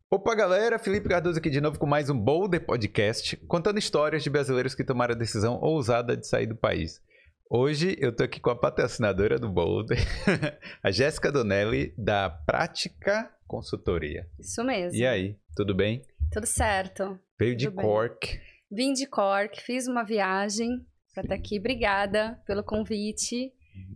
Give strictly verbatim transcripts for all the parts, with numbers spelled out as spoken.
Opa, galera, Felipe Cardoso aqui de novo com mais um Boulder Podcast, contando histórias de brasileiros que tomaram a decisão ousada de sair do país. Hoje eu tô aqui com a patrocinadora do Boulder, a Jéssica Donelli, da Prática Consultoria. Isso mesmo. E aí, tudo bem? Tudo certo. Veio de Tudo bem. Cork. Vim de Cork, fiz uma viagem para estar aqui. Obrigada pelo convite.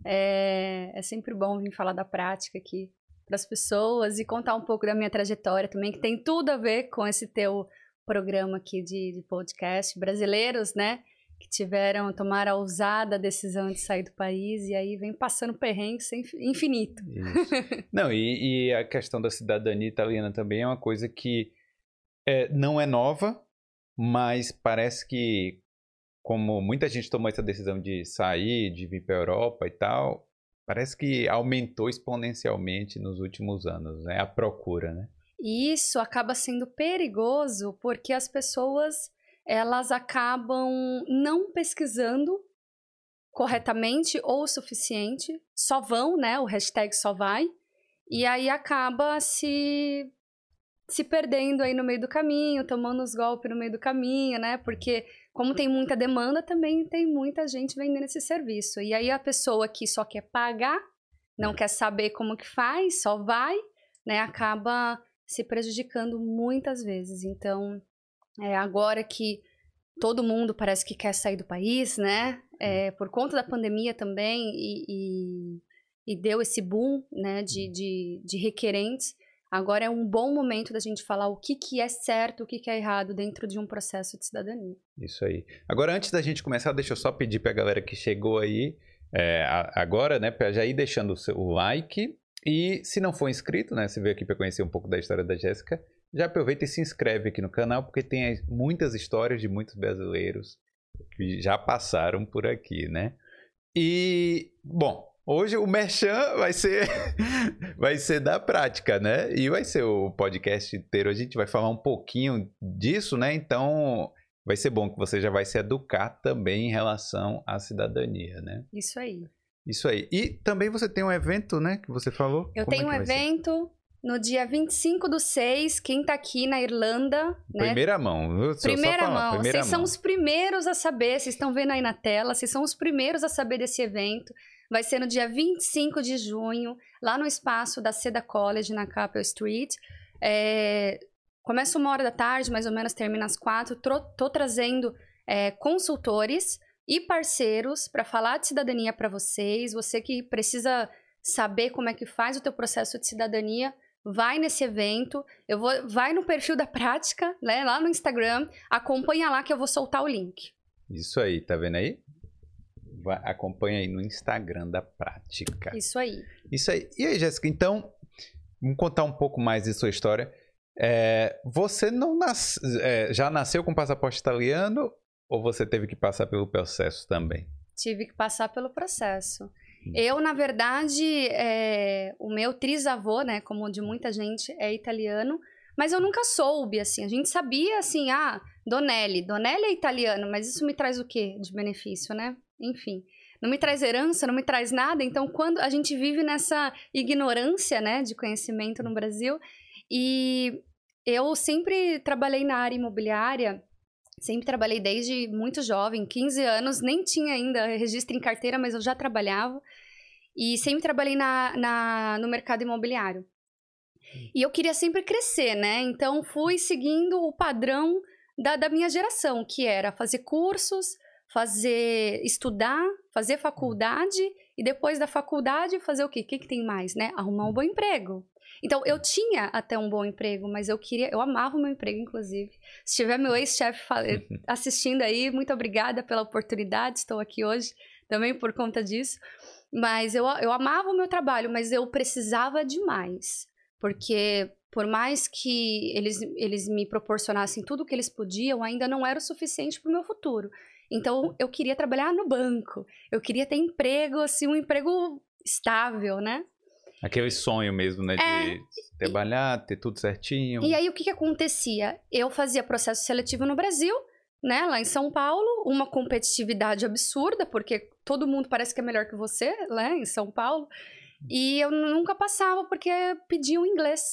É, é sempre bom vir falar da prática aqui para as pessoas e contar um pouco da minha trajetória também, que tem tudo a ver com esse teu programa aqui de, de podcast. Brasileiros, né, que tiveram, tomaram a ousada decisão de sair do país e aí vem passando perrengue sem infinito. Isso. Não, e, e a questão da cidadania italiana também é uma coisa que é, não é nova, mas parece que, como muita gente tomou essa decisão de sair, de vir para a Europa e tal, parece que aumentou exponencialmente nos últimos anos, né? A procura, né? E isso acaba sendo perigoso porque as pessoas, elas acabam não pesquisando corretamente ou o suficiente, só vão, né? O hashtag só vai, e aí acaba se, se perdendo aí no meio do caminho, tomando os golpes no meio do caminho, né? Porque como tem muita demanda, também tem muita gente vendendo esse serviço. E aí a pessoa que só quer pagar, não quer saber como que faz, só vai, né? Acaba se prejudicando muitas vezes. Então, é, agora que todo mundo parece que quer sair do país, né? É, por conta da pandemia também, e, e, e deu esse boom, né, de, de, de requerentes. Agora é um bom momento da gente falar o que, que é certo, o que, que é errado dentro de um processo de cidadania. Isso aí. Agora, antes da gente começar, deixa eu só pedir para a galera que chegou aí, é, agora, né, para já ir deixando o, seu, o like. E se não for inscrito, né, você veio aqui para conhecer um pouco da história da Jéssica, já aproveita e se inscreve aqui no canal, porque tem muitas histórias de muitos brasileiros que já passaram por aqui, né? E, bom, hoje o merchan vai ser, vai ser da prática, né? E vai ser o podcast inteiro. A gente vai falar um pouquinho disso, né? Então, vai ser bom que você já vai se educar também em relação à cidadania, né? Isso aí. Isso aí. E também você tem um evento, né? Que você falou. Eu Como tenho é um evento no dia vinte e cinco do seis. Quem tá aqui na Irlanda, né? Primeira mão. Viu? Primeira falar, mão. primeira Vocês são mão. os primeiros a saber. Vocês estão vendo aí na tela. Vocês são os primeiros a saber desse evento. Vai ser no dia vinte e cinco de junho, lá no espaço da Seda College, na Capel Street. É... Começa uma hora da tarde, mais ou menos, termina às quatro. Tô, tô trazendo é, consultores e parceiros para falar de cidadania para vocês. Você que precisa saber como é que faz o teu processo de cidadania, vai nesse evento. Eu vou, vai no perfil da Prática, né, lá no Instagram, acompanha lá que eu vou soltar o link. Isso aí, tá vendo aí? Vai, acompanha aí no Instagram da Prática. Isso aí. Isso aí. E aí, Jéssica, então, vamos contar um pouco mais de sua história. É, você não nas, é, já nasceu com passaporte italiano ou você teve que passar pelo processo também? Tive que passar pelo processo. Hum. Eu, na verdade, é, o meu trisavô, né, como de muita gente, é italiano, mas eu nunca soube, assim. A gente sabia, assim, ah, Donelli. Donelli é italiano, mas isso me traz o quê de benefício, né? Enfim, não me traz herança, não me traz nada. Então, quando a gente vive nessa ignorância, né, de conhecimento no Brasil, e eu sempre trabalhei na área imobiliária. Sempre trabalhei desde muito jovem, quinze anos, nem tinha ainda registro em carteira, mas eu já trabalhava. E sempre trabalhei na, na, no mercado imobiliário. E eu queria sempre crescer, né? Então, fui seguindo o padrão da, da minha geração, que era fazer cursos, fazer, estudar, fazer faculdade, e depois da faculdade, fazer o quê? O que, que tem mais, né? Arrumar um bom emprego. Então, eu tinha até um bom emprego, mas eu queria... Eu amava o meu emprego, inclusive. Se tiver meu ex-chefe assistindo aí, muito obrigada pela oportunidade. Estou aqui hoje também por conta disso. Mas eu, eu amava o meu trabalho, mas eu precisava de mais. Porque, por mais que eles, eles me proporcionassem tudo o que eles podiam, ainda não era o suficiente para o meu futuro. Então, eu queria trabalhar no banco. Eu queria ter emprego, assim, um emprego estável, né? Aquele sonho mesmo, né? É, de trabalhar, ter tudo certinho. E aí, o que que acontecia? Eu fazia processo seletivo no Brasil, né? Lá em São Paulo, uma competitividade absurda, porque todo mundo parece que é melhor que você, né? Em São Paulo. E eu nunca passava porque pediam inglês.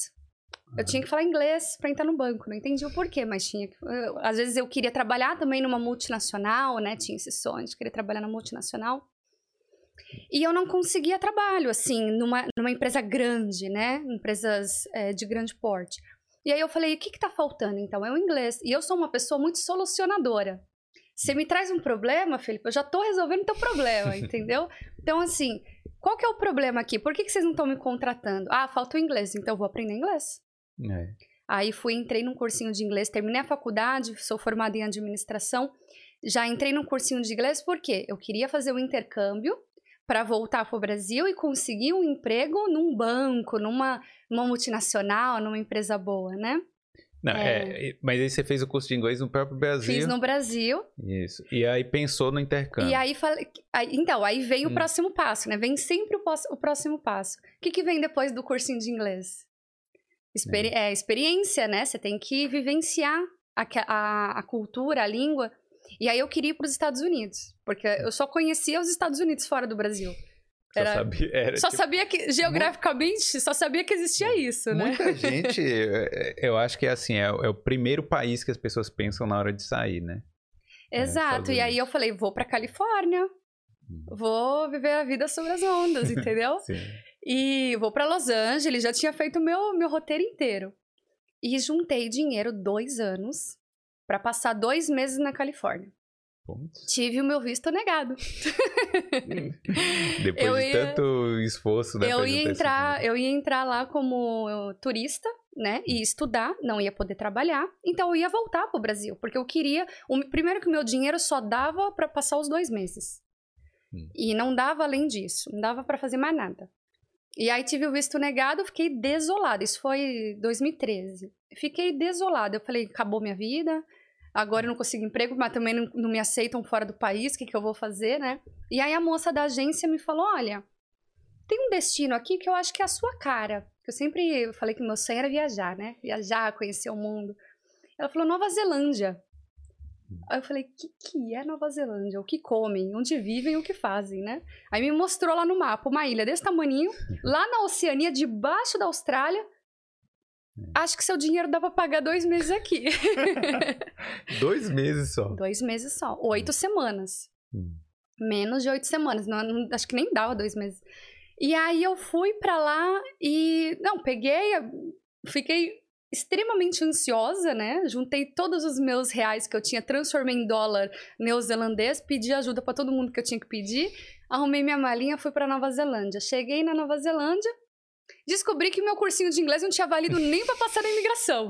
Eu tinha que falar inglês para entrar no banco, não entendi o porquê, mas tinha que... Eu, às vezes eu queria trabalhar também numa multinacional, né? Tinha esse sonho de querer trabalhar na multinacional. E eu não conseguia trabalho, assim, numa, numa empresa grande, né? Empresas é, de grande porte. E aí eu falei, o que que tá faltando, então? É o inglês. E eu sou uma pessoa muito solucionadora. Você me traz um problema, Felipe, eu já tô resolvendo o teu problema, entendeu? Então, assim, qual que é o problema aqui? Por que que vocês não estão me contratando? Ah, falta o inglês, então eu vou aprender inglês. É. Aí fui, entrei num cursinho de inglês, terminei a faculdade, sou formada em administração, já entrei num cursinho de inglês porque eu queria fazer o intercâmbio para voltar para o Brasil e conseguir um emprego num banco, numa, numa multinacional, numa empresa boa, né? Não, é. É, mas aí você fez o curso de inglês no próprio Brasil. Fiz no Brasil. Isso. E aí pensou no intercâmbio. E aí falei... Aí, então, aí vem Hum. o próximo passo, né? Vem sempre o, pós, o próximo passo. O que que vem depois do cursinho de inglês? Experi é. É, experiência, né? Você tem que vivenciar a, a, a cultura, a língua. E aí eu queria ir para os Estados Unidos, porque eu só conhecia os Estados Unidos fora do Brasil. Era, só sabia, era, só tipo, sabia que, geograficamente, só sabia que existia isso, né? Muita gente, eu acho que é assim, é, é o primeiro país que as pessoas pensam na hora de sair, né? Exato, é, e aí eu falei, vou pra Califórnia, hum. vou viver a vida sobre as ondas, entendeu? Sim. E vou pra Los Angeles, já tinha feito o meu, meu roteiro inteiro. E juntei dinheiro dois anos pra passar dois meses na Califórnia. Pontos. Tive o meu visto negado. Depois eu de ia, tanto esforço, né? Eu ia, entrar, eu ia entrar lá como turista, né? E estudar, não ia poder trabalhar. Então eu ia voltar pro Brasil, porque eu queria... O, primeiro que o meu dinheiro só dava para passar os dois meses. Hum. E não dava além disso, não dava para fazer mais nada. E aí tive o visto negado, fiquei desolada. Isso foi dois mil e treze. Fiquei desolada. Eu falei, acabou minha vida... Agora eu não consigo emprego, mas também não, não me aceitam fora do país, o que, que eu vou fazer, né? E aí a moça da agência me falou, olha, tem um destino aqui que eu acho que é a sua cara. Eu sempre falei que meu sonho era viajar, né? Viajar, conhecer o mundo. Ela falou, Nova Zelândia. Aí eu falei, o que, que é Nova Zelândia? O que comem? Onde vivem? O que fazem, né? Aí me mostrou lá no mapa uma ilha desse tamanhinho, lá na Oceania, debaixo da Austrália. Acho que seu dinheiro dá pra pagar dois meses aqui. Dois meses só? Dois meses só. Oito semanas. Hum. Menos de oito semanas. Não, não, acho que nem dava dois meses. E aí eu fui pra lá e... Não, peguei... Fiquei extremamente ansiosa, né? Juntei todos os meus reais que eu tinha, transformei em dólar neozelandês, pedi ajuda pra todo mundo que eu tinha que pedir. Arrumei minha malinha, fui pra Nova Zelândia. Cheguei na Nova Zelândia, descobri que meu cursinho de inglês não tinha valido nem para passar na imigração.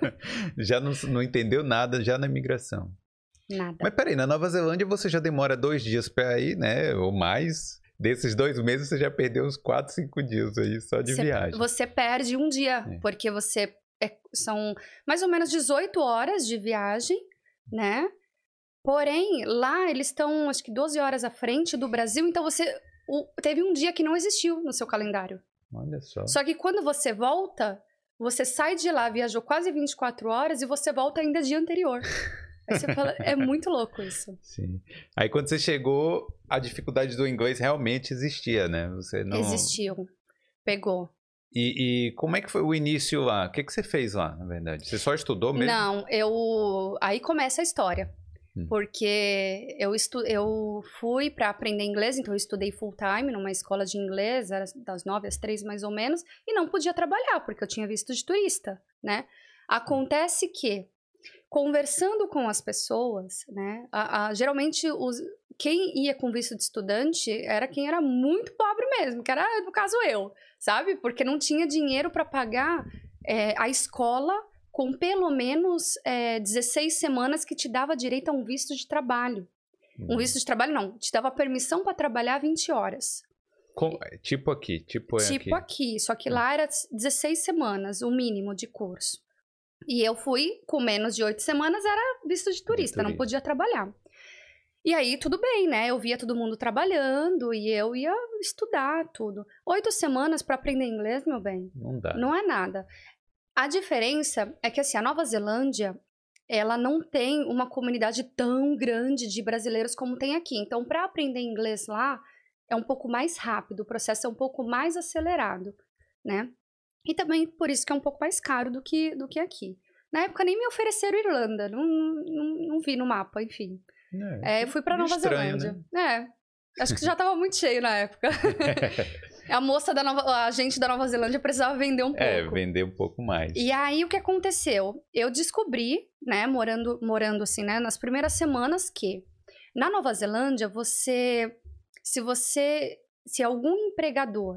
Já não, não entendeu nada já na imigração. Nada. Mas peraí, na Nova Zelândia você já demora dois dias para ir, né? Ou mais. Desses dois meses você já perdeu uns quatro, cinco dias aí só de você, viagem. Você perde um dia, é. porque você... É, são mais ou menos dezoito horas de viagem, né? Porém, lá eles estão, acho que doze horas à frente do Brasil, então você... O, teve um dia que não existiu no seu calendário. Olha só. Só que quando você volta, você sai de lá, viajou quase vinte e quatro horas e você volta ainda dia anterior. Aí você fala, é muito louco isso. Sim. Aí quando você chegou, a dificuldade do inglês realmente existia, né? Você não... Existiu. Pegou. E, e como é que foi o início lá? O que, que você fez lá, na verdade? Você só estudou mesmo? Não, eu... Aí começa a história. Porque eu, estu... eu fui para aprender inglês, então eu estudei full time numa escola de inglês, era das nove às três mais ou menos, e não podia trabalhar, porque eu tinha visto de turista, né? Acontece que, conversando com as pessoas, né, a, a, geralmente os, quem ia com visto de estudante era quem era muito pobre mesmo, que era, no caso, eu, sabe? Porque não tinha dinheiro para pagar é, a escola com pelo menos é, dezesseis semanas que te dava direito a um visto de trabalho. Hum. Um visto de trabalho não, te dava permissão para trabalhar vinte horas. Com, tipo aqui, tipo, é tipo aqui. aqui, só que hum. lá era dezesseis semanas, o mínimo de curso. E eu fui, com menos de oito semanas, era visto de turista, de turista, não podia trabalhar. E aí, tudo bem, né? Eu via todo mundo trabalhando e eu ia estudar tudo. Oito semanas para aprender inglês, meu bem? Não dá. Não é nada. A diferença é que, assim, a Nova Zelândia, ela não tem uma comunidade tão grande de brasileiros como tem aqui. Então, para aprender inglês lá, é um pouco mais rápido, o processo é um pouco mais acelerado, né? E também por isso que é um pouco mais caro do que, do que aqui. Na época nem me ofereceram Irlanda, não, não, não vi no mapa, enfim. É, É, eu fui pra Nova estranho, Zelândia. né? É, acho que já tava muito cheio na época. A moça da Nova, a gente da Nova Zelândia precisava vender um pouco. É, vender um pouco mais. E aí o que aconteceu? Eu descobri, né, morando, morando assim, né, nas primeiras semanas que na Nova Zelândia você, se você, se algum empregador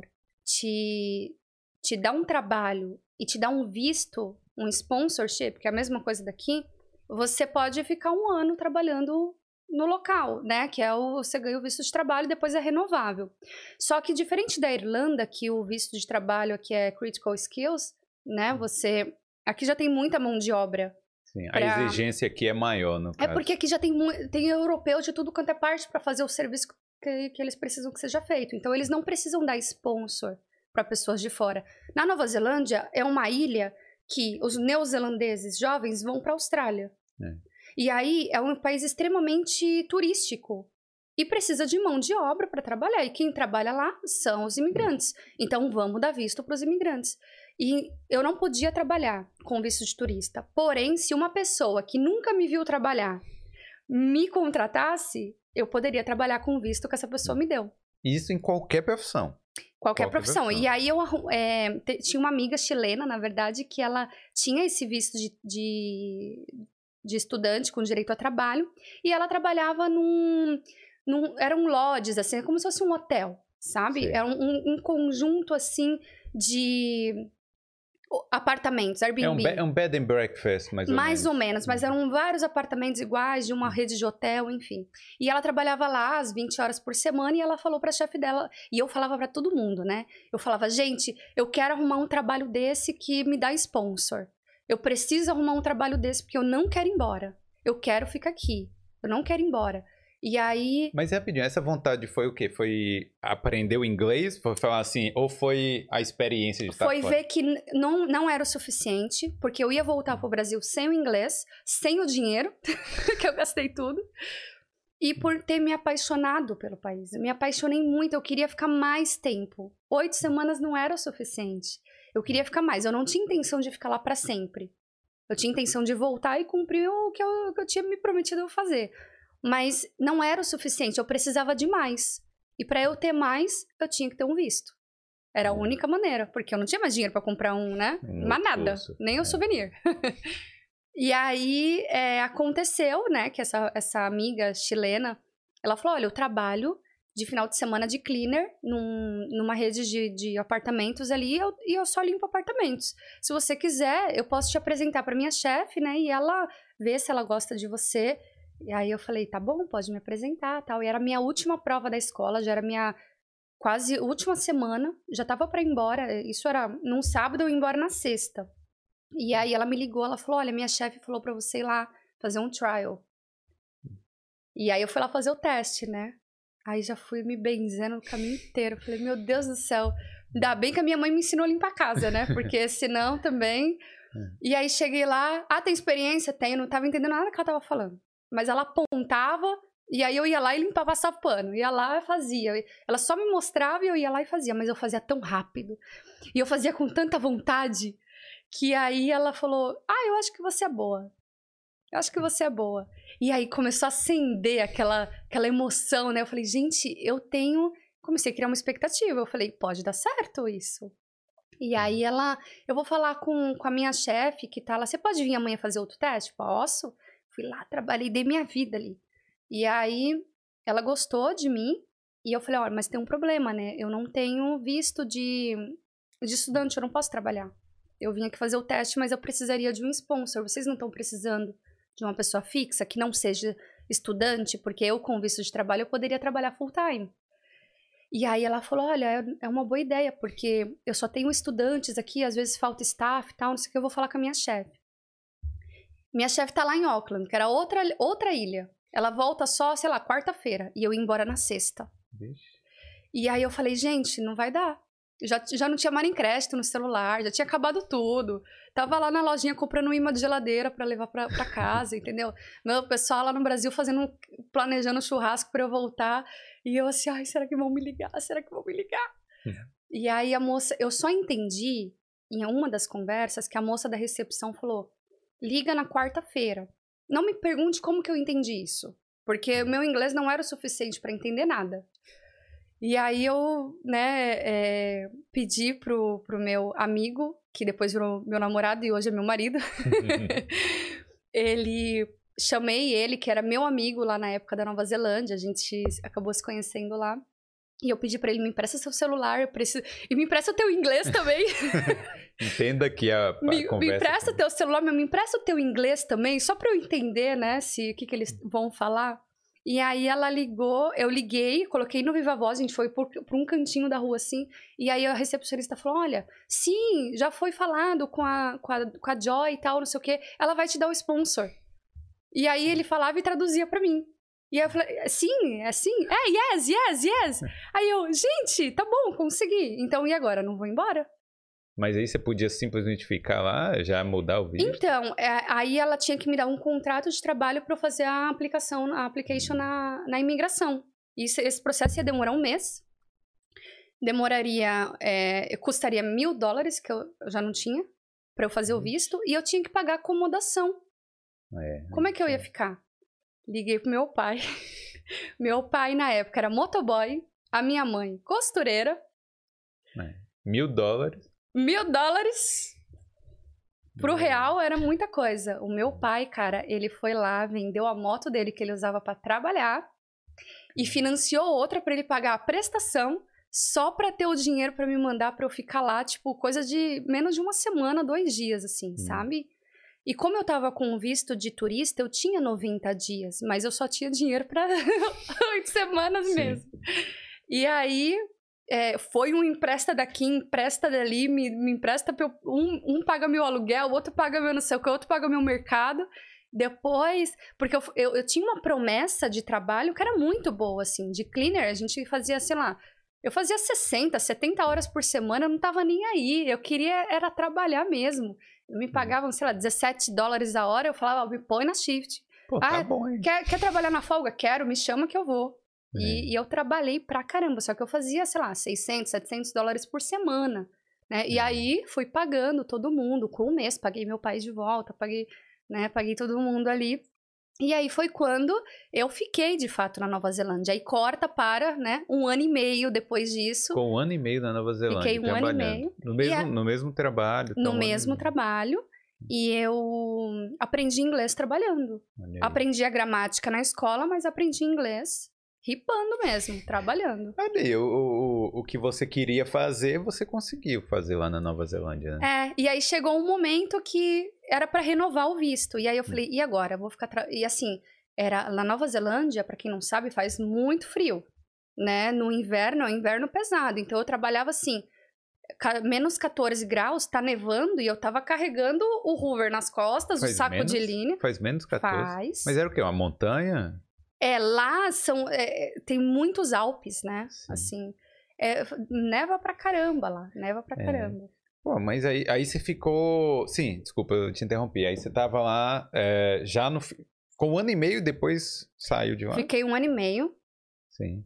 te, te dá um trabalho e te dá um visto, um sponsorship, que é a mesma coisa daqui, você pode ficar um ano trabalhando no local, né? Que é o, você ganha o visto de trabalho e depois é renovável. Só que diferente da Irlanda, que o visto de trabalho aqui é critical skills, né? Você... Aqui já tem muita mão de obra. Sim, pra... a exigência aqui é maior, no É caso. porque aqui já tem, tem europeu de tudo quanto é parte para fazer o serviço que, que eles precisam que seja feito. Então, eles não precisam dar sponsor para pessoas de fora. Na Nova Zelândia, é uma ilha que os neozelandeses jovens vão para a Austrália. É. E aí é um país extremamente turístico e precisa de mão de obra para trabalhar. E quem trabalha lá são os imigrantes. Então vamos dar visto para os imigrantes. E eu não podia trabalhar com visto de turista. Porém, se uma pessoa que nunca me viu trabalhar me contratasse, eu poderia trabalhar com o visto que essa pessoa me deu. Isso em qualquer profissão. Qualquer, Qualquer profissão. profissão. E aí eu é, tinha uma amiga chilena, na verdade, que ela tinha esse visto de, de, de estudante com direito a trabalho. E ela trabalhava num... num eram lodges, assim, como se fosse um hotel, sabe? Sim. Era um, um conjunto, assim, de apartamentos, Airbnb. É um, be- é um bed and breakfast, mais ou Mais menos. ou menos, mas eram vários apartamentos iguais, de uma rede de hotel, enfim. E ela trabalhava lá às vinte horas por semana e ela falou pra chefe dela, e eu falava pra todo mundo, né? Eu falava, gente, eu quero arrumar um trabalho desse que me dá sponsor. Eu preciso arrumar um trabalho desse porque eu não quero ir embora. Eu quero ficar aqui. Eu não quero ir embora. E aí... Mas rapidinho, essa vontade foi o quê? Foi aprender o inglês? Foi falar assim, ou foi a experiência de estar Foi fora? ver que não, não era o suficiente, porque eu ia voltar pro Brasil sem o inglês, sem o dinheiro, que eu gastei tudo, e por ter me apaixonado pelo país. Eu me apaixonei muito, eu queria ficar mais tempo. Oito semanas não era o suficiente. Eu queria ficar mais, eu não tinha intenção de ficar lá para sempre. Eu tinha intenção de voltar e cumprir o que eu, que eu tinha me prometido fazer. Mas não era o suficiente, eu precisava de mais. E para eu ter mais, eu tinha que ter um visto. Era a única maneira, porque eu não tinha mais dinheiro para comprar um, né? Um Mas nada, curso. nem o É. souvenir. E aí, é, aconteceu, né, que essa, essa amiga chilena, ela falou, olha, eu trabalho de final de semana de cleaner num, numa rede de, de apartamentos ali e eu, e eu só limpo apartamentos. Se você quiser, eu posso te apresentar para minha chefe, né, e ela vê se ela gosta de você. E aí eu falei, tá bom, pode me apresentar, tal. E era a minha última prova da escola, já era minha quase última semana, já tava para ir embora, isso era num sábado, eu ia embora na sexta. E aí ela me ligou, ela falou, olha, minha chefe falou pra você ir lá fazer um trial. E aí eu fui lá fazer o teste, né? Aí já fui me benzendo o caminho inteiro. Falei, meu Deus do céu, ainda bem que a minha mãe me ensinou a limpar a casa, né? Porque senão também... E aí cheguei lá, ah, tem experiência? Tenho, não tava entendendo nada que ela tava falando. Mas ela apontava, e aí eu ia lá e limpava, passava pano. Ia lá e fazia. Ela só me mostrava e eu ia lá e fazia. Mas eu fazia tão rápido. E eu fazia com tanta vontade... Que aí ela falou, ah, eu acho que você é boa. Eu acho que você é boa. E aí começou a acender aquela, aquela emoção, né? Eu falei, gente, eu tenho... Comecei a criar uma expectativa. Eu falei, pode dar certo isso. E aí ela... Eu vou falar com, com a minha chefe que tá lá. Você pode vir amanhã fazer outro teste? Posso. Fui lá, trabalhei, dei minha vida ali. E aí ela gostou de mim. E eu falei, olha, mas tem um problema, né? Eu não tenho visto de, de estudante, eu não posso trabalhar. Eu vim aqui fazer o teste, mas eu precisaria de um sponsor. Vocês não estão precisando de uma pessoa fixa que não seja estudante? Porque eu, com visto de trabalho, eu poderia trabalhar full time. E aí ela falou, olha, é uma boa ideia, porque eu só tenho estudantes aqui, às vezes falta staff e tal, não sei o que, eu vou falar com a minha chefe. Minha chefe tá lá em Auckland, que era outra, outra ilha. Ela volta só, sei lá, quarta-feira, e eu ia embora na sexta. Vixe. E aí eu falei, gente, não vai dar. Já, já não tinha mais nem crédito no celular, já tinha acabado tudo. Tava lá na lojinha comprando um imã de geladeira pra levar pra, pra casa, entendeu? Meu pessoal lá no Brasil fazendo, planejando churrasco pra eu voltar. E eu assim, ai, será que vão me ligar? Será que vão me ligar? Uhum. E aí a moça, eu só entendi em uma das conversas que a moça da recepção falou, liga na quarta-feira. Não me pergunte como que eu entendi isso, porque o meu inglês não era o suficiente para entender nada. E aí eu, né, é, pedi pro, pro meu amigo, que depois virou meu namorado e hoje é meu marido, ele, chamei ele, que era meu amigo lá na época da Nova Zelândia, a gente acabou se conhecendo lá, e eu pedi pra ele, me empresta seu celular, eu preciso... e me empresta o teu inglês também. Entenda que a, a me, conversa... Me empresta o teu celular, mas me empresta o teu inglês também, só pra eu entender, né, se, o que, que eles vão falar. E aí ela ligou, eu liguei, coloquei no Viva Voz, a gente foi por, por um cantinho da rua assim, e aí a recepcionista falou, olha, sim, já foi falado com a, com a, com a Joy e tal, não sei o quê, ela vai te dar o sponsor. E aí ele falava e traduzia pra mim. E aí eu falei, sim, é sim, é, yes, yes, yes. Aí eu, gente, tá bom, consegui. Então, e agora? Não vou embora? Mas aí você podia simplesmente ficar lá, já mudar o vídeo? Então, é, aí ela tinha que me dar um contrato de trabalho para eu fazer a aplicação, a application na, na imigração. Isso, esse processo ia demorar um mês. Demoraria, é, custaria mil dólares, que eu, eu já não tinha, para eu fazer o visto. E eu tinha que pagar acomodação. É, Como é que eu ia ficar? Liguei pro meu pai. Meu pai, na época, era motoboy. A minha mãe, costureira. É. Mil dólares. Mil dólares. Pro real era muita coisa. O meu pai, cara, ele foi lá, vendeu a moto dele que ele usava para trabalhar e financiou outra para ele pagar a prestação só para ter o dinheiro para me mandar para eu ficar lá, tipo, coisa de menos de uma semana, dois dias, assim, hum. sabe? E como eu tava com visto de turista, eu tinha noventa dias, mas eu só tinha dinheiro para oito semanas Sim. mesmo. E aí... É, foi um empresta daqui, empresta dali, me, me empresta, pra eu, um, um paga meu aluguel, o outro paga meu não sei o que, o outro paga meu mercado. Depois, porque eu, eu, eu tinha uma promessa de trabalho que era muito boa, assim, de cleaner, a gente fazia, sei lá, eu fazia sessenta, setenta horas por semana, eu não tava nem aí, eu queria era trabalhar mesmo. Me pagavam, sei lá, dezessete dólares a hora, eu falava, oh, me põe na shift. Pô, ah, tá bom, hein? Quer, quer trabalhar na folga? Quero, me chama que eu vou. E, e eu trabalhei pra caramba, só que eu fazia, sei lá, seiscentos, setecentos dólares por semana, né? E aí, fui pagando todo mundo, com um mês, paguei meu pai de volta, paguei, né, paguei todo mundo ali. E aí, foi quando eu fiquei, de fato, na Nova Zelândia. Aí, corta para, né, um ano e meio depois disso. Com um ano e meio na Nova Zelândia, Fiquei um ano e meio. No mesmo, a... no mesmo trabalho. No um mesmo trabalho. E eu aprendi inglês trabalhando. Aprendi a gramática na escola, mas aprendi inglês... Ripando mesmo, trabalhando. Ali, o, o, o que você queria fazer, você conseguiu fazer lá na Nova Zelândia, né? É, e aí chegou um momento que era pra renovar o visto. E aí eu falei, e agora? Eu vou ficar... Tra... E assim, era na Nova Zelândia, pra quem não sabe, faz muito frio, né? No inverno, é um inverno pesado. Então eu trabalhava assim, menos quatorze graus, tá nevando, e eu tava carregando o Hoover nas costas, faz o saco menos, de linha. Faz menos quatorze? Faz. Mas era o quê? Uma montanha? É, lá são, é, tem muitos Alpes, né? Sim. Assim, é, neva pra caramba lá, neva pra é. caramba. Pô, mas aí, aí você ficou... Sim, desculpa, eu te interrompi. Aí você tava lá é, já no... Com um ano e meio depois saiu de lá? Fiquei um ano e meio. Sim.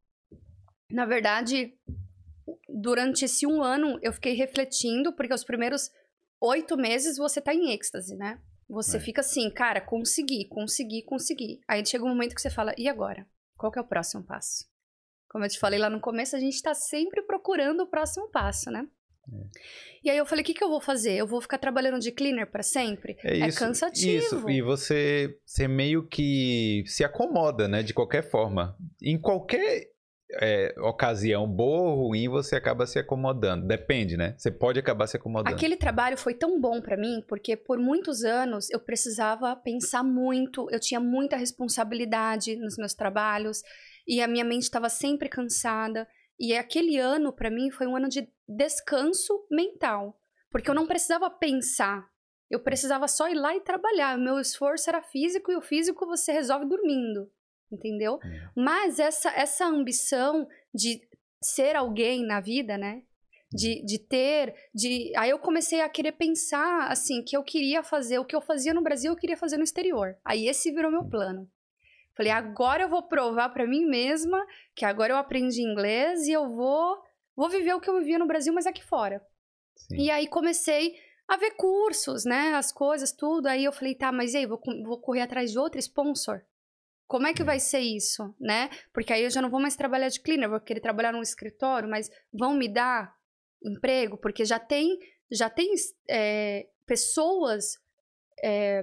Na verdade, durante esse um ano eu fiquei refletindo, porque os primeiros oito meses você tá em êxtase, né? Você é. fica assim, cara, consegui, consegui, consegui. Aí chega um momento que você fala, e agora? Qual que é o próximo passo? Como eu te falei lá no começo, a gente tá sempre procurando o próximo passo, né? É. E aí eu falei, o que que eu vou fazer? Eu vou ficar trabalhando de cleaner pra sempre? É, isso, é cansativo. Isso, e você, você meio que se acomoda, né? De qualquer forma. Em qualquer... É, ocasião boa ou ruim, você acaba se acomodando. Depende, né? Você pode acabar se acomodando. Aquele trabalho foi tão bom pra mim, porque por muitos anos eu precisava pensar muito, eu tinha muita responsabilidade nos meus trabalhos, e a minha mente estava sempre cansada. E aquele ano, pra mim, foi um ano de descanso mental, porque eu não precisava pensar, eu precisava só ir lá e trabalhar. O meu esforço era físico, e o físico você resolve dormindo. Entendeu? É. Mas essa, essa ambição de ser alguém na vida, né? De, de ter... de Aí eu comecei a querer pensar, assim, que eu queria fazer... O que eu fazia no Brasil, eu queria fazer no exterior. Aí esse virou meu plano. Falei, agora eu vou provar pra mim mesma que agora eu aprendi inglês e eu vou, vou viver o que eu vivia no Brasil, mas aqui fora. Sim. E aí comecei a ver cursos, né? As coisas, tudo. Aí eu falei, tá, mas e aí, vou, vou correr atrás de outro sponsor? Como é que vai ser isso, né? Porque aí eu já não vou mais trabalhar de cleaner, vou querer trabalhar num escritório, mas vão me dar emprego? Porque já tem, já tem é, pessoas é,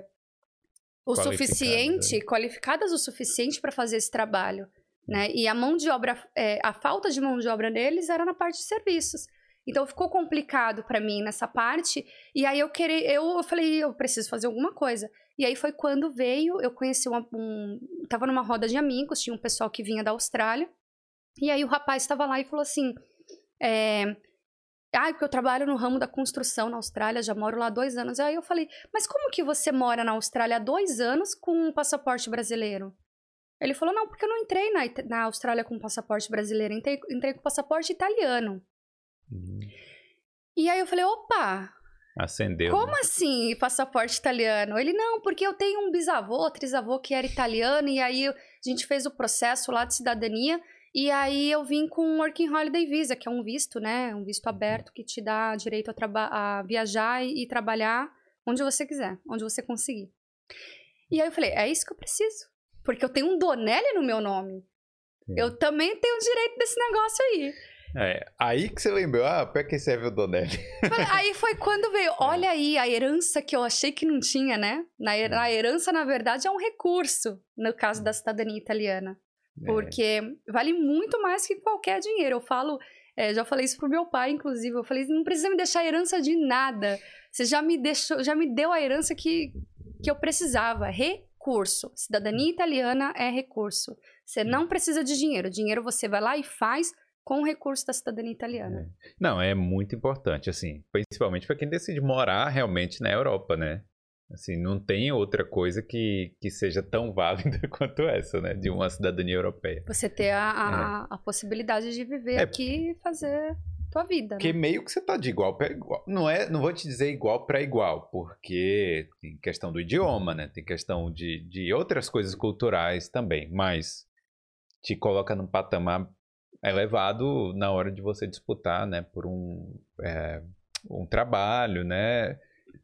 o suficiente, qualificadas o suficiente para fazer esse trabalho, né? E a mão de obra, é, a falta de mão de obra deles era na parte de serviços. Então ficou complicado para mim nessa parte. E aí eu queria, eu, eu falei, eu preciso fazer alguma coisa. E aí foi quando veio, eu conheci uma, um, tava numa roda de amigos, tinha um pessoal que vinha da Austrália. E aí o rapaz estava lá e falou assim, é, ah, porque eu trabalho no ramo da construção na Austrália, já moro lá há dois anos. Aí eu falei, mas como que você mora na Austrália há dois anos com um passaporte brasileiro? Ele falou, não, porque eu não entrei na, na Austrália com passaporte brasileiro, entrei, entrei com passaporte italiano. Uhum. E aí eu falei, opa, acendeu. Como né? assim passaporte italiano? Ele, não, porque eu tenho um bisavô, trisavô que era italiano, e aí a gente fez o processo lá de cidadania, e aí eu vim com um Working Holiday Visa, que é um visto, né? Um visto aberto que te dá direito a, a viajar e, e trabalhar onde você quiser, onde você conseguir. E aí eu falei, é isso que eu preciso, porque eu tenho um Donelli no meu nome. Sim. Eu também tenho direito desse negócio aí. É, aí que você lembrou, ah, pra que serve o Donelli? Aí foi quando veio, olha aí, a herança que eu achei que não tinha, né? Na her a herança, na verdade, é um recurso, no caso da cidadania italiana. É. Porque vale muito mais que qualquer dinheiro. Eu falo, é, já falei isso pro meu pai, inclusive, eu falei, não precisa me deixar herança de nada. Você já me deixou, já me deu a herança que, que eu precisava, recurso. Cidadania italiana é recurso. Você não precisa de dinheiro, dinheiro você vai lá e faz com o recurso da cidadania italiana. É. Não, é muito importante, assim, principalmente para quem decide morar realmente na Europa, né? Assim, não tem outra coisa que, que seja tão válida quanto essa, né? De uma cidadania europeia. Você ter a, a, é. a possibilidade de viver é. aqui e fazer tua vida, Porque né? meio que você tá de igual para igual. Não, é, não vou te dizer igual para igual, porque tem questão do idioma, né? Tem questão de, de outras coisas culturais também, mas te coloca num patamar elevado na hora de você disputar, né, por um, é, um trabalho, né,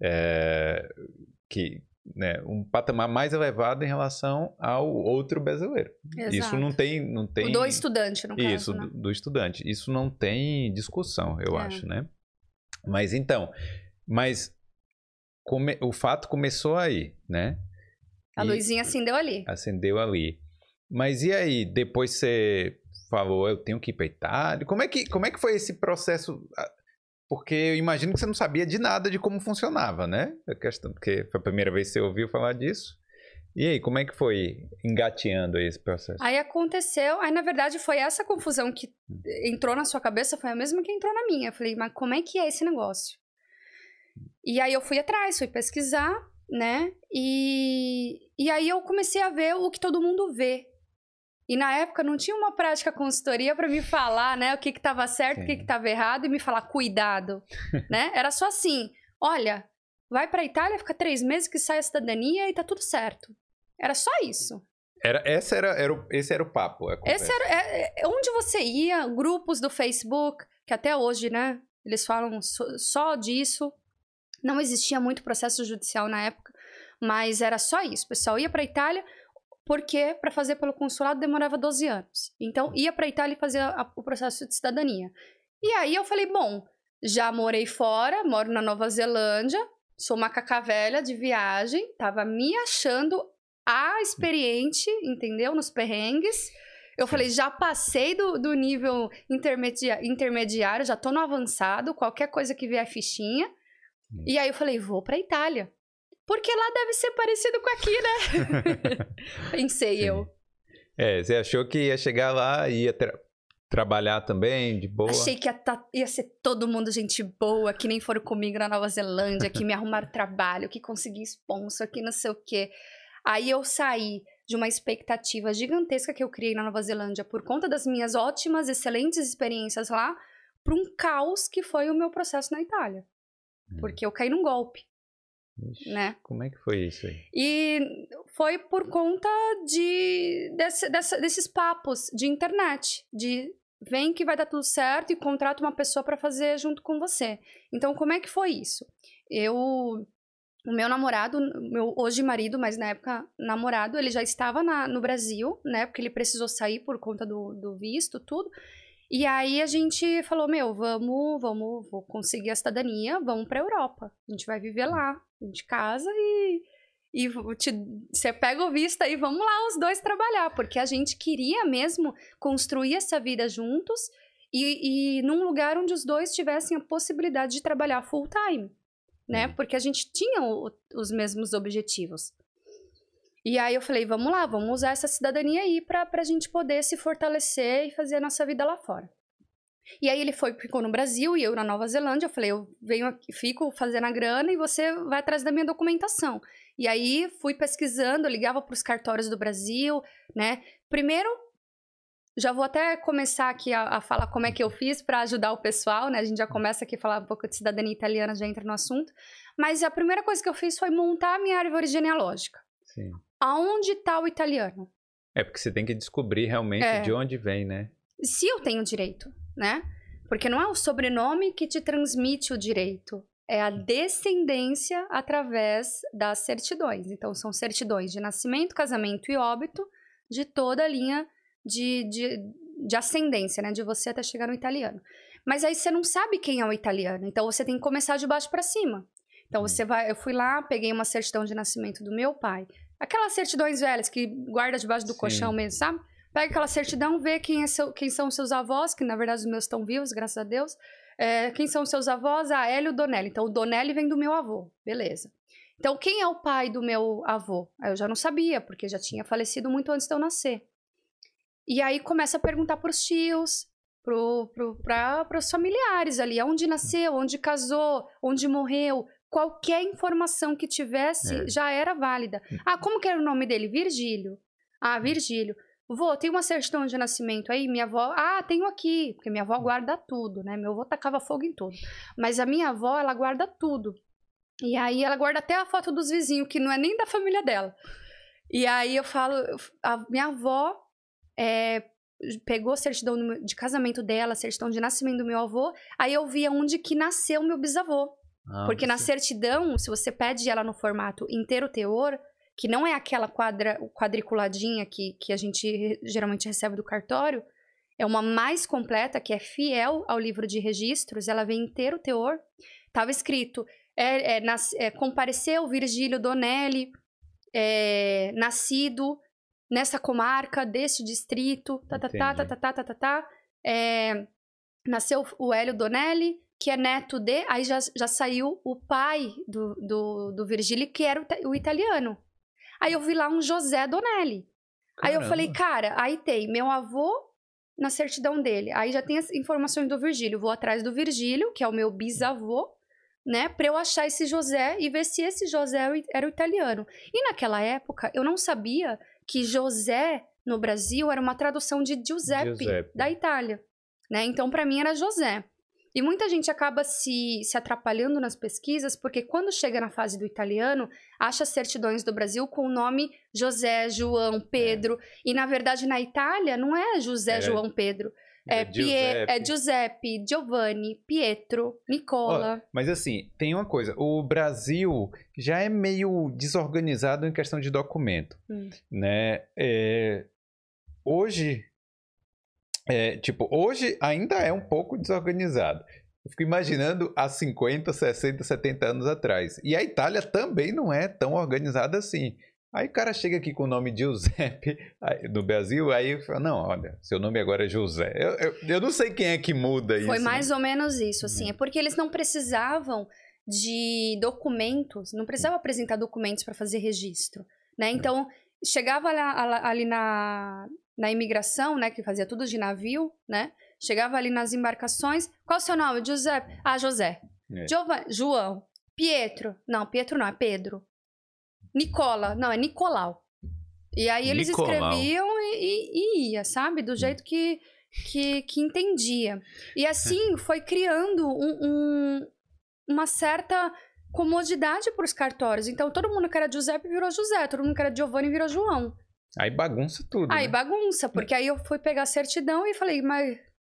é, que, né, um patamar mais elevado em relação ao outro brasileiro. Exato. Isso não tem, não tem... O do estudante, no caso, Isso, né? do, do estudante. Isso não tem discussão, eu é. acho, né? Mas então, mas come, o fato começou aí, né? A luzinha acendeu ali. Acendeu ali. Mas e aí, depois você falou, eu tenho que ir para Itália. Como é que, como é que foi esse processo? Porque eu imagino que você não sabia de nada de como funcionava, né? A questão, porque foi a primeira vez que você ouviu falar disso. E aí, como é que foi engateando aí esse processo? Aí aconteceu, aí na verdade foi essa confusão que entrou na sua cabeça, foi a mesma que entrou na minha. Eu falei, mas como é que é esse negócio? E aí eu fui atrás, fui pesquisar, né? E, e aí eu comecei a ver o que todo mundo vê. E na época não tinha uma prática consultoria para me falar, né, o que que estava certo, Sim. o que que estava errado e me falar cuidado, né? Era só assim, olha, vai para a Itália, fica três meses que sai a cidadania e tá tudo certo. Era só isso. Era, essa era, era, esse era o papo. Esse era é, é, onde você ia, grupos do Facebook, que até hoje, né, eles falam so, só disso. Não existia muito processo judicial na época, mas era só isso. O pessoal ia para a Itália, porque para fazer pelo consulado demorava doze anos. Então, ia para a Itália e fazia a, o processo de cidadania. E aí eu falei, bom, já morei fora, moro na Nova Zelândia, sou macaca velha de viagem, tava me achando a experiente, entendeu? Nos perrengues. Eu Sim. falei, já passei do, do nível intermedia, intermediário, já tô no avançado, qualquer coisa que vier fichinha. Sim. E aí eu falei, vou para a Itália. Porque lá deve ser parecido com aqui, né? Pensei Sim. eu. É, você achou que ia chegar lá e ia tra trabalhar também, de boa? Achei que ia, tá, ia ser todo mundo gente boa, que nem foram comigo na Nova Zelândia, que me arrumaram trabalho, que consegui sponsor, que não sei o quê. Aí eu saí de uma expectativa gigantesca que eu criei na Nova Zelândia por conta das minhas ótimas, excelentes experiências lá, para um caos que foi o meu processo na Itália. Hum. Porque eu caí num golpe. Ixi, né? Como é que foi isso aí? E foi por conta de, desse, dessa, desses papos de internet, de vem que vai dar tudo certo e contrata uma pessoa para fazer junto com você. Então, como é que foi isso? Eu, o meu namorado, meu hoje marido, mas na época namorado, ele já estava na, no Brasil, né? Porque ele precisou sair por conta do, do visto, tudo. E aí a gente falou, meu, vamos, vamos, vou conseguir a cidadania, vamos para a Europa. A gente vai viver lá, a gente casa e... E te, você pega o visto aí, vamos lá os dois trabalhar, porque a gente queria mesmo construir essa vida juntos e, e num lugar onde os dois tivessem a possibilidade de trabalhar full time, né? Porque a gente tinha o, os mesmos objetivos. E aí eu falei, vamos lá, vamos usar essa cidadania aí pra, pra gente poder se fortalecer e fazer a nossa vida lá fora. E aí ele foi, ficou no Brasil e eu na Nova Zelândia. Eu falei, eu venho aqui, fico fazendo a grana e você vai atrás da minha documentação. E aí fui pesquisando, eu ligava para os cartórios do Brasil, né? Primeiro, já vou até começar aqui a, a falar como é que eu fiz para ajudar o pessoal, né? A gente já começa aqui a falar um pouco de cidadania italiana, já entra no assunto. Mas a primeira coisa que eu fiz foi montar a minha árvore genealógica. Sim. Aonde está o italiano? É porque você tem que descobrir realmente é. de onde vem, né? Se eu tenho direito, né? Porque não é o sobrenome que te transmite o direito. É a descendência através das certidões. Então, são certidões de nascimento, casamento e óbito de toda a linha de, de, de ascendência, né? De você até chegar no italiano. Mas aí você não sabe quem é o italiano. Então, você tem que começar de baixo para cima. Então, você vai... Eu fui lá, peguei uma certidão de nascimento do meu pai. Aquelas certidões velhas que guarda debaixo do Sim. colchão mesmo, sabe? Pega aquela certidão, vê quem, é seu, quem são os seus avós, que na verdade os meus estão vivos, graças a Deus. É, quem são os seus avós? Ah, Hélio e Donelli. Então, o Donelli vem do meu avô. Beleza. Então, quem é o pai do meu avô? Aí eu já não sabia, porque já tinha falecido muito antes de eu nascer. E aí começa a perguntar para os tios, para os familiares ali, onde nasceu, onde casou, onde morreu. Qualquer informação que tivesse é. já era válida. Ah, como que era o nome dele? Virgílio. Ah, Virgílio. Vô, tem uma certidão de nascimento aí? Minha avó... Ah, tenho aqui. Porque minha avó guarda tudo, né? Meu avô tacava fogo em tudo. Mas a minha avó, ela guarda tudo. E aí ela guarda até a foto dos vizinhos, que não é nem da família dela. E aí eu falo... A minha avó é, pegou a certidão de casamento dela, a certidão de nascimento do meu avô. Aí eu via onde que nasceu o meu bisavô. Ah, porque você... na certidão, se você pede ela no formato inteiro teor... que não é aquela quadra, quadriculadinha que, que a gente geralmente recebe do cartório, é uma mais completa, que é fiel ao livro de registros, ela vem inteiro teor. Estava escrito, é, é, nas, é, compareceu Virgílio Donelli, é, nascido nessa comarca, deste distrito, tá, tá, tá, tá, tá, tá, tá, tá, tá, é, nasceu o Hélio Donelli, que é neto de... Aí já, já saiu o pai do, do, do Virgílio, que era o, o italiano. Aí eu vi lá um José Donelli. Caramba. Aí eu falei, cara, aí tem meu avô na certidão dele. Aí já tem as informações do Virgílio. Vou atrás do Virgílio, que é o meu bisavô, né? Pra eu achar esse José e ver se esse José era o italiano. E naquela época, eu não sabia que José, no Brasil, era uma tradução de Giuseppe, Giuseppe. da Itália. Né? Então, pra mim, era José. E muita gente acaba se, se atrapalhando nas pesquisas, porque quando chega na fase do italiano, acha certidões do Brasil com o nome José, João, Pedro. É. E, na verdade, na Itália, não é José, é. João, Pedro. É, é, Pie, é Giuseppe, Giovanni, Pietro, Nicola. Ó, mas assim, tem uma coisa. O Brasil já é meio desorganizado em questão de documento. Hum. Né? É, hoje... É, tipo, hoje ainda é um pouco desorganizado. Eu fico imaginando há cinquenta, sessenta, setenta anos atrás. E a Itália também não é tão organizada assim. Aí o cara chega aqui com o nome de Giuseppe do Brasil, aí fala, não, olha, seu nome agora é José. Eu, eu, eu não sei quem é que muda isso. Foi mais né? ou menos isso, assim. Uhum. É porque eles não precisavam de documentos, não precisavam uhum. apresentar documentos para fazer registro, né? Então, uhum. chegava lá, ali na... na imigração, né, que fazia tudo de navio, né, chegava ali nas embarcações, qual o seu nome? Giuseppe? Ah, José. É. Giova... João. Pietro? Não, Pietro não, é Pedro. Nicola? Não, é Nicolau. E aí eles Nicolau. escreviam e, e, e ia, sabe, do jeito que, que, que entendia. E assim foi criando um, um, uma certa comodidade para os cartórios. Então todo mundo que era Giuseppe virou José, todo mundo que era Giovanni virou João. Aí bagunça tudo, Aí né? bagunça, porque aí eu fui pegar a certidão e falei, mas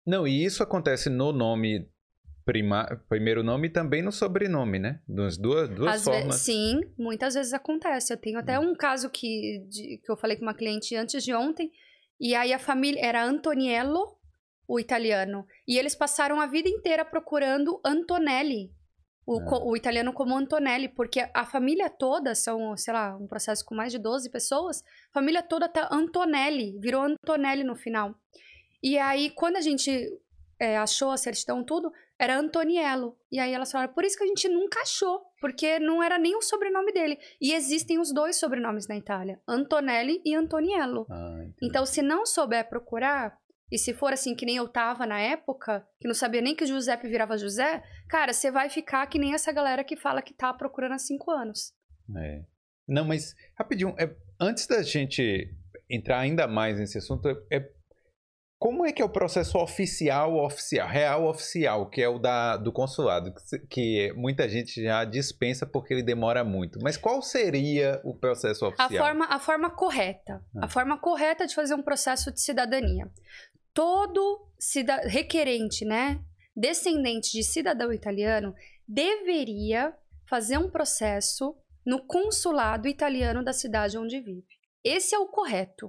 Não, e isso acontece no nome, prima, primeiro nome e também no sobrenome, né? Das duas, duas Às formas. Ve- sim, muitas vezes acontece. Eu tenho até um caso que, de- que eu falei com uma cliente antes de ontem, e aí a família era Antoniello, o italiano, e eles passaram a vida inteira procurando Antonelli, o, Ah. co- o italiano como Antonelli, porque a família toda, são, sei lá, um processo com mais de doze pessoas, a família toda tá Antonelli, virou Antonelli no final. E aí, quando a gente é, achou a certidão, tudo, era Antoniello. E aí elas falaram, por isso que a gente nunca achou, porque não era nem o sobrenome dele. E existem os dois sobrenomes na Itália, Antonelli e Antoniello. Ah, entendi. Então, se não souber procurar, e se for assim que nem eu tava na época, que não sabia nem que Giuseppe virava José, cara, você vai ficar que nem essa galera que fala que tá procurando há cinco anos. É. Não, mas rapidinho, é, antes da gente entrar ainda mais nesse assunto, é, é- como é que é o processo oficial, oficial, real oficial, que é o da, do consulado, que, se- que muita gente já dispensa porque ele demora muito. Mas qual seria o processo A oficial? forma, a forma correta. Ah. A forma correta de fazer um processo de cidadania. Todo cida- requerente, né, descendente de cidadão italiano, deveria fazer um processo no consulado italiano da cidade onde vive. Esse é o correto.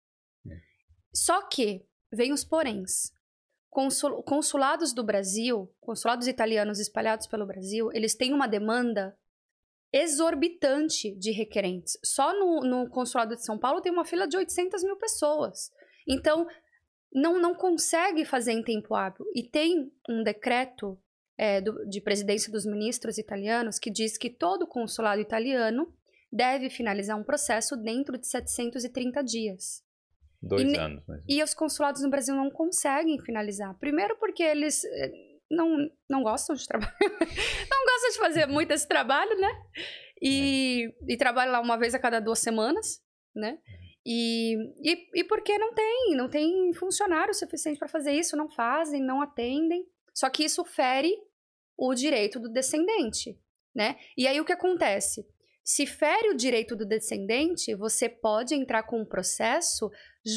Só que vem os poréns. Consul- consulados do Brasil, consulados italianos espalhados pelo Brasil, eles têm uma demanda exorbitante de requerentes. Só no, no consulado de São Paulo tem uma fila de oitocentas mil pessoas. Então, não, não consegue fazer em tempo hábil. E tem um decreto é, do- de presidência dos ministros italianos que diz que todo consulado italiano deve finalizar um processo dentro de setecentos e trinta dias. Dois E ne- anos. Mas... E os consulados no Brasil não conseguem finalizar. Primeiro porque eles eh, não, não gostam de trabalhar. Não gostam de fazer muito esse trabalho, né? E, e trabalham lá uma vez a cada duas semanas, né? E, e, e porque não tem, não tem funcionário suficiente para fazer isso, não fazem, não atendem. Só que isso fere o direito do descendente, né? E aí o que acontece? Se fere o direito do descendente, você pode entrar com um processo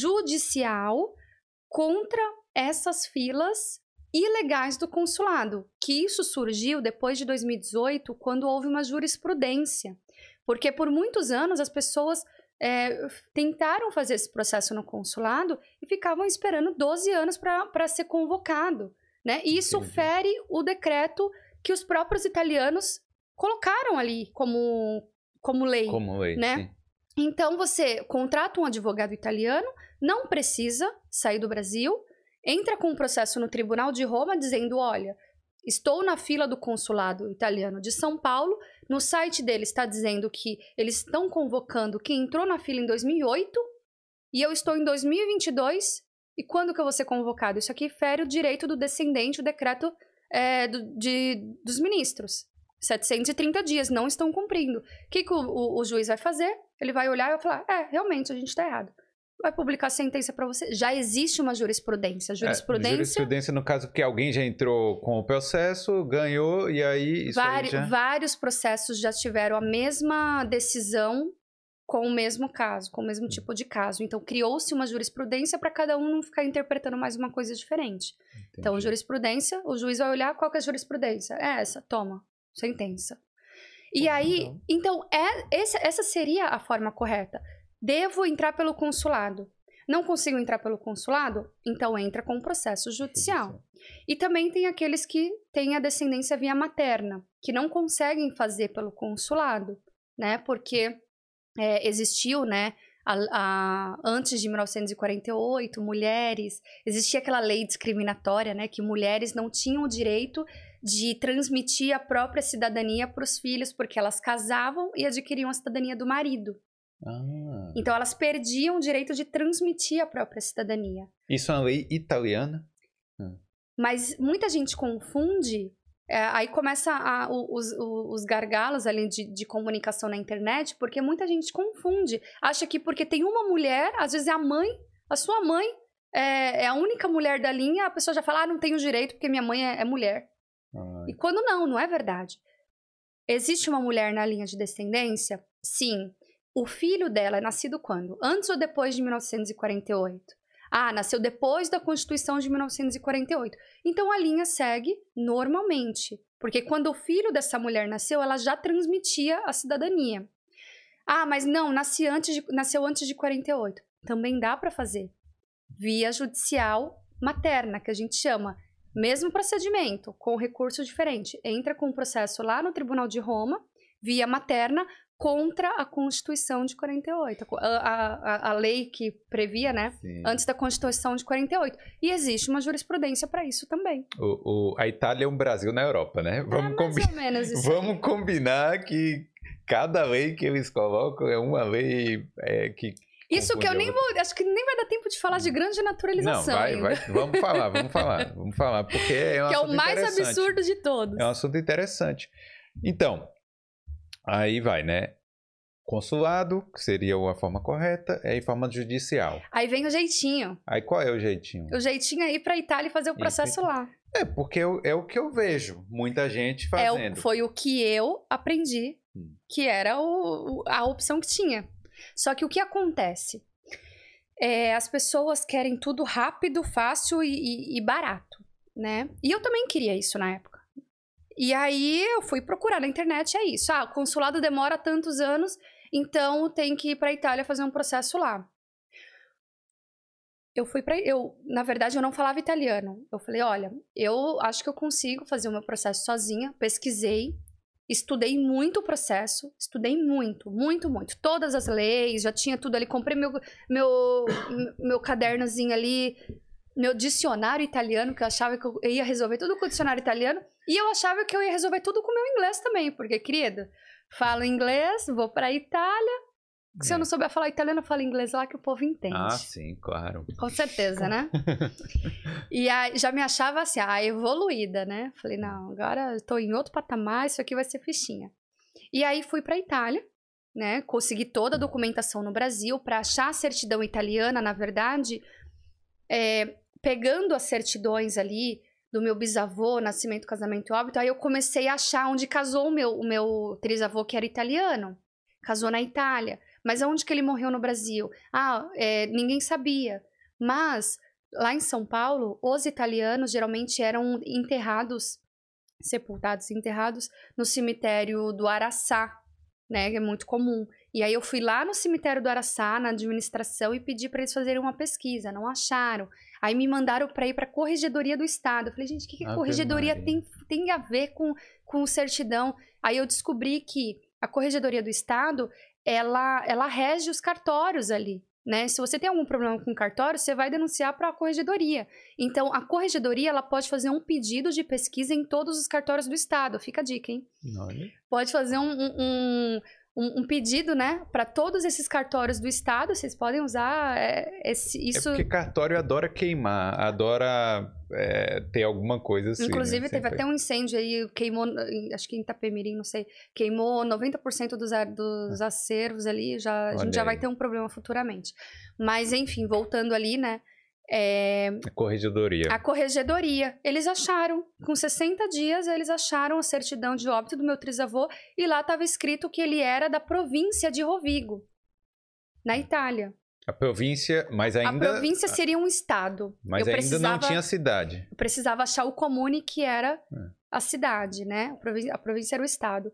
judicial contra essas filas ilegais do consulado, que isso surgiu depois de dois mil e dezoito, quando houve uma jurisprudência. Porque por muitos anos as pessoas é, tentaram fazer esse processo no consulado e ficavam esperando doze anos para ser convocado, né? E isso Entendi. fere o decreto que os próprios italianos colocaram ali como, como lei. Como lei, né? sim. Então você contrata um advogado italiano, não precisa sair do Brasil, entra com um processo no Tribunal de Roma dizendo, olha, estou na fila do consulado italiano de São Paulo, no site deles está dizendo que eles estão convocando quem entrou na fila em dois mil e oito e eu estou em dois mil e vinte e dois, e quando que eu vou ser convocado? Isso aqui fere o direito do descendente, o decreto é, do, de, dos ministros. setecentos e trinta dias, não estão cumprindo. O que, que o, o, o juiz vai fazer? Ele vai olhar e vai falar, é, realmente, a gente está errado. Vai publicar a sentença para você. Já existe uma jurisprudência. Jurisprudência... É, jurisprudência, no caso que alguém já entrou com o processo, ganhou, e aí isso Vari, aí já... Vários processos já tiveram a mesma decisão com o mesmo caso, com o mesmo tipo de caso. Então, criou-se uma jurisprudência para cada um não ficar interpretando mais uma coisa diferente. Entendi. Então, jurisprudência, o juiz vai olhar qual que é a jurisprudência. É essa, toma, sentença. E Bom, aí, então. então, é, essa, essa seria a forma correta. Devo entrar pelo consulado. Não consigo entrar pelo consulado? Então entra com um processo judicial. E também tem aqueles que têm a descendência via materna, que não conseguem fazer pelo consulado, né? Porque é, existiu, né? A, a, antes de mil novecentos e quarenta e oito, mulheres... Existia aquela lei discriminatória, né? Que mulheres não tinham o direito de transmitir a própria cidadania para os filhos, porque elas casavam e adquiriam a cidadania do marido. Ah. Então, elas perdiam o direito de transmitir a própria cidadania. Isso é uma lei italiana? Hum. Mas muita gente confunde, é, aí começa a, os, os, os gargalos ali de, de comunicação na internet, porque muita gente confunde. Acha que porque tem uma mulher, às vezes é a mãe, a sua mãe é, é a única mulher da linha, a pessoa já fala, ah, não tenho direito porque minha mãe é, é mulher. Ah. E quando não, não é verdade. Existe uma mulher na linha de descendência? Sim. O filho dela é nascido quando? Antes ou depois de mil novecentos e quarenta e oito? Ah, nasceu depois da Constituição de mil novecentos e quarenta e oito. Então a linha segue normalmente. Porque quando o filho dessa mulher nasceu, ela já transmitia a cidadania. Ah, mas não, nasci antes de, nasceu antes de quarenta e oito. Também dá para fazer. Via judicial materna, que a gente chama. Mesmo procedimento, com recurso diferente. Entra com o processo lá no Tribunal de Roma, via materna, contra a Constituição de quarenta e oito. A, a, a lei que previa, né? Sim. Antes da Constituição de quarenta e oito. E existe uma jurisprudência para isso também. O, o, a Itália é um Brasil na Europa, né? Vamos, é combi mais ou menos isso Vamos aí. combinar que cada lei que eles colocam é uma lei é, que... Isso que eu nem vou... Acho que nem vai dar tempo de falar de grande naturalização. Não, vai, ainda. vai, vamos falar, vamos falar. Vamos falar, porque é um que é assunto o mais absurdo de todos. É um assunto interessante. Então, aí vai, né? Consulado, que seria a forma correta, é a forma judicial. Aí vem o jeitinho. Aí qual é o jeitinho? O jeitinho é ir para a Itália e fazer o processo lá. É, porque eu, é o que eu vejo muita gente fazendo. É o, foi o que eu aprendi, hum. que era o, a opção que tinha. Só que o que acontece? É, as pessoas querem tudo rápido, fácil e, e, e barato, né? E eu também queria isso na época. E aí eu fui procurar na internet, é isso. Ah, o consulado demora tantos anos, então tem que ir para a Itália fazer um processo lá. Eu fui para... Eu, na verdade, eu não falava italiano. Eu falei, olha, eu acho que eu consigo fazer o meu processo sozinha. Pesquisei, estudei muito o processo, estudei muito, muito, muito. Todas as leis, já tinha tudo ali. Comprei meu, meu, meu cadernozinho ali, meu dicionário italiano, que eu achava que eu ia resolver tudo com o dicionário italiano. E eu achava que eu ia resolver tudo com o meu inglês também, porque, querido, falo inglês, vou pra Itália. Se é. eu não souber falar italiano, eu falo inglês lá que o povo entende. Ah, sim, claro. Com certeza, né? E aí, já me achava assim, ah, evoluída, né? Falei, não, agora eu tô em outro patamar, isso aqui vai ser fichinha. E aí fui pra Itália, né? Consegui toda a documentação no Brasil. Pra achar a certidão italiana, na verdade, é, pegando as certidões ali do meu bisavô, nascimento, casamento e óbito, aí eu comecei a achar onde casou o meu, o meu trisavô, que era italiano. Casou na Itália. Mas aonde que ele morreu no Brasil? Ah, é, ninguém sabia. Mas, lá em São Paulo, os italianos geralmente eram enterrados, sepultados, enterrados no cemitério do Araçá, né? Que é muito comum. E aí eu fui lá no cemitério do Araçá, na administração, e pedi para eles fazerem uma pesquisa. Não acharam. Aí me mandaram para ir para a Corregedoria do Estado. Eu falei, gente, o que, que a Corregedoria tem, tem a ver com, com certidão? Aí eu descobri que a Corregedoria do Estado, ela, ela rege os cartórios ali, né? Se você tem algum problema com o cartório, você vai denunciar para a Corregedoria. Então, a Corregedoria, ela pode fazer um pedido de pesquisa em todos os cartórios do Estado. Fica a dica, hein? Olha. Pode fazer um... um, um Um, um pedido, né, para todos esses cartórios do estado, vocês podem usar é, esse, isso... É porque cartório adora queimar, adora é, ter alguma coisa assim. Inclusive, né? teve Sempre. até um incêndio aí, queimou, acho que em Itapemirim, não sei, queimou noventa por cento dos, dos acervos ali, já, a gente já vai ter um problema futuramente. Mas, enfim, voltando ali, né, É, a corregedoria. A corregedoria. Eles acharam, com sessenta dias, eles acharam a certidão de óbito do meu trisavô e lá estava escrito que ele era da província de Rovigo, na Itália. A província, mas ainda... A província seria um estado. Mas eu ainda não tinha cidade. Eu precisava achar o comune, que era é. a cidade, né? A província, a província era o estado.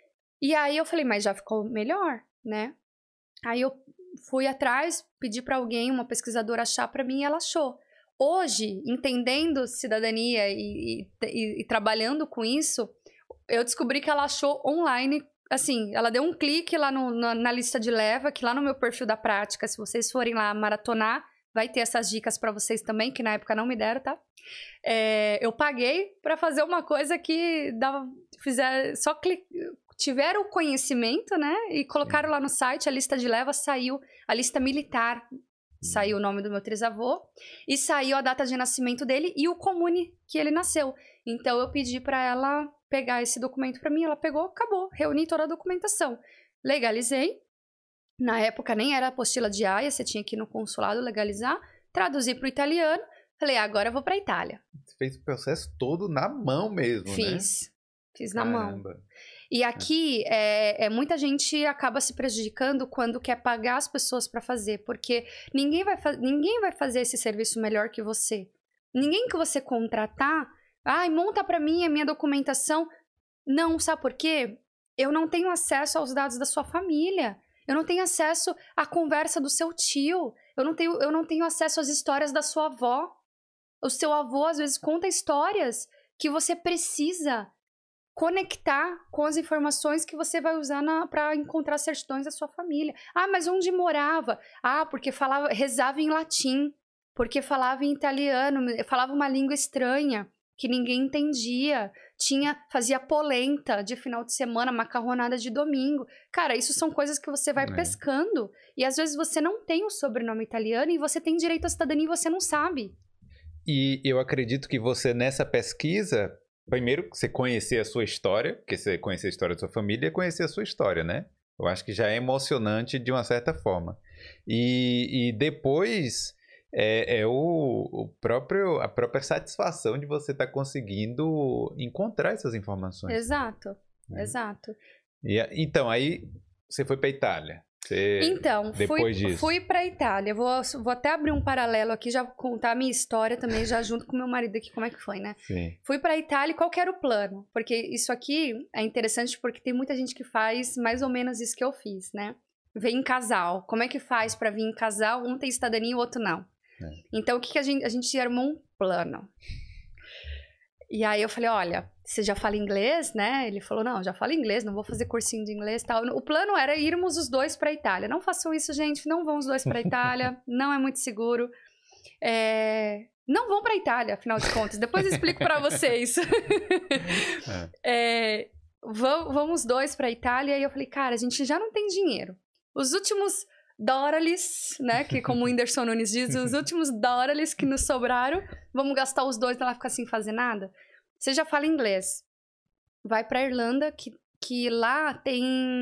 E aí eu falei, mas já ficou melhor, né? Aí eu fui atrás, pedi para alguém, uma pesquisadora, achar para mim e ela achou. Hoje, entendendo cidadania e, e, e trabalhando com isso, eu descobri que ela achou online, assim, ela deu um clique lá no, na, na lista de leva, que lá no meu perfil da prática, se vocês forem lá maratonar, vai ter essas dicas para vocês também, que na época não me deram, tá? É, eu paguei para fazer uma coisa que dava, fizer, só clique... Tiveram o conhecimento, né? E colocaram Sim. lá no site, a lista de leva saiu, a lista militar, saiu o nome do meu trisavô, e saiu a data de nascimento dele e o comune que ele nasceu. Então, eu pedi para ela pegar esse documento para mim, ela pegou, acabou, reuni toda a documentação. Legalizei, na época nem era apostila de Haia, você tinha que ir no consulado legalizar, traduzi para o italiano, falei, ah, agora eu vou para a Itália. Você fez o processo todo na mão mesmo, Fiz, né? fiz na Caramba. mão. E aqui, é, é, muita gente acaba se prejudicando quando quer pagar as pessoas para fazer, porque ninguém vai, ninguém vai fazer esse serviço melhor que você. Ninguém que você contratar, ai, monta para mim a minha documentação. Não, sabe por quê? Eu não tenho acesso aos dados da sua família. Eu não tenho acesso à conversa do seu tio. Eu não tenho, eu não tenho acesso às histórias da sua avó. O seu avô, às vezes, conta histórias que você precisa conectar com as informações que você vai usar para encontrar certidões da sua família. Ah, mas onde morava? Ah, porque falava, rezava em latim, porque falava em italiano, falava uma língua estranha que ninguém entendia, tinha, fazia polenta de final de semana, macarronada de domingo. Cara, isso são coisas que você vai é. pescando, e às vezes você não tem o sobrenome italiano e você tem direito à cidadania e você não sabe. E eu acredito que você, nessa pesquisa, primeiro, você conhecer a sua história, porque você conhecer a história da sua família é conhecer a sua história, né? Eu acho que já é emocionante de uma certa forma. E, e depois... É, é o, o próprio, a própria satisfação de você estar tá conseguindo encontrar essas informações. Exato, é. exato. E, então, aí você foi para a Itália. Você, então, depois fui, disso. fui para a Itália. Vou, vou até abrir um paralelo aqui, já contar a minha história também, já junto com meu marido aqui, como é que foi, né? Sim. Fui para a Itália e qual que era o plano? Porque isso aqui é interessante porque tem muita gente que faz mais ou menos isso que eu fiz, né? Vem em casal. Como é que faz para vir em casal? Um tem cidadania e o outro não. É. Então, o que, que a gente... A gente armou um plano. E aí eu falei, olha, você já fala inglês, né? Ele falou, não, já falo inglês, não vou fazer cursinho de inglês e tal. O plano era irmos os dois para a Itália. Não façam isso, gente, não vão os dois para a Itália, não é muito seguro. É... Não vão para a Itália, afinal de contas. Depois eu explico para vocês. é. É... Vamos os dois para a Itália. E eu falei, cara, a gente já não tem dinheiro. Os últimos... dólares, né, que como o Whindersson Nunes diz, os últimos dólares que nos sobraram, vamos gastar os dois pra ela ficar sem fazer nada? Você já fala inglês. Vai pra Irlanda, que, que lá tem...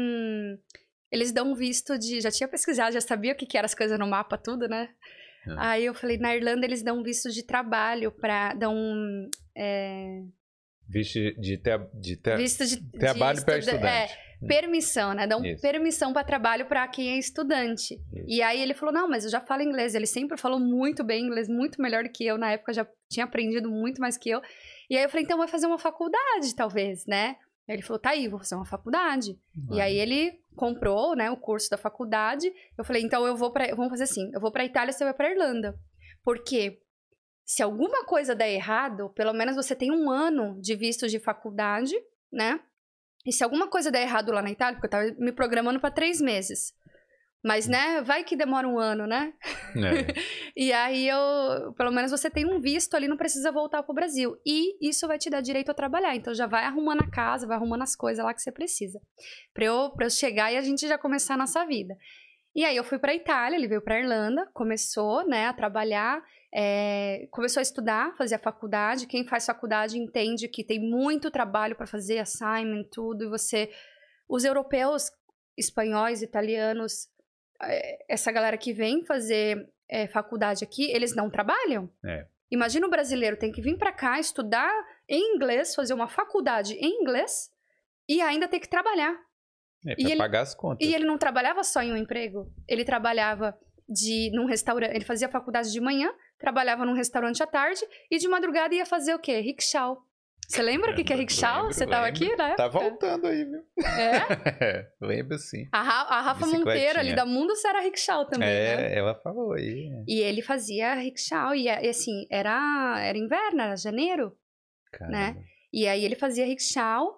Eles dão visto de... Já tinha pesquisado, já sabia o que, que eram as coisas no mapa, tudo, né? É. Aí eu falei, na Irlanda eles dão visto de trabalho pra... Dão... É... Visto de, te, de, te, visto de trabalho de para estuda, estudante. É, permissão, né? Dão Isso. permissão para trabalho para quem é estudante. Isso. E aí ele falou, não, mas eu já falo inglês. Ele sempre falou muito bem inglês, muito melhor do que eu. Na época já tinha aprendido muito mais que eu. E aí eu falei, então vai fazer uma faculdade, talvez, né? Aí ele falou, tá aí, vou fazer uma faculdade. Vai. E aí ele comprou, né, o curso da faculdade. Eu falei, então eu vou para, vamos fazer assim, eu vou para Itália, você vai para Irlanda. Por quê? Se alguma coisa der errado, pelo menos você tem um ano de visto de faculdade, né? E se alguma coisa der errado lá na Itália, porque eu tava me programando para três meses. Mas, né, vai que demora um ano, né? É. E aí, eu, pelo menos você tem um visto ali, não precisa voltar pro Brasil. E isso vai te dar direito a trabalhar. Então, já vai arrumando a casa, vai arrumando as coisas lá que você precisa. Pra eu, pra eu chegar e a gente já começar a nossa vida. E aí, eu fui pra Itália, ele veio pra Irlanda, começou, né, a trabalhar... É, começou a estudar, fazer a faculdade. Quem faz faculdade entende que tem muito trabalho para fazer, assignment, tudo. E você... Os europeus, espanhóis, italianos, é, essa galera que vem fazer é, faculdade aqui, eles não trabalham. É. Imagina o brasileiro tem que vir para cá, estudar em inglês, fazer uma faculdade em inglês e ainda ter que trabalhar. É, para pagar as contas. E ele não trabalhava só em um emprego. Ele trabalhava de, num restaurante. Ele fazia faculdade de manhã, trabalhava num restaurante à tarde e de madrugada ia fazer o quê? Rickshaw. Você lembra o que, que é rickshaw? Você tava aqui, né? Tá voltando aí, viu? É? Lembro sim. A, Ra a Rafa Monteiro ali da Mundo era rickshaw também, é, né? Ela falou aí. E ele fazia rickshaw e, e assim, era, era inverno, era janeiro, Caramba. né? E aí ele fazia rickshaw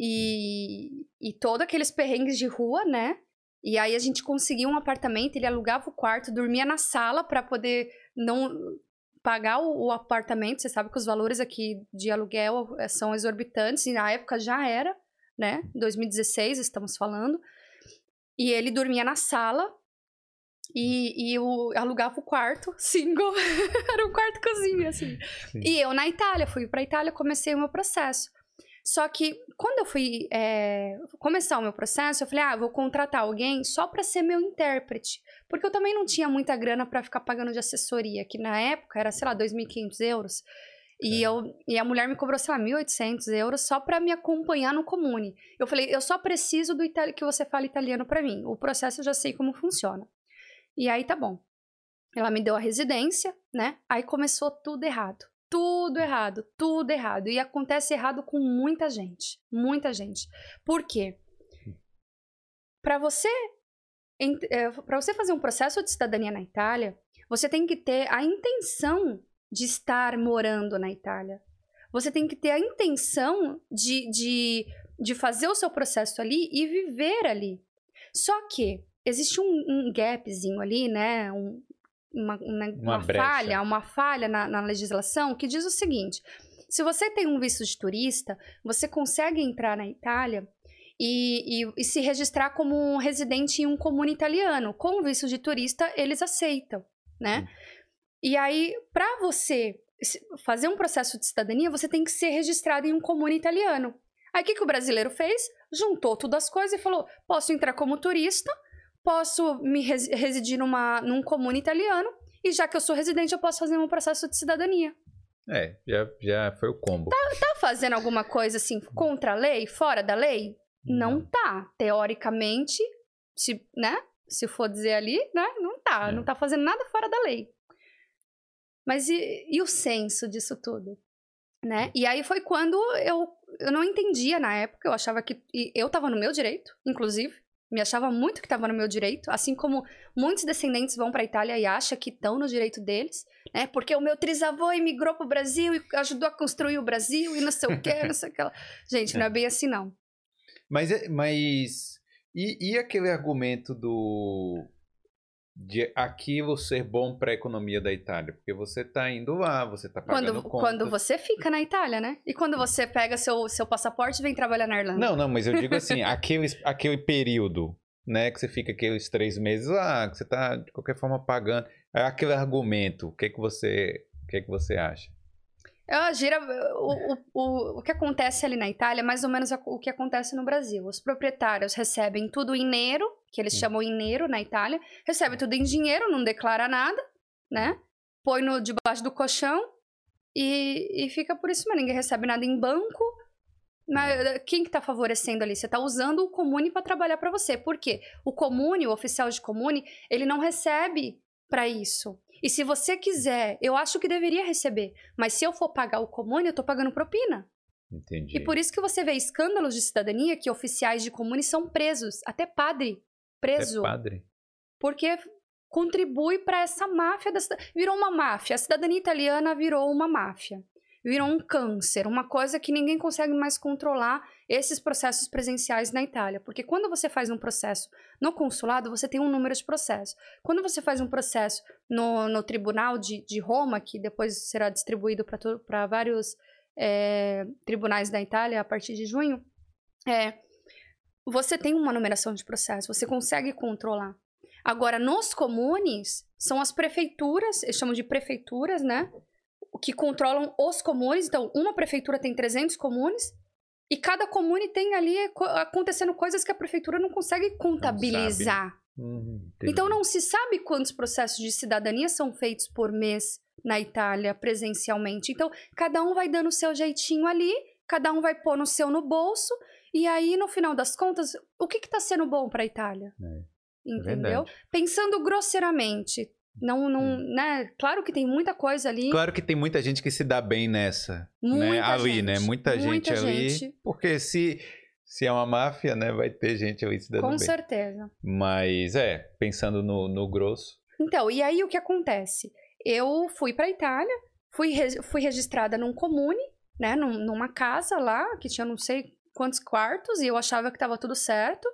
e, e todos aqueles perrengues de rua, né? E aí a gente conseguia um apartamento, ele alugava o quarto, dormia na sala para poder não pagar o, o apartamento. Você sabe que os valores aqui de aluguel são exorbitantes, e na época já era, né? dois mil e dezesseis estamos falando. E ele dormia na sala e, e eu alugava o quarto, single. Era um quarto cozinha, assim. Sim. E eu na Itália, fui pra Itália, comecei o meu processo. Só que, quando eu fui é, começar o meu processo, eu falei, ah, vou contratar alguém só para ser meu intérprete. Porque eu também não tinha muita grana para ficar pagando de assessoria, que na época era, sei lá, dois mil e quinhentos euros. E, É. eu, e a mulher me cobrou, sei lá, mil e oitocentos euros só pra me acompanhar no Comune. Eu falei, eu só preciso do itali- que você fale italiano pra mim. O processo eu já sei como funciona. E aí, tá bom. Ela me deu a residência, né? Aí começou tudo errado. Tudo errado, tudo errado. E acontece errado com muita gente. Muita gente. Por quê? Pra você, para você fazer um processo de cidadania na Itália, você tem que ter a intenção de estar morando na Itália. Você tem que ter a intenção de, de, de fazer o seu processo ali e viver ali. Só que existe um, um gapzinho ali, né? Um, uma uma, Uma uma brecha. falha, uma falha na, na legislação que diz o seguinte: se você tem um visto de turista, você consegue entrar na Itália e, e, e se registrar como um residente em um comune italiano. Com o visto de turista, eles aceitam, né? Hum. E aí, para você fazer um processo de cidadania, você tem que ser registrado em um comune italiano. Aí, o que, que o brasileiro fez? Juntou todas as coisas e falou, posso entrar como turista, posso me res residir numa, num comune italiano, e já que eu sou residente, eu posso fazer um processo de cidadania. É, já, já foi o combo. Tá, tá fazendo alguma coisa, assim, contra a lei, fora da lei? Não, não tá. Teoricamente, se, né? Se for dizer ali, né? Não tá. É. Não tá fazendo nada fora da lei. Mas e, e o senso disso tudo? Né? E aí foi quando eu, eu não entendia na época. Eu achava que... Eu tava no meu direito, inclusive. Me achava muito que tava no meu direito. Assim como muitos descendentes vão pra Itália e acham que estão no direito deles. Né? Porque o meu trisavô emigrou pro Brasil e ajudou a construir o Brasil e não sei o que, não sei o que. Gente, não é bem assim, não. Mas, mas e, e aquele argumento do de aquilo ser bom para a economia da Itália? Porque você tá indo lá, você tá pagando quando, contas. Quando você fica na Itália, né? E quando você pega seu, seu passaporte e vem trabalhar na Irlanda? Não, não, mas eu digo assim, aquele, aquele período, né, que você fica aqueles três meses lá, que você tá de qualquer forma pagando, é aquele argumento, o que que você, o que que você acha? Eu, gira, o, o, o, o que acontece ali na Itália é mais ou menos o que acontece no Brasil. Os proprietários recebem tudo em dinheiro, que eles hum. chamam em dinheiro na Itália, recebe tudo em dinheiro, não declara nada, né? Põe no, debaixo do colchão e, e fica por isso, mas ninguém recebe nada em banco. Mas quem que tá favorecendo ali? Você tá usando o comune para trabalhar para você. Por quê? O comune, o oficial de comune, ele não recebe para isso. E se você quiser, eu acho que deveria receber. Mas se eu for pagar o comune, eu tô pagando propina. Entendi. E por isso que você vê escândalos de cidadania que oficiais de comune são presos. Até padre preso. Até padre. Porque contribui para essa máfia da cidadania. Virou uma máfia. A cidadania italiana virou uma máfia. Virou um câncer. Uma coisa que ninguém consegue mais controlar esses processos presenciais na Itália. Porque quando você faz um processo no consulado, você tem um número de processos. Quando você faz um processo no, no tribunal de, de Roma, que depois será distribuído para vários é, tribunais da Itália a partir de junho, é, você tem uma numeração de processos, você consegue controlar. Agora, nos comunes, são as prefeituras, eles chamam de prefeituras, né? Que controlam os comunes. Então, uma prefeitura tem trezentos comunes e cada comune tem ali acontecendo coisas que a prefeitura não consegue contabilizar. Não hum, então, não se sabe quantos processos de cidadania são feitos por mês na Itália presencialmente. Então, cada um vai dando o seu jeitinho ali, cada um vai pôr no seu no bolso e aí, no final das contas, o que está sendo bom para a Itália? É, entendeu? É Pensando grosseiramente. Não, não, hum. né? Claro que tem muita coisa ali. Claro que tem muita gente que se dá bem nessa, muita né? Ali, gente, né? Muita, muita gente ali. Gente. Porque se, se é uma máfia, né? Vai ter gente ali se dando Com bem. Com certeza. Mas, é, pensando no, no grosso. Então, e aí o que acontece? Eu fui pra Itália, fui, re, fui registrada num comune, né? Num, numa casa lá, que tinha não sei quantos quartos, e eu achava que tava tudo certo.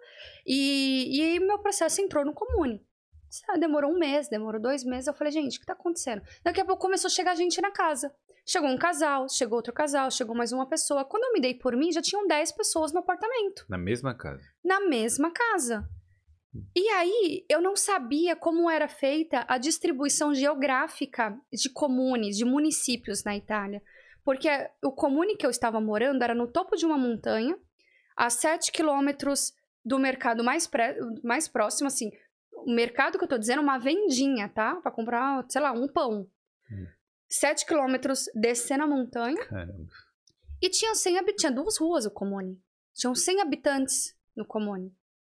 E, e aí meu processo entrou no comune. Demorou um mês, demorou dois meses. Eu falei, gente, o que tá acontecendo? Daqui a pouco começou a chegar gente na casa. Chegou um casal, chegou outro casal, chegou mais uma pessoa. Quando eu me dei por mim, já tinham dez pessoas no apartamento. Na mesma casa? Na mesma casa. E aí, eu não sabia como era feita a distribuição geográfica de comunes, de municípios na Itália. Porque o comune que eu estava morando era no topo de uma montanha, a sete quilômetros do mercado mais, pré, mais próximo, assim... O mercado que eu tô dizendo é uma vendinha, tá? Pra comprar, sei lá, um pão. Hum. sete quilômetros descendo a montanha. Caramba. E tinha cem habitantes, tinha duas ruas o Comune. Tinham cem habitantes no Comune.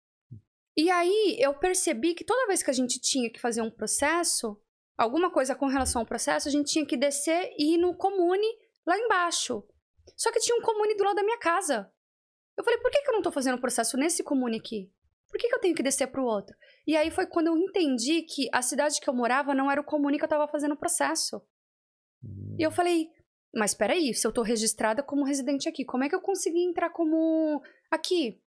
E aí eu percebi que toda vez que a gente tinha que fazer um processo, alguma coisa com relação ao processo, a gente tinha que descer e ir no Comune lá embaixo. Só que tinha um Comune do lado da minha casa. Eu falei, por que, que eu não tô fazendo o processo nesse Comune aqui? Por que, que eu tenho que descer pro outro? E aí foi quando eu entendi que a cidade que eu morava não era o Comune que eu tava fazendo o processo. Hum. E eu falei, mas peraí, se eu tô registrada como residente aqui, como é que eu consegui entrar como aqui?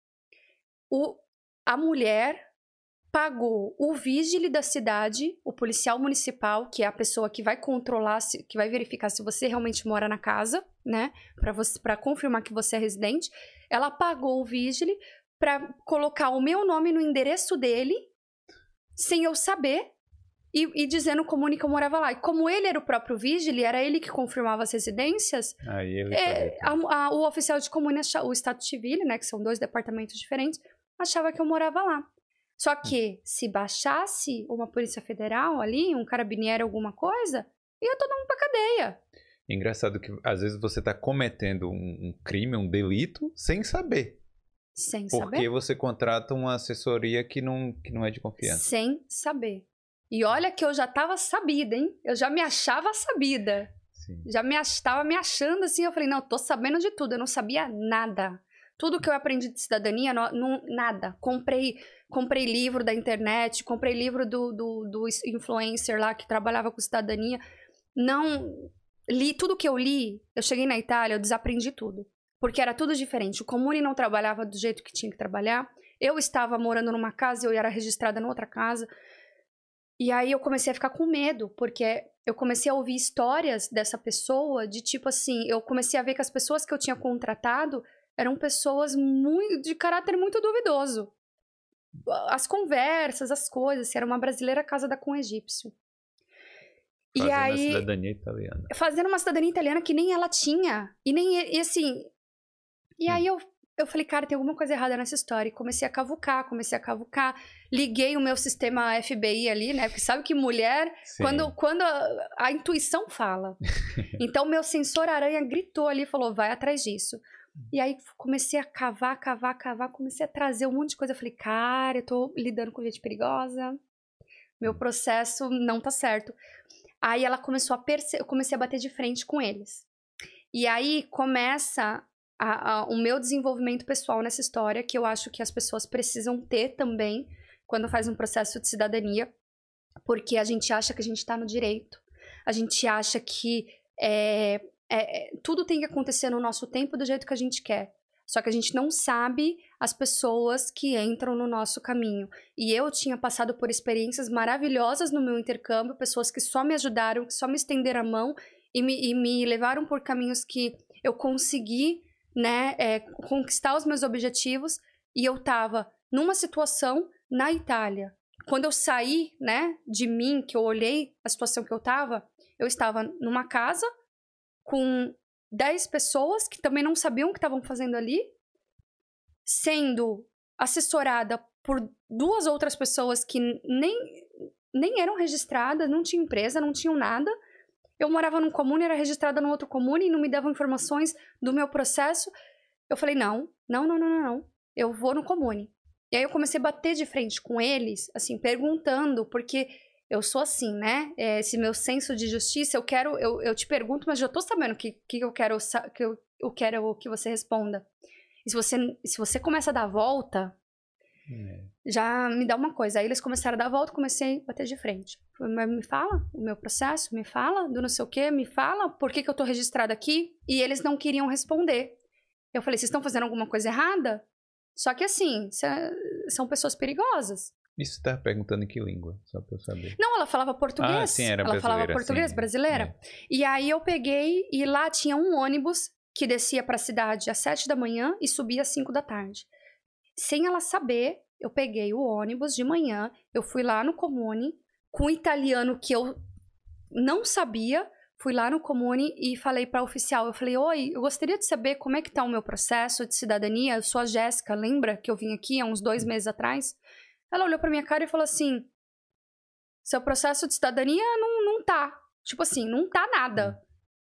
O, a mulher pagou o vigile da cidade, o policial municipal, que é a pessoa que vai controlar, se, que vai verificar se você realmente mora na casa, né? Pra, você, pra confirmar que você é residente. Ela pagou o vigile pra colocar o meu nome no endereço dele, sem eu saber, e, e dizendo o Comune que eu morava lá. E como ele era o próprio vigile, era ele que confirmava as residências, Aí ele é, a, a, o oficial de Comune, o Estado Civil, né, que são dois departamentos diferentes, achava que eu morava lá. Só que, se baixasse uma polícia federal ali, um carabinieri, alguma coisa, ia todo mundo pra cadeia. Engraçado que, às vezes, você tá cometendo um, um crime, um delito, sem saber. Sem Porque saber. Porque você contrata uma assessoria que não, que não é de confiança. Sem saber. E olha que eu já tava sabida, hein? Eu já me achava sabida. Sim. Já me ach... tava me achando assim, eu falei, não, eu tô sabendo de tudo, eu não sabia nada. Tudo que eu aprendi de cidadania, não, não, nada. Comprei, comprei livro da internet, comprei livro do, do, do influencer lá que trabalhava com cidadania. Não li tudo que eu li. Eu cheguei na Itália, eu desaprendi tudo. Porque era tudo diferente. O Comune não trabalhava do jeito que tinha que trabalhar. Eu estava morando numa casa e eu era registrada numa outra casa. E aí eu comecei a ficar com medo, porque eu comecei a ouvir histórias dessa pessoa, de tipo assim, eu comecei a ver que as pessoas que eu tinha contratado eram pessoas muito, de caráter muito duvidoso. As conversas, as coisas, era uma brasileira casada com um egípcio. Fazendo e aí, a cidadania italiana. Fazendo uma cidadania italiana que nem ela tinha. E nem, e assim... E hum. aí eu, eu falei, cara, tem alguma coisa errada nessa história. E comecei a cavucar, comecei a cavucar. Liguei o meu sistema F B I ali, né? Porque sabe que mulher, Sim. quando, quando a, a intuição fala. Então, meu sensor aranha gritou ali e falou, vai atrás disso. E aí comecei a cavar, cavar, cavar, comecei a trazer um monte de coisa. Eu falei, cara, eu tô lidando com gente perigosa, meu processo não tá certo. Aí ela começou a perceber, eu comecei a bater de frente com eles. E aí começa a, a, o meu desenvolvimento pessoal nessa história, que eu acho que as pessoas precisam ter também quando faz um processo de cidadania, porque a gente acha que a gente tá no direito, a gente acha que é, É, tudo tem que acontecer no nosso tempo do jeito que a gente quer. Só que a gente não sabe as pessoas que entram no nosso caminho. E eu tinha passado por experiências maravilhosas no meu intercâmbio, pessoas que só me ajudaram, que só me estenderam a mão e me, e me levaram por caminhos que eu consegui, né, é, conquistar os meus objetivos. E eu tava numa situação na Itália. Quando eu saí, né, de mim, que eu olhei a situação que eu tava, eu estava numa casa com dez pessoas que também não sabiam o que estavam fazendo ali, sendo assessorada por duas outras pessoas que nem, nem eram registradas, não tinham empresa, não tinham nada. Eu morava num comune, era registrada no outro comune e não me davam informações do meu processo. Eu falei, não, não, não, não, não, não. Eu vou no comune. E aí eu comecei a bater de frente com eles, assim, perguntando, porque... Eu sou assim, né? Esse meu senso de justiça, eu quero... Eu, eu te pergunto, mas já tô sabendo o que, que eu quero que eu, eu quero que você responda. E se você, se você começa a dar a volta, é. já me dá uma coisa. Aí eles começaram a dar a volta, comecei a bater de frente. Mas me fala o meu processo, me fala do não sei o quê, me fala por que, que eu tô registrada aqui. E eles não queriam responder. Eu falei, vocês estão fazendo alguma coisa errada? Só que assim, são pessoas perigosas. Isso você estava perguntando em que língua? Só pra eu saber. Não, ela falava português. Ah, sim, era ela brasileira. falava português, sim, brasileira. É. E aí eu peguei e lá tinha um ônibus que descia para a cidade às sete da manhã e subia às cinco da tarde. Sem ela saber, eu peguei o ônibus de manhã, eu fui lá no Comune, com um italiano que eu não sabia, fui lá no Comune e falei para a oficial, eu falei, oi, eu gostaria de saber como é que tá o meu processo de cidadania, eu sou a Jéssica, lembra que eu vim aqui há uns dois meses atrás? Ela olhou pra minha cara e falou assim, seu processo de cidadania não, não tá. Tipo assim, não tá nada.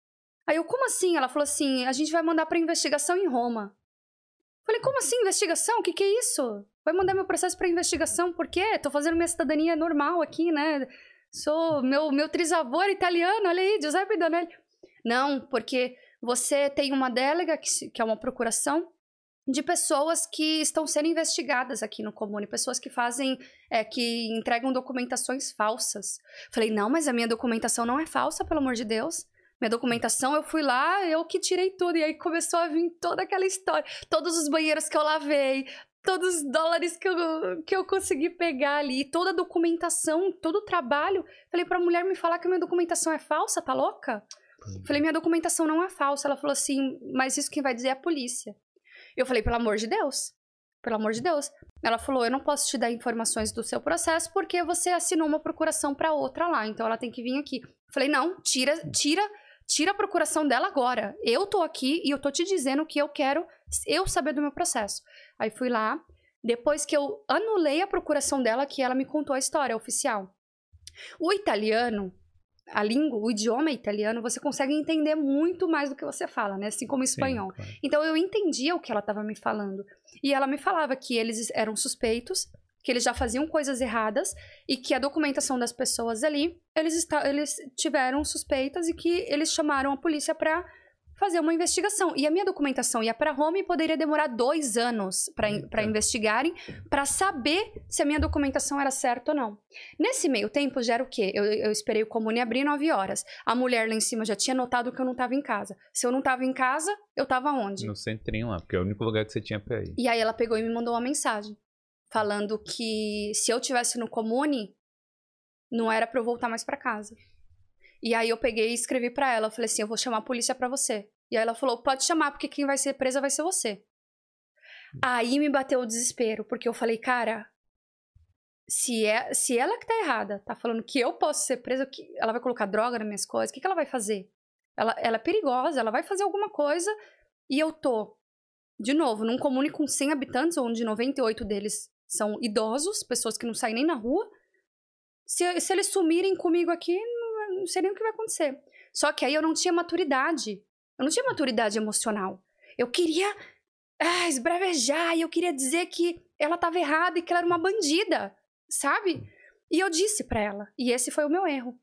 Aí eu, como assim? Ela falou assim, a gente vai mandar pra investigação em Roma. Falei, como assim investigação? O que que é isso? Vai mandar meu processo pra investigação? Por quê? Tô fazendo minha cidadania normal aqui, né? Sou, meu, meu trisavô era italiano, olha aí, Giuseppe Donelli. Não, porque você tem uma délega, que, que é uma procuração, de pessoas que estão sendo investigadas aqui no Comune, pessoas que fazem, é, que entregam documentações falsas. Falei, não, mas a minha documentação não é falsa, pelo amor de Deus. Minha documentação, eu fui lá, eu que tirei tudo. E aí começou a vir toda aquela história. Todos os banheiros que eu lavei, todos os dólares que eu, que eu consegui pegar ali, toda a documentação, todo o trabalho. Falei pra mulher me falar que a minha documentação é falsa, tá louca? Falei, minha documentação não é falsa. Ela falou assim, mas isso quem vai dizer é a polícia. Eu falei, pelo amor de Deus, pelo amor de Deus. Ela falou, eu não posso te dar informações do seu processo porque você assinou uma procuração pra outra lá, então ela tem que vir aqui. Eu falei, não, tira, tira, tira a procuração dela agora. Eu tô aqui e eu tô te dizendo que eu quero eu saber do meu processo. Aí fui lá, depois que eu anulei a procuração dela, que ela me contou a história oficial. O italiano, a língua, o idioma italiano, você consegue entender muito mais do que você fala, né? Assim como o espanhol. Sim, claro. Então eu entendia o que ela estava me falando. E ela me falava que eles eram suspeitos, que eles já faziam coisas erradas e que a documentação das pessoas ali, eles, eles tiveram suspeitas e que eles chamaram a polícia para fazer uma investigação. E a minha documentação ia para Roma e poderia demorar dois anos para investigarem, para saber se a minha documentação era certa ou não. Nesse meio tempo, já era o quê? Eu, eu esperei o Comune abrir nove horas. A mulher lá em cima já tinha notado que eu não estava em casa. Se eu não estava em casa, eu estava onde? No centrinho lá, porque é o único lugar que você tinha para ir. E aí ela pegou e me mandou uma mensagem, falando que se eu tivesse no Comune, não era para eu voltar mais para casa. E aí eu peguei e escrevi pra ela, eu falei assim, eu vou chamar a polícia pra você. E aí ela falou, pode chamar, porque quem vai ser presa vai ser você. Hum. Aí me bateu o desespero, porque eu falei, cara, se, é, se ela que tá errada, tá falando que eu posso ser presa, que ela vai colocar droga nas minhas coisas, o que, que ela vai fazer? Ela, ela é perigosa, ela vai fazer alguma coisa, e eu tô, de novo, num comune com cem habitantes, onde noventa e oito deles são idosos, pessoas que não saem nem na rua. Se, se eles sumirem comigo aqui, não sei nem o que vai acontecer. Só que aí eu não tinha maturidade. Eu não tinha maturidade emocional. Eu queria ah, esbravejar e eu queria dizer que ela estava errada e que ela era uma bandida, sabe? E eu disse pra ela. E esse foi o meu erro.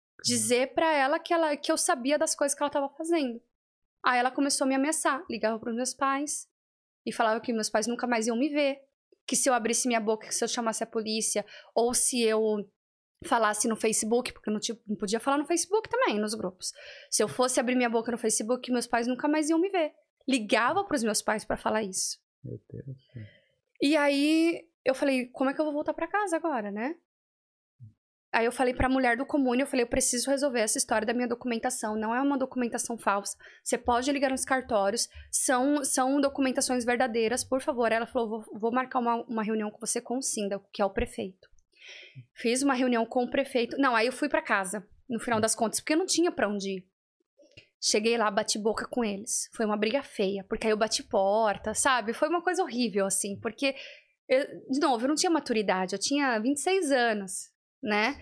Dizer pra ela que, ela que eu sabia das coisas que ela estava fazendo. Aí ela começou a me ameaçar. Ligava pros meus pais e falava que meus pais nunca mais iam me ver. Que se eu abrisse minha boca, que se eu chamasse a polícia, ou se eu falasse no Facebook, porque eu não, tipo, não podia falar no Facebook também, nos grupos. Se eu fosse abrir minha boca no Facebook, meus pais nunca mais iam me ver. Ligava pros meus pais pra falar isso. Meu Deus. E aí, eu falei, como é que eu vou voltar pra casa agora, né? Aí eu falei pra mulher do Comune, eu falei, eu preciso resolver essa história da minha documentação. Não é uma documentação falsa. Você pode ligar nos cartórios. São, são documentações verdadeiras, por favor. Ela falou, vou, vou marcar uma, uma reunião com você com o síndico, que é o prefeito. Fiz uma reunião com o prefeito. Não, aí eu fui pra casa, no final das contas, porque eu não tinha pra onde ir. Cheguei lá, bati boca com eles. Foi uma briga feia, porque aí eu bati porta, sabe? Foi uma coisa horrível, assim, porque, eu, de novo, eu não tinha maturidade, eu tinha vinte e seis anos, né?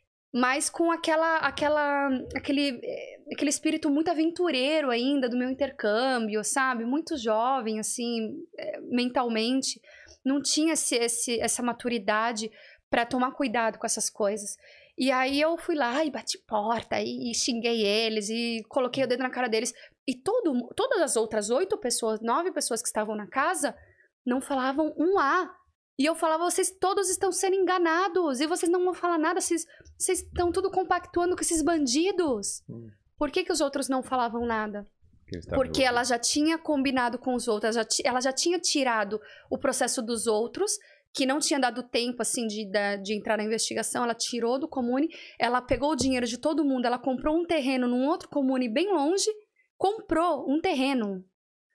Mas com aquela, aquela, aquele, aquele espírito muito aventureiro ainda do meu intercâmbio, sabe? Muito jovem, assim, mentalmente. Não tinha esse, esse, essa maturidade pra tomar cuidado com essas coisas. E aí eu fui lá e bati porta e, e xinguei eles e coloquei o dedo na cara deles. E todo, todas as outras oito pessoas, nove pessoas que estavam na casa, não falavam um A. E eu falava, vocês todos estão sendo enganados e vocês não vão falar nada, vocês, vocês estão tudo compactuando com esses bandidos. Hum. Por que que os outros não falavam nada? Porque ela já tinha combinado com os outros, ela já, ela já tinha tirado o processo dos outros, que não tinha dado tempo, assim, de, de entrar na investigação. Ela tirou do Comune, ela pegou o dinheiro de todo mundo, ela comprou um terreno num outro Comune bem longe, comprou um terreno,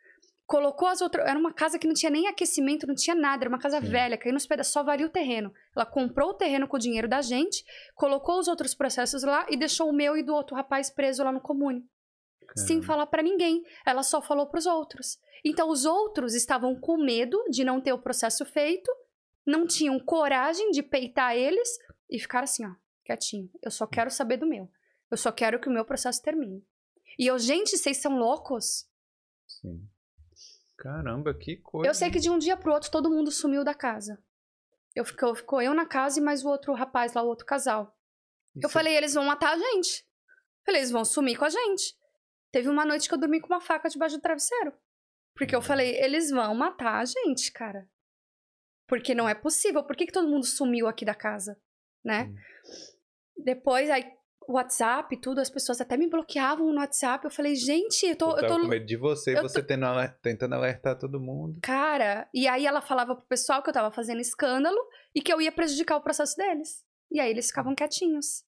colocou as outras... Era uma casa que não tinha nem aquecimento, não tinha nada, era uma casa Sim. velha, caiu nos pedaços, só valia o terreno. Ela comprou o terreno com o dinheiro da gente, colocou os outros processos lá e deixou o meu e do outro rapaz preso lá no Comune. Caramba. Sem falar pra ninguém. Ela só falou pros outros. Então, os outros estavam com medo de não ter o processo feito, não tinham coragem de peitar eles e ficaram assim, ó, quietinho. Eu só quero saber do meu. Eu só quero que o meu processo termine. E eu, gente, vocês são loucos? Sim. Caramba, que coisa. Eu sei que de um dia pro outro todo mundo sumiu da casa. Eu ficou, ficou eu na casa e mais o outro rapaz lá, o outro casal. Isso. Eu falei, eles vão matar a gente. Eu falei, eles vão sumir com a gente. Teve uma noite que eu dormi com uma faca debaixo do travesseiro. Porque eu falei, eles vão matar a gente, cara. Porque não é possível. Por que, que todo mundo sumiu aqui da casa? Né? Hum. Depois, aí, WhatsApp e tudo, as pessoas até me bloqueavam no WhatsApp. Eu falei, gente, eu tô... Eu, eu tô com medo de você, eu você tô... tendo aler... tentando alertar todo mundo. Cara, e aí ela falava pro pessoal que eu tava fazendo escândalo e que eu ia prejudicar o processo deles. E aí eles ficavam quietinhos.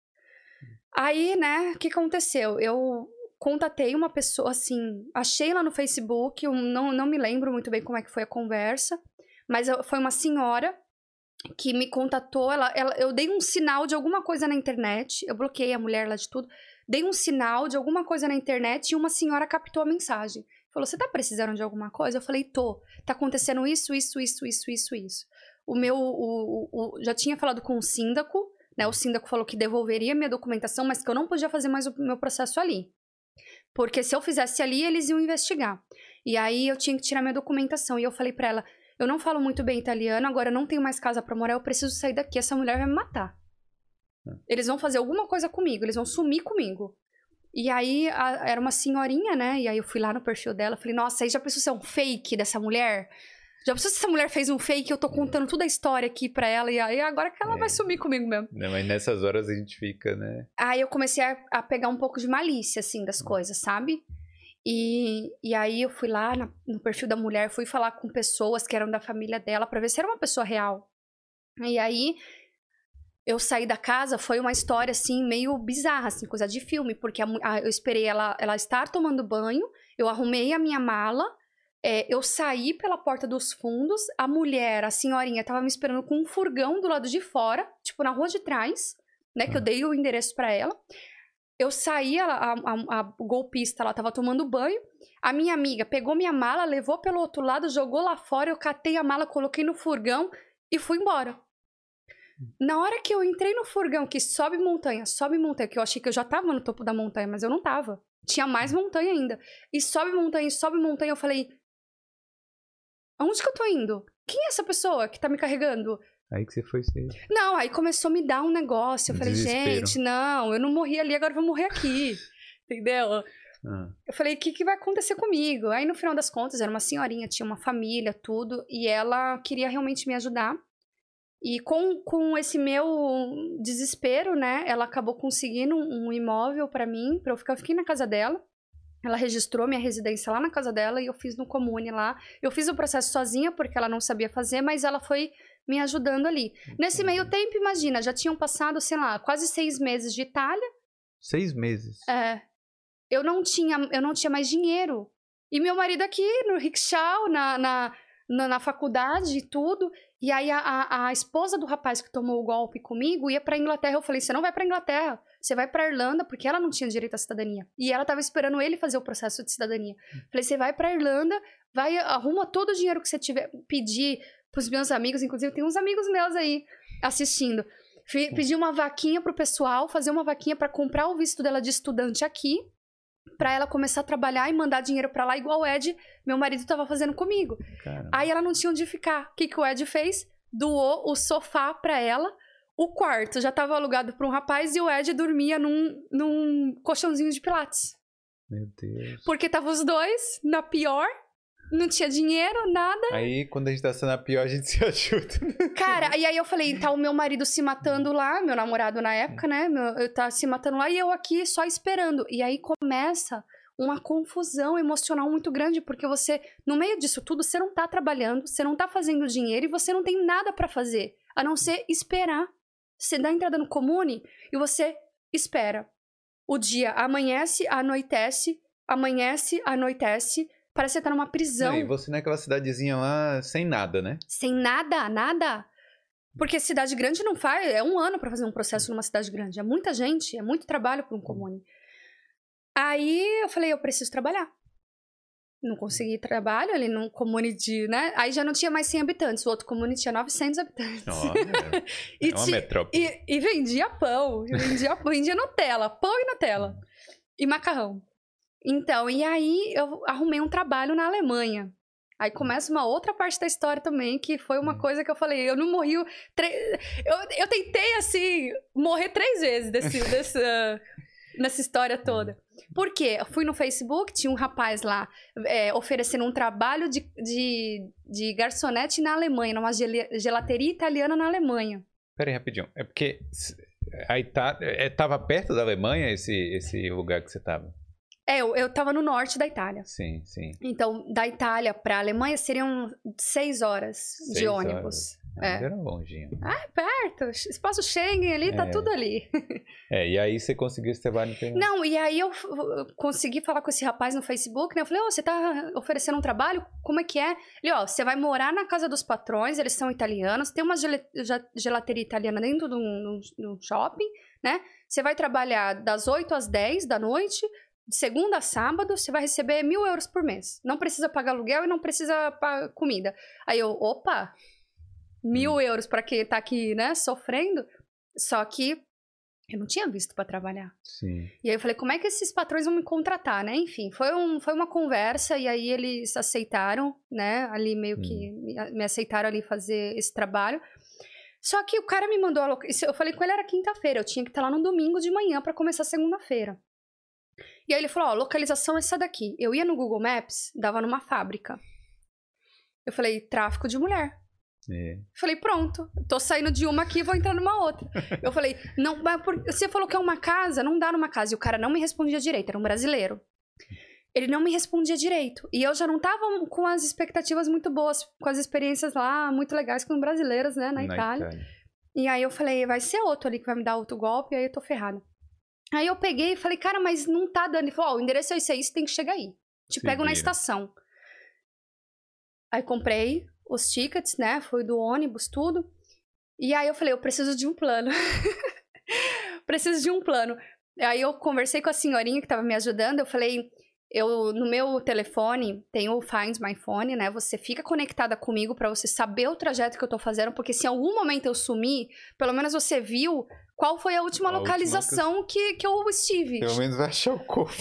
Aí, né, o que aconteceu? Eu contatei uma pessoa, assim, achei lá no Facebook, eu não, não me lembro muito bem como é que foi a conversa, mas eu, foi uma senhora que me contatou, ela, ela, eu dei um sinal de alguma coisa na internet, eu bloqueei a mulher lá de tudo, dei um sinal de alguma coisa na internet e uma senhora captou a mensagem. Falou, você tá precisando de alguma coisa? Eu falei, tô. Tá acontecendo isso, isso, isso, isso, isso, isso. O meu, o, o, o, já tinha falado com o síndaco, né? O síndaco falou que devolveria minha documentação, mas que eu não podia fazer mais o meu processo ali. Porque se eu fizesse ali, eles iam investigar. E aí eu tinha que tirar minha documentação. E eu falei pra ela, eu não falo muito bem italiano, agora eu não tenho mais casa pra morar, eu preciso sair daqui, essa mulher vai me matar. Eles vão fazer alguma coisa comigo, eles vão sumir comigo. E aí, a, era uma senhorinha, né? E aí eu fui lá no perfil dela, falei, nossa, aí já pensou ser um fake dessa mulher? Já pensou se essa mulher fez um fake, eu tô contando toda a história aqui pra ela, e aí agora que ela é. vai sumir comigo mesmo. Não, mas nessas horas a gente fica, né? Aí eu comecei a, a pegar um pouco de malícia, assim, das coisas, sabe? E, e aí eu fui lá na, no perfil da mulher, fui falar com pessoas que eram da família dela pra ver se era uma pessoa real. E aí eu saí da casa, foi uma história assim meio bizarra, assim, coisa de filme, porque a, a, eu esperei ela, ela estar tomando banho, eu arrumei a minha mala, é, eu saí pela porta dos fundos, a mulher, a senhorinha, tava me esperando com um furgão do lado de fora, tipo na rua de trás, né, que eu dei o endereço pra ela. Eu saí, a, a, a, a golpista, ela tava tomando banho. A minha amiga pegou minha mala, levou pelo outro lado, jogou lá fora. Eu catei a mala, coloquei no furgão e fui embora. Na hora que eu entrei no furgão, que sobe montanha, sobe montanha, que eu achei que eu já tava no topo da montanha, mas eu não tava. Tinha mais montanha ainda. E sobe montanha, sobe montanha, eu falei... Aonde que eu tô indo? Quem é essa pessoa que tá me carregando? Aí que você foi ser. Não, aí começou a me dar um negócio. Eu falei, Desespero. gente, não, eu não morri ali, agora eu vou morrer aqui. Entendeu? Ah. Eu falei, o que, que vai acontecer comigo? Aí, no final das contas, era uma senhorinha, tinha uma família, tudo. E ela queria realmente me ajudar. E com, com esse meu desespero, né? Ela acabou conseguindo um, um imóvel pra mim. Pra eu ficar, eu fiquei na casa dela. Ela registrou minha residência lá na casa dela. E eu fiz no Comune lá. Eu fiz o processo sozinha, porque ela não sabia fazer. Mas ela foi... me ajudando ali. Entendi. Nesse meio tempo, imagina, já tinham passado, sei lá, quase seis meses de Itália. Seis meses? É. Eu não tinha, eu não tinha mais dinheiro. E meu marido aqui, no rickshaw, na, na, na, na faculdade e tudo. E aí a, a, a esposa do rapaz que tomou o golpe comigo ia pra Inglaterra. Eu falei, você não vai pra Inglaterra, você vai pra Irlanda, porque ela não tinha direito à cidadania. E ela tava esperando ele fazer o processo de cidadania. Hum. Falei, você vai pra Irlanda, vai, arruma todo o dinheiro que você tiver, pedir... pros meus amigos, inclusive tem uns amigos meus aí assistindo. F- pedi uma vaquinha pro pessoal, fazer uma vaquinha pra comprar o visto dela de estudante aqui, pra ela começar a trabalhar e mandar dinheiro pra lá, igual o Ed, meu marido, tava fazendo comigo. Caramba. Aí ela não tinha onde ficar. O que, que o Ed fez? Doou o sofá pra ela, o quarto já tava alugado pra um rapaz e o Ed dormia num, num colchãozinho de pilates. Meu Deus. Porque tava os dois na pior. Não tinha dinheiro, nada. Aí, quando a gente tá sendo a pior, a gente se ajuda. Cara, e aí eu falei, tá o meu marido se matando lá, meu namorado na época, né? Meu, eu tá se matando lá e eu aqui só esperando. E aí começa uma confusão emocional muito grande, porque você, no meio disso tudo, você não tá trabalhando, você não tá fazendo dinheiro e você não tem nada pra fazer, a não ser esperar. Você dá entrada no Comune e você espera. O dia amanhece, anoitece, amanhece, anoitece. Parece que você tá numa prisão. Não, e você naquela cidadezinha lá, sem nada, né? Sem nada, nada. Porque cidade grande não faz... É um ano pra fazer um processo numa cidade grande. É muita gente, é muito trabalho pra um Comune. Aí eu falei, eu preciso trabalhar. não consegui trabalho ali num community, né? Aí já não tinha mais cem habitantes, o outro community tinha novecentos habitantes. Olha, e, é uma ti, metrópole. E, e vendia pão, e vendia, vendia Nutella, pão e Nutella, e macarrão. Então, e aí eu arrumei um trabalho na Alemanha. Aí começa uma outra parte da história também, que foi uma coisa que eu falei, eu não morri... Tre... Eu, eu tentei, assim, morrer três vezes desse, desse, uh, nessa história toda. Por quê? Eu fui no Facebook, tinha um rapaz lá é, oferecendo um trabalho de, de, de garçonete na Alemanha, numa gel... gelateria italiana na Alemanha. Pera aí, rapidinho. É porque a Itália... É, tava perto da Alemanha esse, esse lugar que você tava? É, eu, eu tava no norte da Itália. Sim, sim. Então, da Itália pra Alemanha seriam seis horas Seis de horas. ônibus. Ah, É. era longinho. Ah, é perto. Espaço Schengen ali, tá É. tudo ali. É, e aí você conseguiu esse trabalho? Tem... Não, e aí eu f- consegui falar com esse rapaz no Facebook, né? Eu falei, ô, você tá oferecendo um trabalho? Como é que é? Ele, ó, você vai morar na casa dos patrões, eles são italianos, tem uma gele- ja- gelateria italiana dentro de um, de um shopping, né? Você vai trabalhar das oito às dez da noite, de segunda a sábado, você vai receber mil euros por mês. Não precisa pagar aluguel e não precisa pagar comida. Aí eu, opa, mil euros pra quem tá aqui, né, sofrendo? Só que eu não tinha visto pra trabalhar. Sim. E aí eu falei, como é que esses patrões vão me contratar, né? Enfim, foi, um, foi uma conversa e aí eles aceitaram, né? Ali meio que me, me aceitaram ali fazer esse trabalho. Só que o cara me mandou a loca... Eu falei com ele, era quinta-feira, eu tinha que estar lá no domingo de manhã pra começar segunda-feira. E aí ele falou, ó, localização é essa daqui. Eu ia no Google Maps, dava numa fábrica. Eu falei, tráfico de mulher. É. Eu falei, pronto, tô saindo de uma aqui e vou entrar numa outra. Eu falei, não, mas por... você falou que é uma casa, não dá numa casa. E o cara não me respondia direito, era um brasileiro. Ele não me respondia direito. E eu já não tava com as expectativas muito boas, com as experiências lá muito legais com brasileiras, né, na, Na Itália. Itália. E aí eu falei, vai ser outro ali que vai me dar outro golpe, e aí eu tô ferrada. Aí eu peguei e falei, cara, mas não tá dando. Ele falou, ó, o endereço é esse aí, você tem que chegar aí. Te Se pego na vira. estação. Aí comprei os tickets, né? Fui do ônibus, tudo. E aí eu falei, eu preciso de um plano. Preciso de um plano. Aí eu conversei com a senhorinha que tava me ajudando. Eu falei, eu no meu telefone tem o Find My Phone, né? Você fica conectada comigo pra você saber o trajeto que eu tô fazendo. Porque se em algum momento eu sumir, pelo menos você viu qual foi a última A última localização que... Que, eu estive. Pelo menos vai achar o corpo.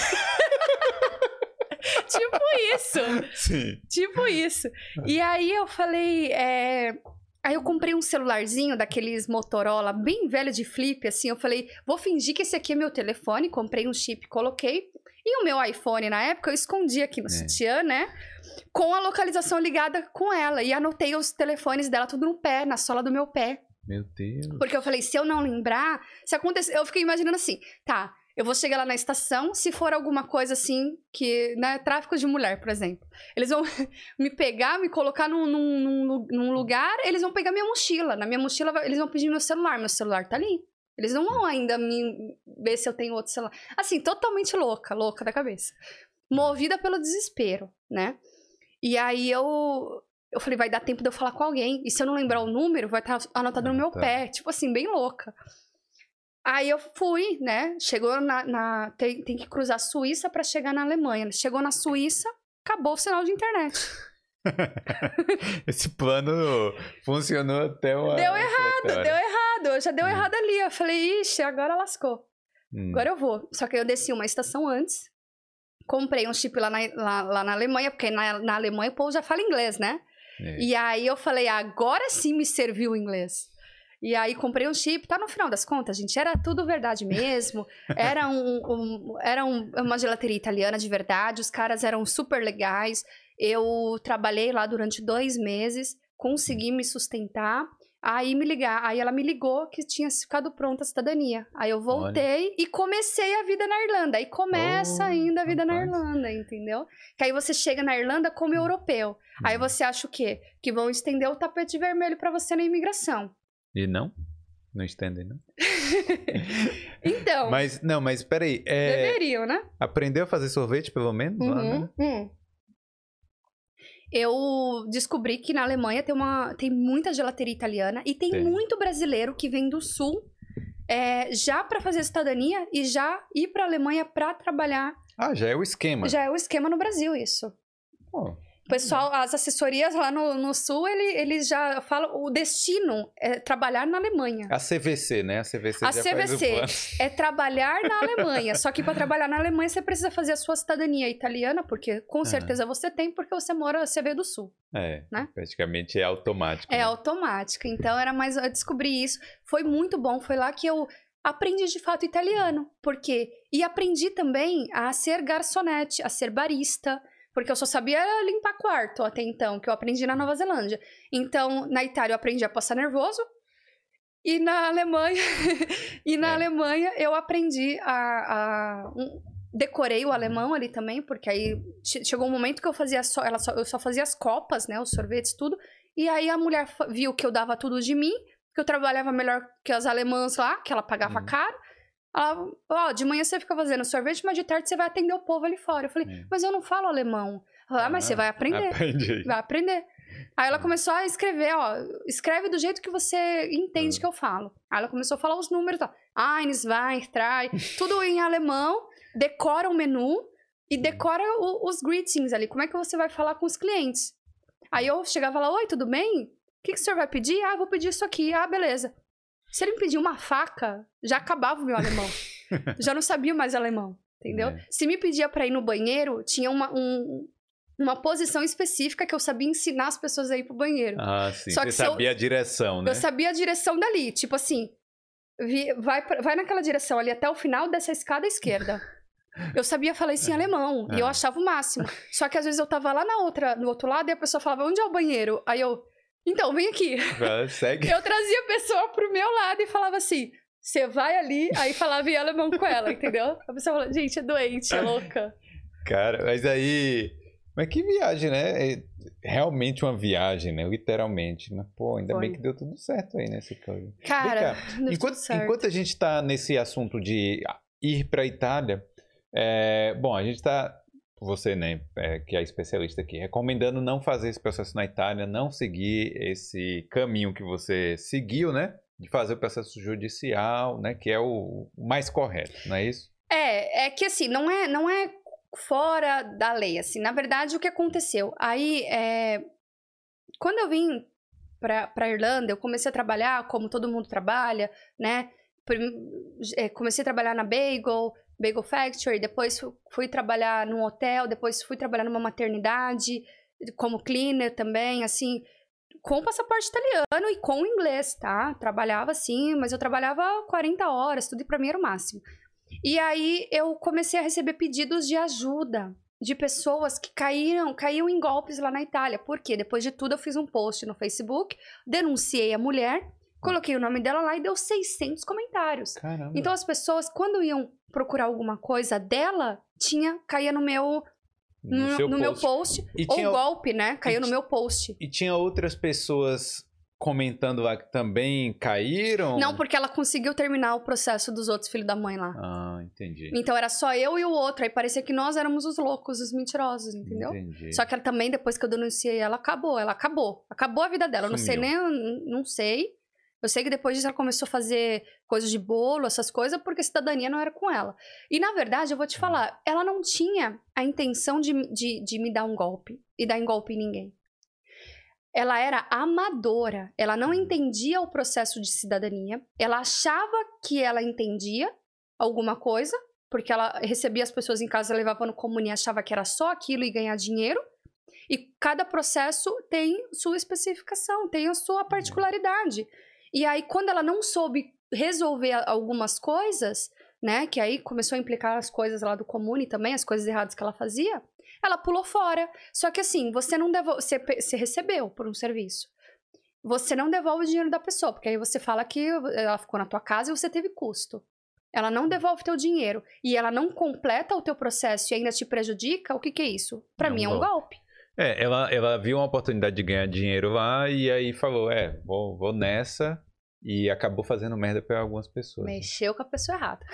Tipo isso. Sim. Tipo isso. E aí eu falei, é... aí eu comprei um celularzinho daqueles Motorola bem velho de flip, assim. Eu falei, vou fingir que esse aqui é meu telefone. Comprei um chip, coloquei. E o meu iPhone, na época, eu escondi aqui no É. sutiã, né? Com a localização ligada com ela. E anotei os telefones dela tudo no pé, na sola do meu pé. Meu Deus. Porque eu falei, se eu não lembrar, se acontecer... Eu fiquei imaginando assim, tá... Eu vou chegar lá na estação, se for alguma coisa assim, que, né, tráfico de mulher, por exemplo. Eles vão me pegar, me colocar num, num, num, num lugar, eles vão pegar minha mochila. Na minha mochila, eles vão pedir meu celular. Meu celular tá ali. Eles não vão ainda me ver se eu tenho outro celular. Assim, totalmente louca, louca da cabeça. Movida pelo desespero, né? E aí eu... Eu falei, vai dar tempo de eu falar com alguém. E se eu não lembrar o número, vai estar anotado no meu tá. pé. Tipo assim, bem louca. Aí eu fui, né? Chegou na... na tem, tem que cruzar a Suíça pra chegar na Alemanha. Chegou na Suíça, acabou o sinal de internet. Esse plano funcionou até uma... Deu errado, certa hora. deu errado. Já deu Hum. errado ali. Eu falei, ixi, agora lascou. Hum. Agora eu vou. Só que eu desci uma estação antes. Comprei um chip lá na, lá, lá na Alemanha, porque na, na Alemanha o povo já fala inglês, né? É. E aí eu falei, agora sim me serviu o inglês. E aí comprei um chip, tá no final das contas, gente, era tudo verdade mesmo. Era, um, um, era um, uma gelateria italiana de verdade, os caras eram super legais. Eu trabalhei lá durante dois meses, consegui me sustentar. Aí me ligar, aí ela me ligou que tinha ficado pronta a cidadania. Aí eu voltei Olha. E comecei a vida na Irlanda. Aí começa oh, ainda a vida rapaz. Na Irlanda, entendeu? Que aí você chega na Irlanda como europeu. Hum. Aí você acha o quê? Que vão estender o tapete vermelho pra você na imigração. E não? Não estendem, não? Então. Mas, não, mas peraí. É... Deveriam, né? Aprendeu a fazer sorvete, pelo menos? Uhum, lá, né? hum. Eu descobri que na Alemanha tem, uma, tem muita gelateria italiana e tem, tem. muito brasileiro que vem do sul é, já para fazer cidadania e já ir para a Alemanha para trabalhar Ah, já é o esquema. Já é o esquema no Brasil, isso. Pô. O pessoal, as assessorias lá no, no Sul, ele, eles já falam, o destino é trabalhar na Alemanha. A C V C, né? A C V C A já C V C faz o é trabalhar na Alemanha. Só que para trabalhar na Alemanha, você precisa fazer a sua cidadania italiana, porque com certeza você tem, porque você mora, você veio do Sul. É, né? praticamente é automático. É né? automático. Então, era mais... Eu descobri isso. Foi muito bom. Foi lá que eu aprendi de fato italiano. Por quê? E aprendi também a ser garçonete, a ser barista... Porque eu só sabia limpar quarto até então, que eu aprendi na Nova Zelândia. Então, na Itália eu aprendi a passar nervoso. E na Alemanha, e na É. Alemanha eu aprendi a... a um, decorei o alemão ali também, porque aí chegou um momento que eu fazia só, ela só, eu só fazia as copas, né, os sorvetes, tudo. E aí a mulher viu que eu dava tudo de mim, que eu trabalhava melhor que as alemãs lá, que ela pagava Uhum. caro. Ela, ó, de manhã você fica fazendo sorvete, mas de tarde você vai atender o povo ali fora. Eu falei, É. mas eu não falo alemão. Ela, ah, mas você vai aprender. Aprende. Vai aprender. Aí ela começou a escrever, ó, escreve do jeito que você entende Uhum. que eu falo. Aí ela começou a falar os números, ó. Eins, zwei, drei, tudo em alemão, decora o menu e decora o, os greetings ali. Como é que você vai falar com os clientes? Aí eu chegava lá, oi, tudo bem? O que, que o senhor vai pedir? Ah, vou pedir isso aqui. Ah, beleza. Se ele me pedir uma faca, já acabava o meu alemão. Já não sabia mais alemão, entendeu? É. Se me pedia pra ir no banheiro, tinha uma, um, uma posição específica que eu sabia ensinar as pessoas a ir pro banheiro. Ah, sim. Só Você que se eu- sabia a direção, né? Eu sabia a direção dali, tipo assim, vi- vai, pra- vai naquela direção ali até o final dessa escada à esquerda. Eu sabia falar isso em alemão, e eu Ah. achava o máximo. Só que às vezes eu tava lá na outra, no outro lado e a pessoa falava, onde é o banheiro? Aí eu, então, vem aqui. Vai, Segue. Eu trazia a pessoa pro meu lado e falava assim, você vai ali, aí falava em alemão com ela, entendeu? A pessoa falava, gente, é doente, é louca. Cara, mas aí... Mas que viagem, né? É realmente uma viagem, né? Literalmente. Mas, pô, ainda Foi. bem que deu tudo certo aí nesse caso. Cara, Vem cá, deu Enquanto, tudo certo. enquanto a gente tá nesse assunto de ir pra Itália, é, bom, a gente tá... Você, né, é, que é especialista aqui, recomendando não fazer esse processo na Itália, não seguir esse caminho que você seguiu, né? De fazer o processo judicial, né? Que é o mais correto, não é isso? É, é que assim, não é, não é fora da lei, assim. Na verdade, o que aconteceu? Aí, é, quando eu vim pra, pra Irlanda, eu comecei a trabalhar como todo mundo trabalha, né? Prim- é, comecei a trabalhar na Bagel, Bagel Factory, depois fu- fui trabalhar num hotel, depois fui trabalhar numa maternidade, como cleaner também, assim, com passaporte italiano e com inglês, tá? Trabalhava assim, mas eu trabalhava quarenta horas, tudo pra mim era o máximo. E aí eu comecei a receber pedidos de ajuda de pessoas que caíram, caíam em golpes lá na Itália. Por quê? Depois de tudo eu fiz um post no Facebook, denunciei a mulher, coloquei o nome dela lá e deu seiscentos comentários. Caramba. Então as pessoas, quando iam procurar alguma coisa dela, tinha, caía no meu, no, seu no meu post, E ou tinha- golpe, né? Caiu e no ti- meu post. E tinha outras pessoas comentando lá que também caíram? Não, porque ela conseguiu terminar o processo dos outros filhos da mãe lá. Ah, entendi. Então era só eu e o outro, aí parecia que nós éramos os loucos, os mentirosos, entendeu? Entendi. Só que ela também, depois que eu denunciei ela, acabou. Ela acabou. Acabou a vida dela. Eu não sei nem... Sumiu. Não sei. Eu sei que depois disso ela começou a fazer coisas de bolo, essas coisas, porque cidadania não era com ela. E, na verdade, eu vou te falar, ela não tinha a intenção de, de, de me dar um golpe. E dar um golpe em ninguém. Ela era amadora. Ela não entendia o processo de cidadania. Ela achava que ela entendia alguma coisa, porque ela recebia as pessoas em casa, levava no comune e achava que era só aquilo e ganhar dinheiro. E cada processo tem sua especificação, tem a sua particularidade. E aí, quando ela não soube resolver algumas coisas, né, que aí começou a implicar as coisas lá do comune também, as coisas erradas que ela fazia, ela pulou fora. Só que assim, você não devolve, você, você recebeu por um serviço. Você não devolve o dinheiro da pessoa, porque aí você fala que ela ficou na tua casa e você teve custo. Ela não devolve teu dinheiro e ela não completa o teu processo e ainda te prejudica, o que que é isso? Pra É um mim é um golpe. golpe. É, ela, ela viu uma oportunidade de ganhar dinheiro lá e aí falou, é, vou, vou nessa. E acabou fazendo merda pra algumas pessoas. Mexeu com a pessoa errada.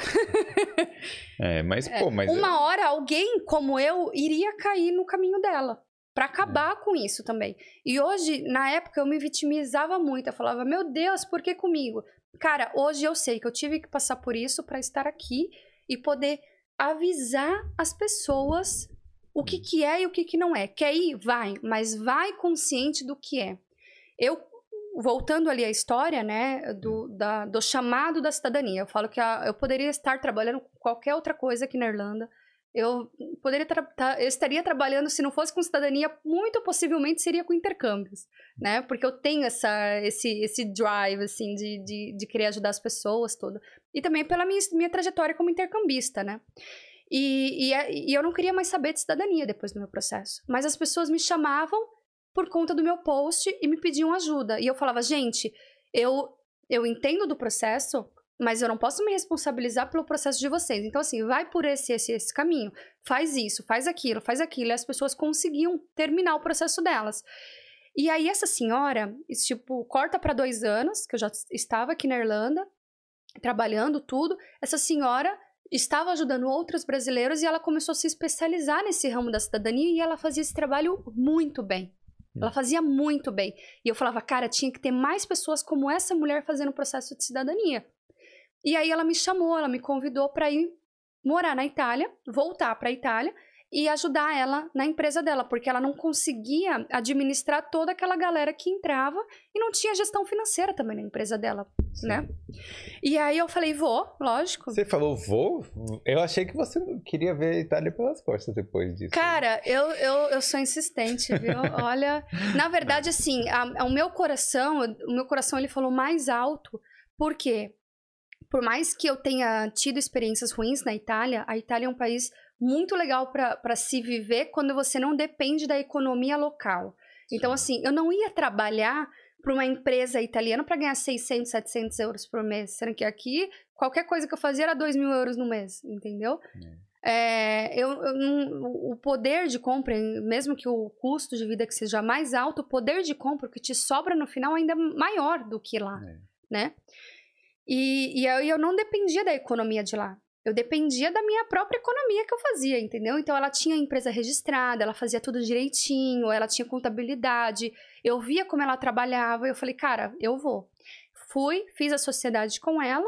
É, mas pô, mas... Uma hora alguém como eu iria cair no caminho dela. Pra acabar com isso também. E hoje, na época, eu me vitimizava muito. Eu falava, meu Deus, por que comigo? Cara, hoje eu sei que eu tive que passar por isso pra estar aqui e poder avisar as pessoas o que, que é e o que, que não é. Quer ir? Vai, mas vai consciente do que é. Eu, voltando ali à história, né, do, da, do chamado da cidadania, eu falo que a, eu poderia estar trabalhando com qualquer outra coisa aqui na Irlanda. Eu poderia tra- eu estaria trabalhando, se não fosse com cidadania, muito possivelmente seria com intercâmbios, né? Porque eu tenho essa, esse, esse drive, assim, de, de, de querer ajudar as pessoas, tudo. E também pela minha, minha trajetória como intercambista, né? E, e, e eu não queria mais saber de cidadania depois do meu processo. Mas as pessoas me chamavam por conta do meu post e me pediam ajuda. E eu falava, gente, eu, eu entendo do processo, mas eu não posso me responsabilizar pelo processo de vocês. Então, assim, vai por esse, esse, esse caminho. Faz isso, faz aquilo, faz aquilo. E as pessoas conseguiam terminar o processo delas. E aí, essa senhora, tipo, corta para dois anos, que eu já estava aqui na Irlanda, trabalhando tudo. Essa senhora estava ajudando outros brasileiros e ela começou a se especializar nesse ramo da cidadania e ela fazia esse trabalho muito bem. Ela fazia muito bem. E eu falava, cara, tinha que ter mais pessoas como essa mulher fazendo o processo de cidadania. E aí ela me chamou, ela me convidou para ir morar na Itália, voltar para a Itália e ajudar ela na empresa dela, porque ela não conseguia administrar toda aquela galera que entrava e não tinha gestão financeira também na empresa dela, Sim. né? E aí eu falei, vou, lógico. Você falou vou? Eu achei que você queria ver a Itália pelas costas depois disso. Cara, eu, eu, eu sou insistente, viu? Olha, na verdade, assim, a, a, o meu coração, o meu coração ele falou mais alto, por quê? Por mais que eu tenha tido experiências ruins na Itália, a Itália é um país muito legal para se viver quando você não depende da economia local. Sim. Então, assim, eu não ia trabalhar para uma empresa italiana para ganhar seiscentos, setecentos euros por mês, sendo que aqui, qualquer coisa que eu fazia era dois mil euros no mês, entendeu? É, eu, eu não, o poder de compra, mesmo que o custo de vida que seja mais alto, o poder de compra que te sobra no final ainda é maior do que lá, é. né? E, e eu, eu não dependia da economia de lá. Eu dependia da minha própria economia que eu fazia, entendeu? Então, ela tinha a empresa registrada, ela fazia tudo direitinho, ela tinha contabilidade. Eu via como ela trabalhava e eu falei, cara, eu vou. Fui, fiz a sociedade com ela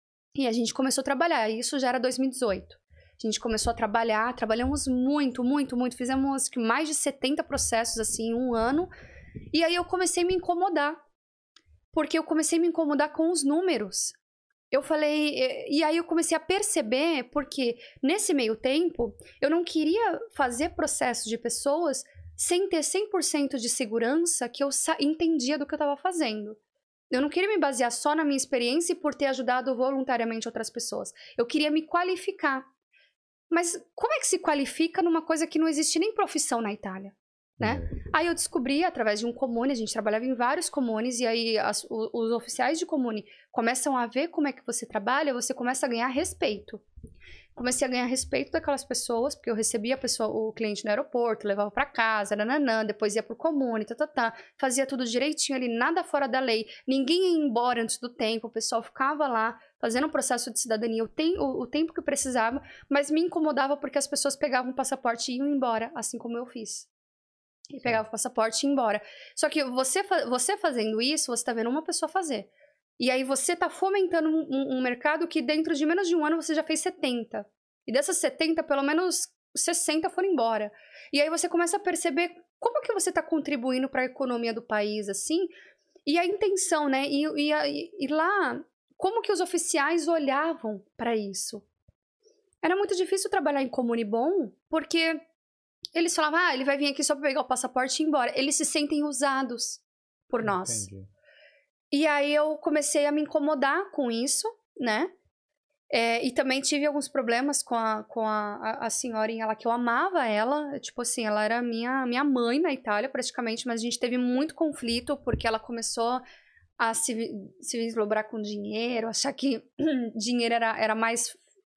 e a gente começou a trabalhar. Isso já era dois mil e dezoito. A gente começou a trabalhar, trabalhamos muito, muito, muito. Fizemos mais de setenta processos, assim, em um ano. E aí eu comecei a me incomodar. Porque eu comecei a me incomodar com os números. Eu falei... E aí eu comecei a perceber, porque nesse meio tempo, eu não queria fazer processos de pessoas sem ter cem por cento de segurança que eu entendia do que eu estava fazendo. Eu não queria me basear só na minha experiência e por ter ajudado voluntariamente outras pessoas. Eu queria me qualificar. Mas como é que se qualifica numa coisa que não existe nem profissão na Itália? Né? Aí eu descobri através de um comune, a gente trabalhava em vários comunes, e aí as, os, os oficiais de comune começam a ver como é que você trabalha, você começa a ganhar respeito. Comecei a ganhar respeito daquelas pessoas, porque eu recebia a pessoa, o cliente no aeroporto, levava para casa, nananã, depois ia pro comune, tá, tá, tá, fazia tudo direitinho ali, nada fora da lei, ninguém ia embora antes do tempo, o pessoal ficava lá fazendo um processo de cidadania o, tem, o, o tempo que precisava, mas me incomodava porque as pessoas pegavam o passaporte e iam embora, assim como eu fiz. E pegava o passaporte e ia embora. Só que você, você fazendo isso, você tá vendo uma pessoa fazer. E aí você tá fomentando um, um, um mercado que dentro de menos de um ano você já fez setenta. E dessas setenta, pelo menos sessenta foram embora. E aí você começa a perceber como que você tá contribuindo para a economia do país, assim. E a intenção, né? E, e, a, e lá, como que os oficiais olhavam para isso? Era muito difícil trabalhar em comune bom, porque... Eles falavam, ah, ele vai vir aqui só pra pegar o passaporte e ir embora. Eles se sentem usados por nós. Entendi. E aí eu comecei a me incomodar com isso, né? É, e também tive alguns problemas com a, com a, a senhora em ela, que eu amava ela. Tipo assim, ela era minha, minha mãe na Itália, praticamente. Mas a gente teve muito conflito, porque ela começou a se, se vislumbrar com dinheiro. Achar que dinheiro era, era mais...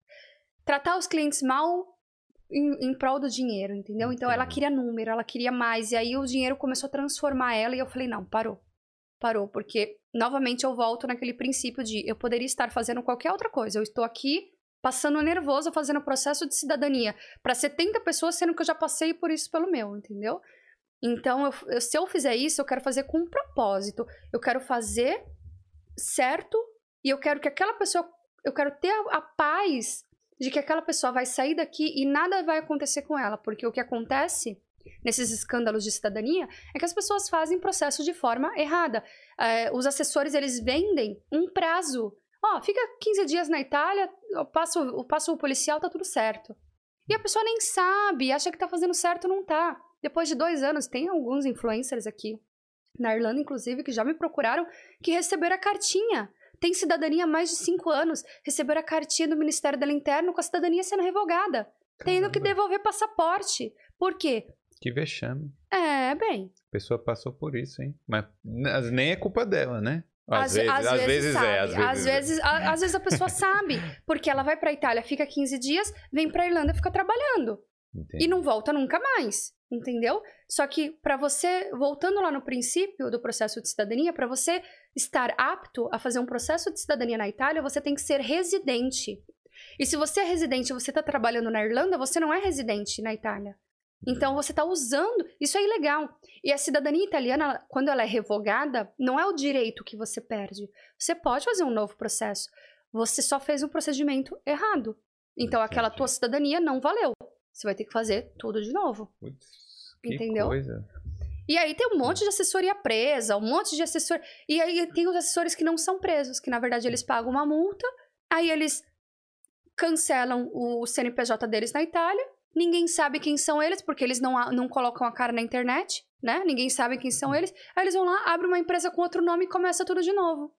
Tratar os clientes mal... Em, em prol do dinheiro, entendeu? Então ela queria número, ela queria mais. E aí o dinheiro começou a transformar ela. E eu falei, não, parou. Parou, porque novamente eu volto naquele princípio de eu poderia estar fazendo qualquer outra coisa. Eu estou aqui passando nervoso, fazendo processo de cidadania para setenta pessoas, sendo que eu já passei por isso pelo meu, entendeu? Então, eu, eu, se eu fizer isso, eu quero fazer com um propósito. Eu quero fazer certo e eu quero que aquela pessoa... Eu quero ter a, a paz... de que aquela pessoa vai sair daqui e nada vai acontecer com ela, porque o que acontece nesses escândalos de cidadania é que as pessoas fazem processo de forma errada. É, os assessores, eles vendem um prazo. Ó, oh, fica quinze dias na Itália, eu passo, eu passo o policial, tá tudo certo. E a pessoa nem sabe, acha que tá fazendo certo, não tá. Depois de dois anos, tem alguns influencers aqui, na Irlanda, inclusive, que já me procuraram, que receberam a cartinha. Tem cidadania há mais de cinco anos, receberam a cartinha do Ministério da Interno com a cidadania sendo revogada. Caramba. Tendo que devolver passaporte. Por quê? Que vexame. É, bem. A pessoa passou por isso, hein? Mas nem é culpa dela, né? Às, às vezes, às, às vezes, vezes é, às vezes, às vezes, é. A, às vezes a pessoa sabe, porque ela vai pra Itália, fica quinze dias, vem pra Irlanda e fica trabalhando. Entendi. E não volta nunca mais, entendeu? Só que pra você, voltando lá no princípio do processo de cidadania, pra você estar apto a fazer um processo de cidadania na Itália, você tem que ser residente. E se você é residente e você tá trabalhando na Irlanda, você não é residente na Itália. Então, você está usando... Isso é ilegal. E a cidadania italiana, quando ela é revogada, não é o direito que você perde. Você pode fazer um novo processo. Você só fez um procedimento errado. Então, Entendi. Aquela tua cidadania não valeu. Você vai ter que fazer tudo de novo. Putz, que entendeu? Coisa. E aí tem um monte de assessoria presa, um monte de assessor... E aí tem os assessores que não são presos, que na verdade eles pagam uma multa, aí eles cancelam o C N P J deles na Itália. Ninguém sabe quem são eles, porque eles não, não colocam a cara na internet, né? Ninguém sabe quem são eles. Aí eles vão lá, abrem uma empresa com outro nome e começa tudo de novo.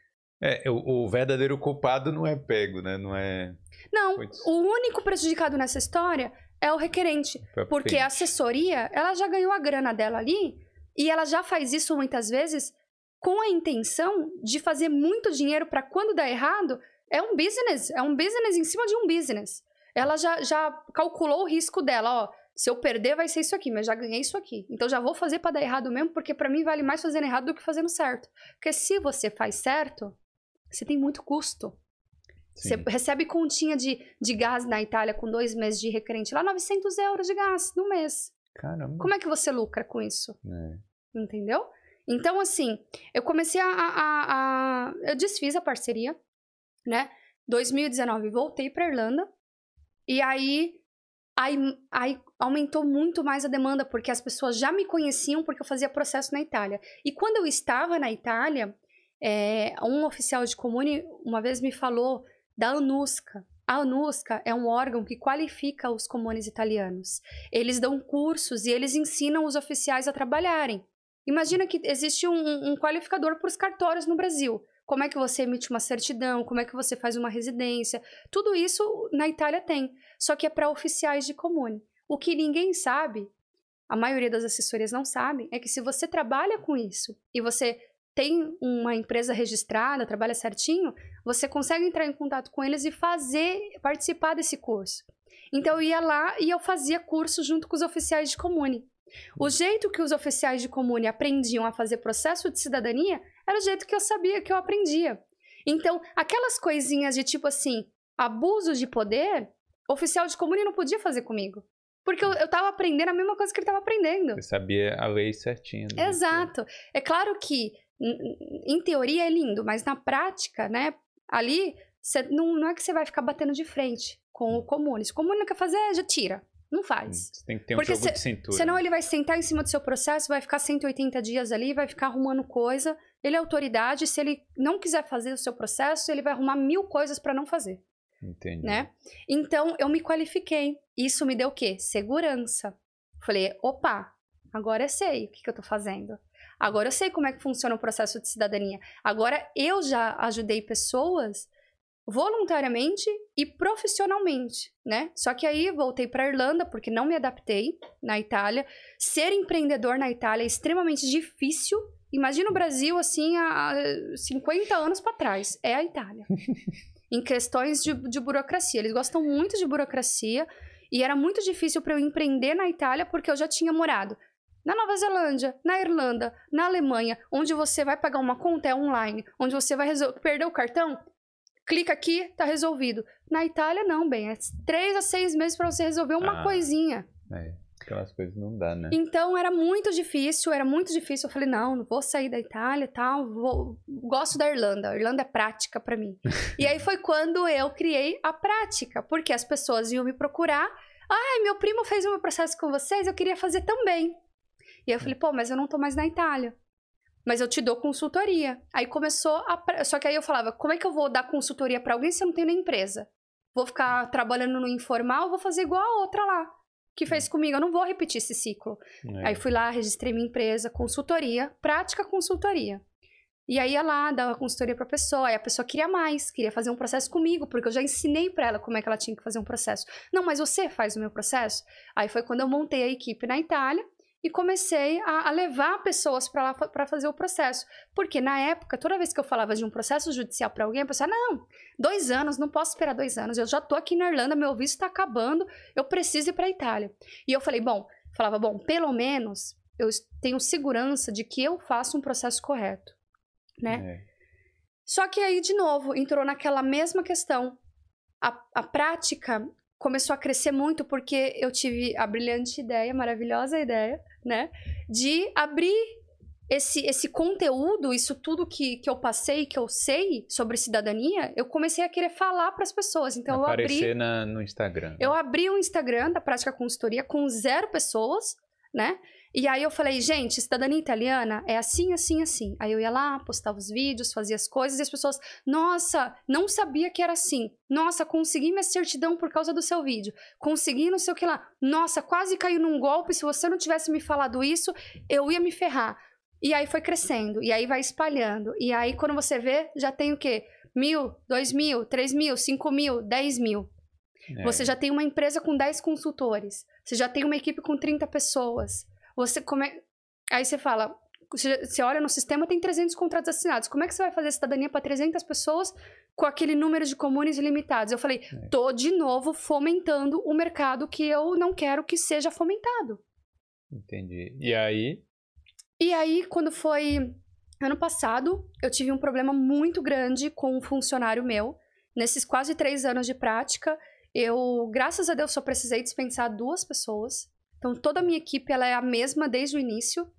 É, o, o verdadeiro culpado não é pego, né? Não é... Não, Puts. O único prejudicado nessa história é o requerente. Porque a assessoria, ela já ganhou a grana dela ali, e ela já faz isso muitas vezes com a intenção de fazer muito dinheiro para quando dá errado, é um business, é um business em cima de um business. Ela já, já calculou o risco dela, ó, se eu perder vai ser isso aqui, mas já ganhei isso aqui. Então já vou fazer pra dar errado mesmo, porque pra mim vale mais fazendo errado do que fazendo certo. Porque se você faz certo, você tem muito custo. Sim. Você recebe continha de, de gás na Itália com dois meses de requerente lá, novecentos euros de gás no mês. Caramba. Como é que você lucra com isso? É. Entendeu? Então, assim, eu comecei a, a, a... Eu desfiz a parceria, né? dois mil e dezenove, voltei pra Irlanda. E aí, aí, aí aumentou muito mais a demanda, porque as pessoas já me conheciam porque eu fazia processo na Itália. E quando eu estava na Itália, é, um oficial de comune uma vez me falou da ANUSCA. A ANUSCA é um órgão que qualifica os comunes italianos. Eles dão cursos e eles ensinam os oficiais a trabalharem. Imagina que existe um, um qualificador para os cartórios no Brasil. Como é que você emite uma certidão, como é que você faz uma residência. Tudo isso na Itália tem, só que é para oficiais de comune. O que ninguém sabe, a maioria das assessorias não sabe, é que se você trabalha com isso e você tem uma empresa registrada, trabalha certinho, você consegue entrar em contato com eles e fazer, participar desse curso. Então eu ia lá e eu fazia curso junto com os oficiais de comune. O jeito que os oficiais de comune aprendiam a fazer processo de cidadania era o jeito que eu sabia, que eu aprendia. Então, aquelas coisinhas de tipo assim, abuso de poder, o oficial de comune não podia fazer comigo. Porque eu, eu tava aprendendo a mesma coisa que ele tava aprendendo. Você sabia a lei certinha. Exato. É claro que, em teoria é lindo, mas na prática, né, ali, cê, não, não é que você vai ficar batendo de frente com o comune. Se o comune não quer fazer, já tira. Não faz. Você tem que ter um Porque jogo cê, de cintura. Senão ele vai sentar em cima do seu processo, vai ficar cento e oitenta dias ali, vai ficar arrumando coisa. Ele é autoridade, se ele não quiser fazer o seu processo, ele vai arrumar mil coisas para não fazer. Entendi. Né? Então, eu me qualifiquei. Isso me deu o quê? Segurança. Falei, opa, agora eu sei o que, que eu tô fazendo. Agora eu sei como é que funciona o processo de cidadania. Agora eu já ajudei pessoas voluntariamente e profissionalmente, né? Só que aí voltei para Irlanda porque não me adaptei na Itália. Ser empreendedor na Itália é extremamente difícil. Imagina o Brasil assim há cinquenta anos para trás. É a Itália. Em questões de, de burocracia. Eles gostam muito de burocracia e era muito difícil para eu empreender na Itália porque eu já tinha morado na Nova Zelândia, na Irlanda, na Alemanha, onde você vai pagar uma conta é online, onde você vai perder o cartão, clica aqui, tá resolvido. Na Itália não, bem, é três a seis meses para você resolver uma ah, coisinha. É. Aquelas coisas não dá, né? Então, era muito difícil, era muito difícil. Eu falei, não, não vou sair da Itália e tal, vou... gosto da Irlanda. A Irlanda é prática pra mim. E aí foi quando eu criei a prática, porque as pessoas iam me procurar. Ah, meu primo fez o meu processo com vocês, eu queria fazer também. E aí eu falei, pô, mas eu não tô mais na Itália. Mas eu te dou consultoria. Aí começou a... Só que aí eu falava, como é que eu vou dar consultoria pra alguém se eu não tenho nem empresa? Vou ficar trabalhando no informal, vou fazer igual a outra lá, que fez comigo. Eu não vou repetir esse ciclo. É. Aí fui lá, registrei minha empresa, consultoria, prática consultoria. E aí ia lá, dava consultoria pra pessoa. Aí a pessoa queria mais, queria fazer um processo comigo, porque eu já ensinei pra ela como é que ela tinha que fazer um processo. Não, mas você faz o meu processo? Aí foi quando eu montei a equipe na Itália e comecei a, a levar pessoas pra lá pra fazer o processo. Porque na época, toda vez que eu falava de um processo judicial pra alguém, a pessoa, não, dois anos, não posso esperar dois anos. Eu já tô aqui na Irlanda, meu visto tá acabando, eu preciso ir pra Itália. E eu falei, bom, falava, bom, pelo menos eu tenho segurança de que eu faço um processo correto, né? É. Só que aí, de novo, entrou naquela mesma questão. A, a prática começou a crescer muito porque eu tive a brilhante ideia, maravilhosa ideia, né? De abrir esse, esse conteúdo, isso tudo que, que eu passei, que eu sei sobre cidadania, eu comecei a querer falar para as pessoas. Então, Aparecer eu abri... na, no Instagram. Né? Eu abri o Instagram da Prática Consultoria com zero pessoas, né? E aí eu falei, gente, cidadania italiana é assim, assim, assim. Aí eu ia lá, postava os vídeos, fazia as coisas e as pessoas, nossa, não sabia que era assim. Nossa, consegui minha certidão por causa do seu vídeo. Consegui não sei o que lá. Nossa, quase caiu num golpe. Se você não tivesse me falado isso, eu ia me ferrar. E aí foi crescendo. E aí vai espalhando. E aí quando você vê, já tem o quê? Mil, dois mil, três mil, cinco mil, dez mil. É. Você já tem uma empresa com dez consultores. Você já tem uma equipe com trinta pessoas. Você come... Aí você fala, você olha no sistema, tem trezentos contratos assinados. Como é que você vai fazer cidadania para trezentas pessoas com aquele número de comunes ilimitados? Eu falei, é. tô de novo fomentando o mercado que eu não quero que seja fomentado. Entendi. E aí? E aí, quando foi ano passado, eu tive um problema muito grande com um funcionário meu. Nesses quase três anos de prática, eu, graças a Deus, só precisei dispensar duas pessoas. Então, toda a minha equipe ela é a mesma desde o início.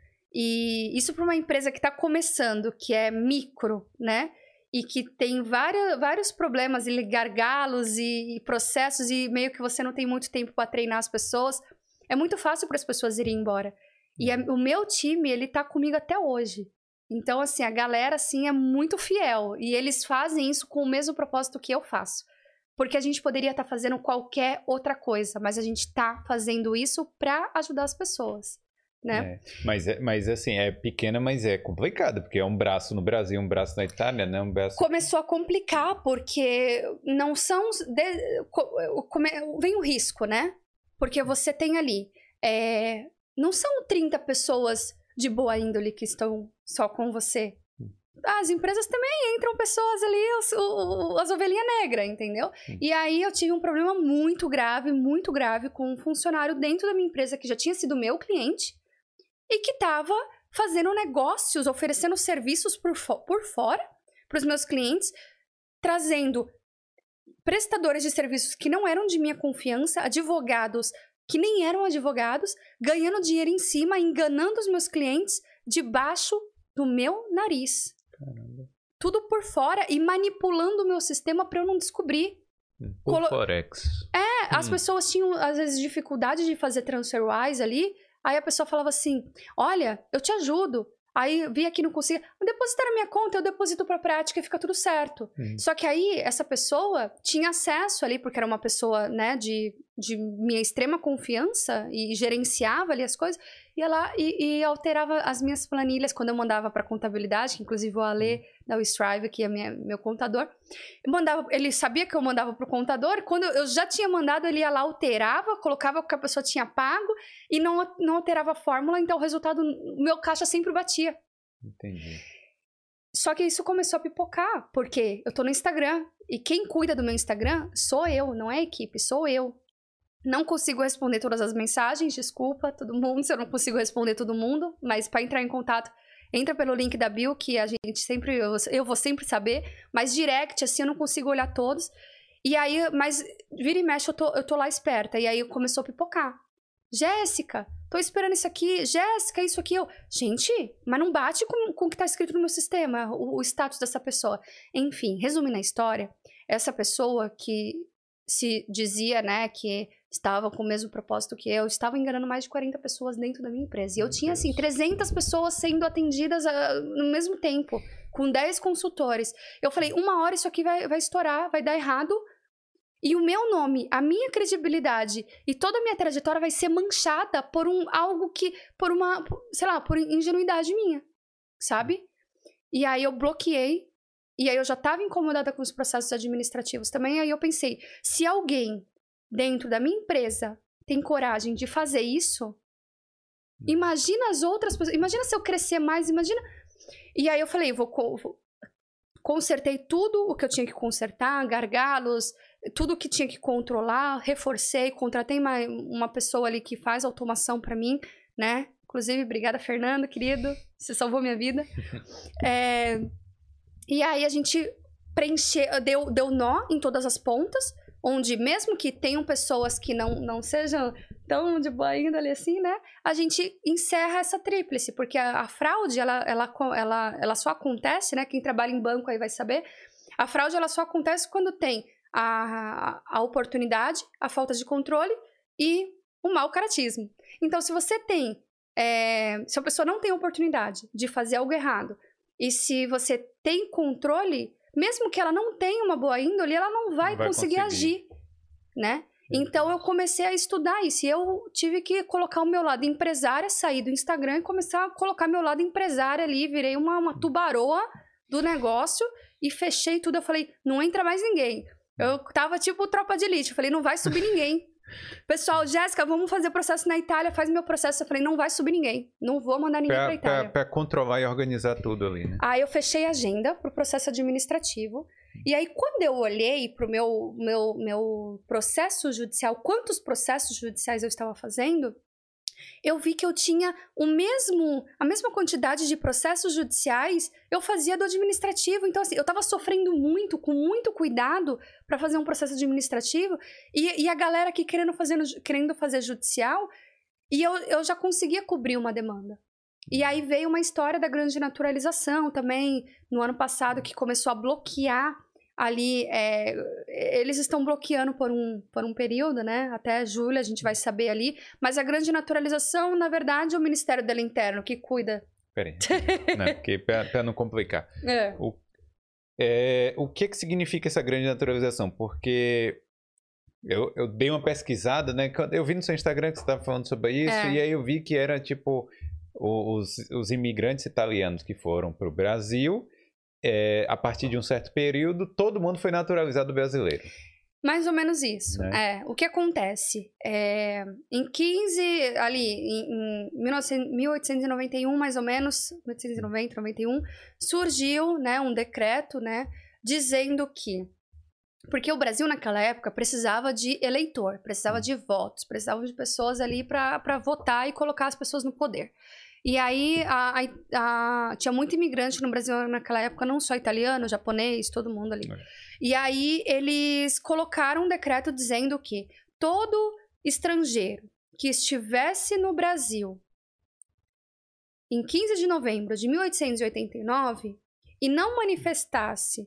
E isso para uma empresa que está começando, que é micro, né? E que tem várias, vários problemas, e gargalos e, e processos, e meio que você não tem muito tempo para treinar as pessoas. É muito fácil para as pessoas irem embora. E a, o meu time, ele tá comigo até hoje. Então, assim, a galera, assim, é muito fiel. E eles fazem isso com o mesmo propósito que eu faço. Porque a gente poderia estar fazendo qualquer outra coisa, mas a gente está fazendo isso para ajudar as pessoas, né? É, mas, é, mas assim, é pequena, mas é complicado, porque é um braço no Brasil, um braço na Itália, né? Um braço... Começou a complicar, porque não são... De, come, vem o risco, né? Porque você tem ali... É, não são trinta pessoas de boa índole que estão só com você. As empresas também entram pessoas ali, os, o, as ovelhinhas negras, entendeu? Sim. E aí eu tive um problema muito grave, muito grave com um funcionário dentro da minha empresa que já tinha sido meu cliente e que estava fazendo negócios, oferecendo serviços por, fo por fora para os meus clientes, trazendo prestadores de serviços que não eram de minha confiança, advogados que nem eram advogados, ganhando dinheiro em cima, enganando os meus clientes debaixo do meu nariz. Caramba. Tudo por fora e manipulando o meu sistema para eu não descobrir. Por Colo... Forex. É, hum. As pessoas tinham, às vezes, dificuldade de fazer TransferWise ali. Aí a pessoa falava assim, olha, eu te ajudo. Aí vi aqui, não consigo. Depositar na minha conta, eu deposito para prática e fica tudo certo. Hum. Só que aí, essa pessoa tinha acesso ali, porque era uma pessoa, né, de, de minha extrema confiança e gerenciava ali as coisas. Ia lá e, e alterava as minhas planilhas quando eu mandava para contabilidade, que inclusive o Ale da Strive, que é minha, meu contador, eu mandava, ele sabia que eu mandava para o contador, quando eu já tinha mandado, ele ia lá, alterava, colocava o que a pessoa tinha pago e não, não alterava a fórmula, então o resultado, o meu caixa sempre batia. Entendi. Só que isso começou a pipocar, porque eu tô no Instagram e quem cuida do meu Instagram sou eu, não é a equipe, sou eu. Não consigo responder todas as mensagens, desculpa todo mundo se eu não consigo responder todo mundo, mas para entrar em contato, entra pelo link da bio, que a gente sempre, eu, eu vou sempre saber, mas direct, assim, eu não consigo olhar todos. E aí, mas vira e mexe, eu tô, eu tô lá esperta, e aí começou a pipocar. Jéssica, tô esperando isso aqui. Jéssica, isso aqui. Eu, gente, mas não bate com, com o que tá escrito no meu sistema, o, o status dessa pessoa. Enfim, resumindo a história, essa pessoa que se dizia, né, que estava com o mesmo propósito que eu, estava enganando mais de quarenta pessoas dentro da minha empresa. E eu Meu tinha, Deus. assim, trezentas pessoas sendo atendidas uh, no mesmo tempo, com dez consultores. Eu falei, uma hora isso aqui vai, vai estourar, vai dar errado. E o meu nome, a minha credibilidade e toda a minha trajetória vai ser manchada por um algo que, por uma, sei lá, por ingenuidade minha, sabe? E aí eu bloqueei, e aí eu já estava incomodada com os processos administrativos também, aí eu pensei, se alguém dentro da minha empresa tem coragem de fazer isso, imagina as outras pessoas, imagina se eu crescer mais, imagina... E aí eu falei, vou, vou consertei tudo o que eu tinha que consertar, gargalos, tudo que tinha que controlar, reforcei, contratei uma, uma pessoa ali que faz automação para mim, né? Inclusive, obrigada, Fernando, querido, você salvou minha vida. É, e aí a gente preencheu, deu, deu nó em todas as pontas, onde mesmo que tenham pessoas que não, não sejam tão de boa índole assim, né? A gente encerra essa tríplice, porque a, a fraude, ela, ela, ela, ela só acontece, né? Quem trabalha em banco aí vai saber. A fraude, ela só acontece quando tem a, a oportunidade, a falta de controle e o mau caratismo. Então, se você tem... É, se a pessoa não tem oportunidade de fazer algo errado, e se você tem controle... Mesmo que ela não tenha uma boa índole, ela não vai, não vai conseguir, conseguir agir, né? Então, eu comecei a estudar isso. E eu tive que colocar o meu lado empresária, sair do Instagram e começar a colocar meu lado empresária ali. Virei uma, uma tubaroa do negócio e fechei tudo. Eu falei, não entra mais ninguém. Eu tava tipo tropa de elite. Eu falei, não vai subir ninguém. Pessoal, Jéssica, vamos fazer processo na Itália, faz meu processo. Eu falei, não vai subir ninguém, não vou mandar ninguém pra, pra Itália. Pra, pra controlar e organizar tudo ali, né? Aí eu fechei a agenda pro processo administrativo. E aí, quando eu olhei pro meu, meu, meu processo judicial, quantos processos judiciais eu estava fazendo, eu vi que eu tinha o mesmo, a mesma quantidade de processos judiciais eu fazia do administrativo. Então, assim, eu estava sofrendo muito, com muito cuidado para fazer um processo administrativo. E, e a galera aqui querendo fazer, querendo fazer judicial, e eu, eu já conseguia cobrir uma demanda. E aí veio uma história da grande naturalização também, no ano passado, que começou a bloquear ali, é, eles estão bloqueando por um, por um período, né? Até julho a gente vai saber ali. Mas a grande naturalização, na verdade, é o Ministério do Interno que cuida. Peraí, não, porque para não complicar. É. O, é, o que que significa essa grande naturalização? Porque eu, eu dei uma pesquisada, né? Eu vi no seu Instagram que você estava falando sobre isso, é. E aí eu vi que era tipo os, os imigrantes italianos que foram para o Brasil. É, a partir de um certo período, todo mundo foi naturalizado brasileiro. Mais ou menos isso. Né? É, o que acontece? É, em quinze, ali, em, em mil oitocentos e noventa e um, mais ou menos, mil oitocentos e noventa, noventa e um, surgiu, né, um decreto, né, dizendo que... Porque o Brasil, naquela época, precisava de eleitor, precisava de votos, precisava de pessoas ali para votar e colocar as pessoas no poder. E aí, a, a, a, tinha muito imigrante no Brasil naquela época, não só italiano, japonês, todo mundo ali. É. E aí, eles colocaram um decreto dizendo que todo estrangeiro que estivesse no Brasil em quinze de novembro de mil oitocentos e oitenta e nove e não manifestasse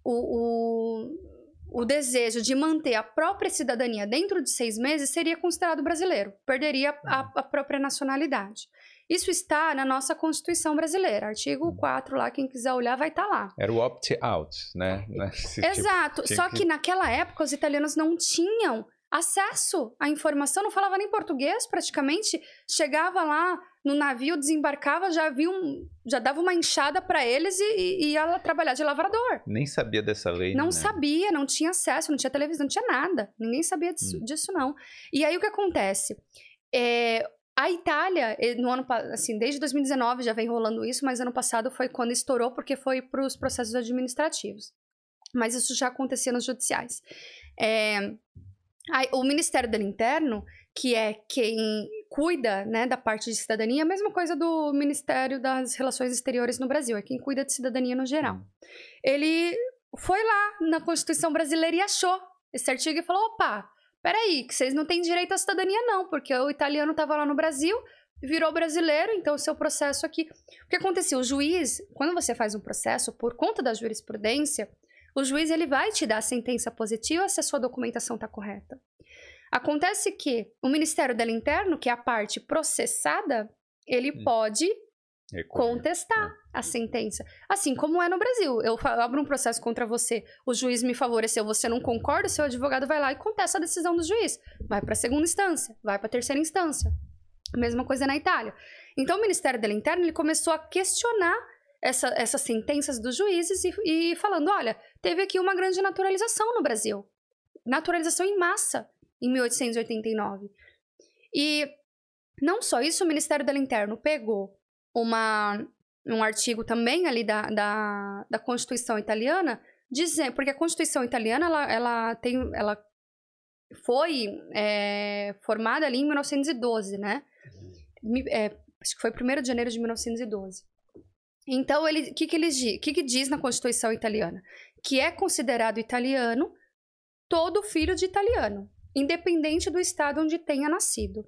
o, o, o desejo de manter a própria cidadania dentro de seis meses, seria considerado brasileiro, perderia a, a própria nacionalidade. Isso está na nossa Constituição brasileira, artigo quatro lá, quem quiser olhar vai estar lá. Era o opt-out, né? Exato, tipo, só que... que naquela época os italianos não tinham acesso à informação, não falava nem português praticamente, chegava lá no navio, desembarcava, já, havia um, já dava uma enxada para eles e, e ia trabalhar de lavrador. Nem sabia dessa lei. Não né? sabia, não tinha acesso, não tinha televisão, não tinha nada, ninguém sabia disso, hum. disso não. E aí o que acontece? É... A Itália, no ano, assim, desde dois mil e dezenove já vem rolando isso, mas ano passado foi quando estourou, porque foi para os processos administrativos. Mas isso já acontecia nos judiciais. É, a, o Ministério do Interno, que é quem cuida, né, da parte de cidadania, a mesma coisa do Ministério das Relações Exteriores no Brasil, é quem cuida de cidadania no geral. Ele foi lá na Constituição brasileira e achou esse artigo e falou, opa, peraí, que vocês não têm direito à cidadania não, porque o italiano estava lá no Brasil, virou brasileiro, então o seu processo aqui... O que acontecia? O juiz, quando você faz um processo, por conta da jurisprudência, o juiz ele vai te dar a sentença positiva se a sua documentação está correta. Acontece que o Ministério da Interno, que é a parte processada, ele hum. pode Recorrer. contestar é. a sentença. Assim como é no Brasil. Eu abro um processo contra você, o juiz me favoreceu, você não concorda, seu advogado vai lá e contesta a decisão do juiz. Vai para a segunda instância, vai para a terceira instância. A mesma coisa na Itália. Então, o Ministério da Interno ele começou a questionar essa, essas sentenças dos juízes e, e falando, olha, teve aqui uma grande naturalização no Brasil. Naturalização em massa. Em mil oitocentos e oitenta e nove. E não só isso, o Ministério da Interno pegou uma, um artigo também ali da, da, da Constituição italiana, dizendo, porque a Constituição italiana ela, ela, tem, ela foi é, formada ali em mil novecentos e doze, né? É, acho que foi primeiro de janeiro de mil novecentos e doze. Então, o que, que, que, que diz na Constituição italiana? Que é considerado italiano todo filho de italiano, independente do estado onde tenha nascido.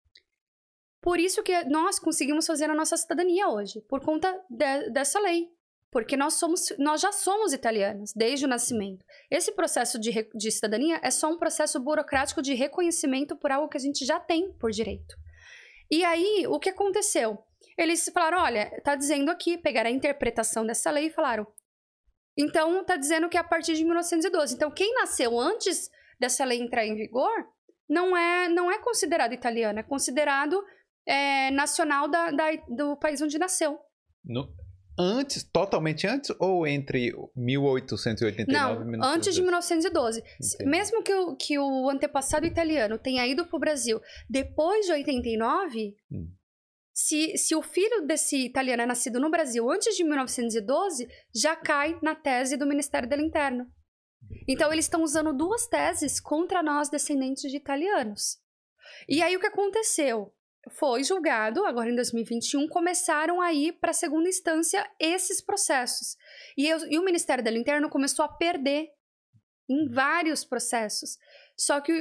Por isso que nós conseguimos fazer a nossa cidadania hoje, por conta de, dessa lei. Porque nós, somos, nós já somos italianos, desde o nascimento. Esse processo de, de cidadania é só um processo burocrático de reconhecimento por algo que a gente já tem por direito. E aí, o que aconteceu? Eles falaram, olha, tá dizendo aqui, pegaram a interpretação dessa lei e falaram, então tá dizendo que é a partir de mil novecentos e doze. Então, quem nasceu antes dessa lei entrar em vigor, não é, não é considerado italiano, é considerado é, nacional da, da, do país onde nasceu. No, antes, totalmente antes ou entre mil oitocentos e oitenta e nove não, e mil novecentos e doze? Antes de mil novecentos e doze. Entendi. Mesmo que o, que o antepassado italiano tenha ido para o Brasil depois de oitenta e nove, hum. se, se o filho desse italiano é nascido no Brasil antes de mil novecentos e doze, já cai na tese do Ministério da Interno. Então, eles estão usando duas teses contra nós, descendentes de italianos. E aí, o que aconteceu? Foi julgado, agora em dois mil e vinte e um, começaram a ir para a segunda instância esses processos. E, eu, e o Ministério da Interno começou a perder em vários processos. Só que,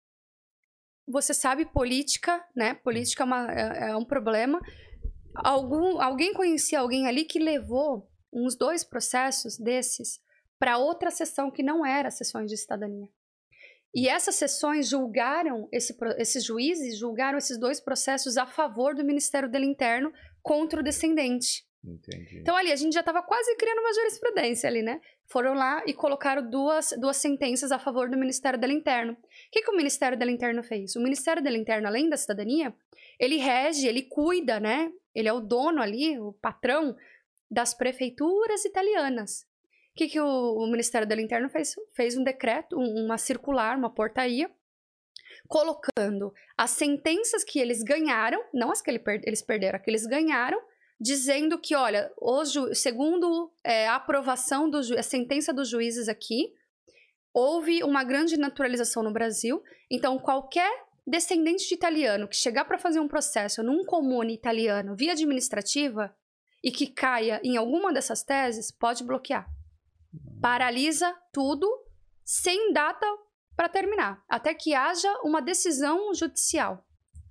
você sabe, política, né? Política é, uma, é, é um problema. Algum, alguém conhecia alguém ali que levou uns dois processos desses para outra sessão que não era sessões de cidadania. E essas sessões julgaram, esse, esses juízes julgaram esses dois processos a favor do Ministério da Interno contra o descendente. Entendi. Então ali, a gente já estava quase criando uma jurisprudência ali, né? Foram lá e colocaram duas, duas sentenças a favor do Ministério da Interno. O que, que o Ministério da Interno fez? O Ministério da Interno, além da cidadania, ele rege, ele cuida, né? Ele é o dono ali, o patrão das prefeituras italianas. O que, que o, o Ministério da Interno fez? Fez um decreto, um, uma circular, uma portaria, colocando as sentenças que eles ganharam, não as que ele per, eles perderam, as que eles ganharam, dizendo que, olha, hoje, segundo é, a aprovação, do a sentença dos juízes aqui, houve uma grande naturalização no Brasil, então qualquer descendente de italiano que chegar para fazer um processo num comune italiano via administrativa e que caia em alguma dessas teses, pode bloquear. Paralisa tudo sem data para terminar, até que haja uma decisão judicial.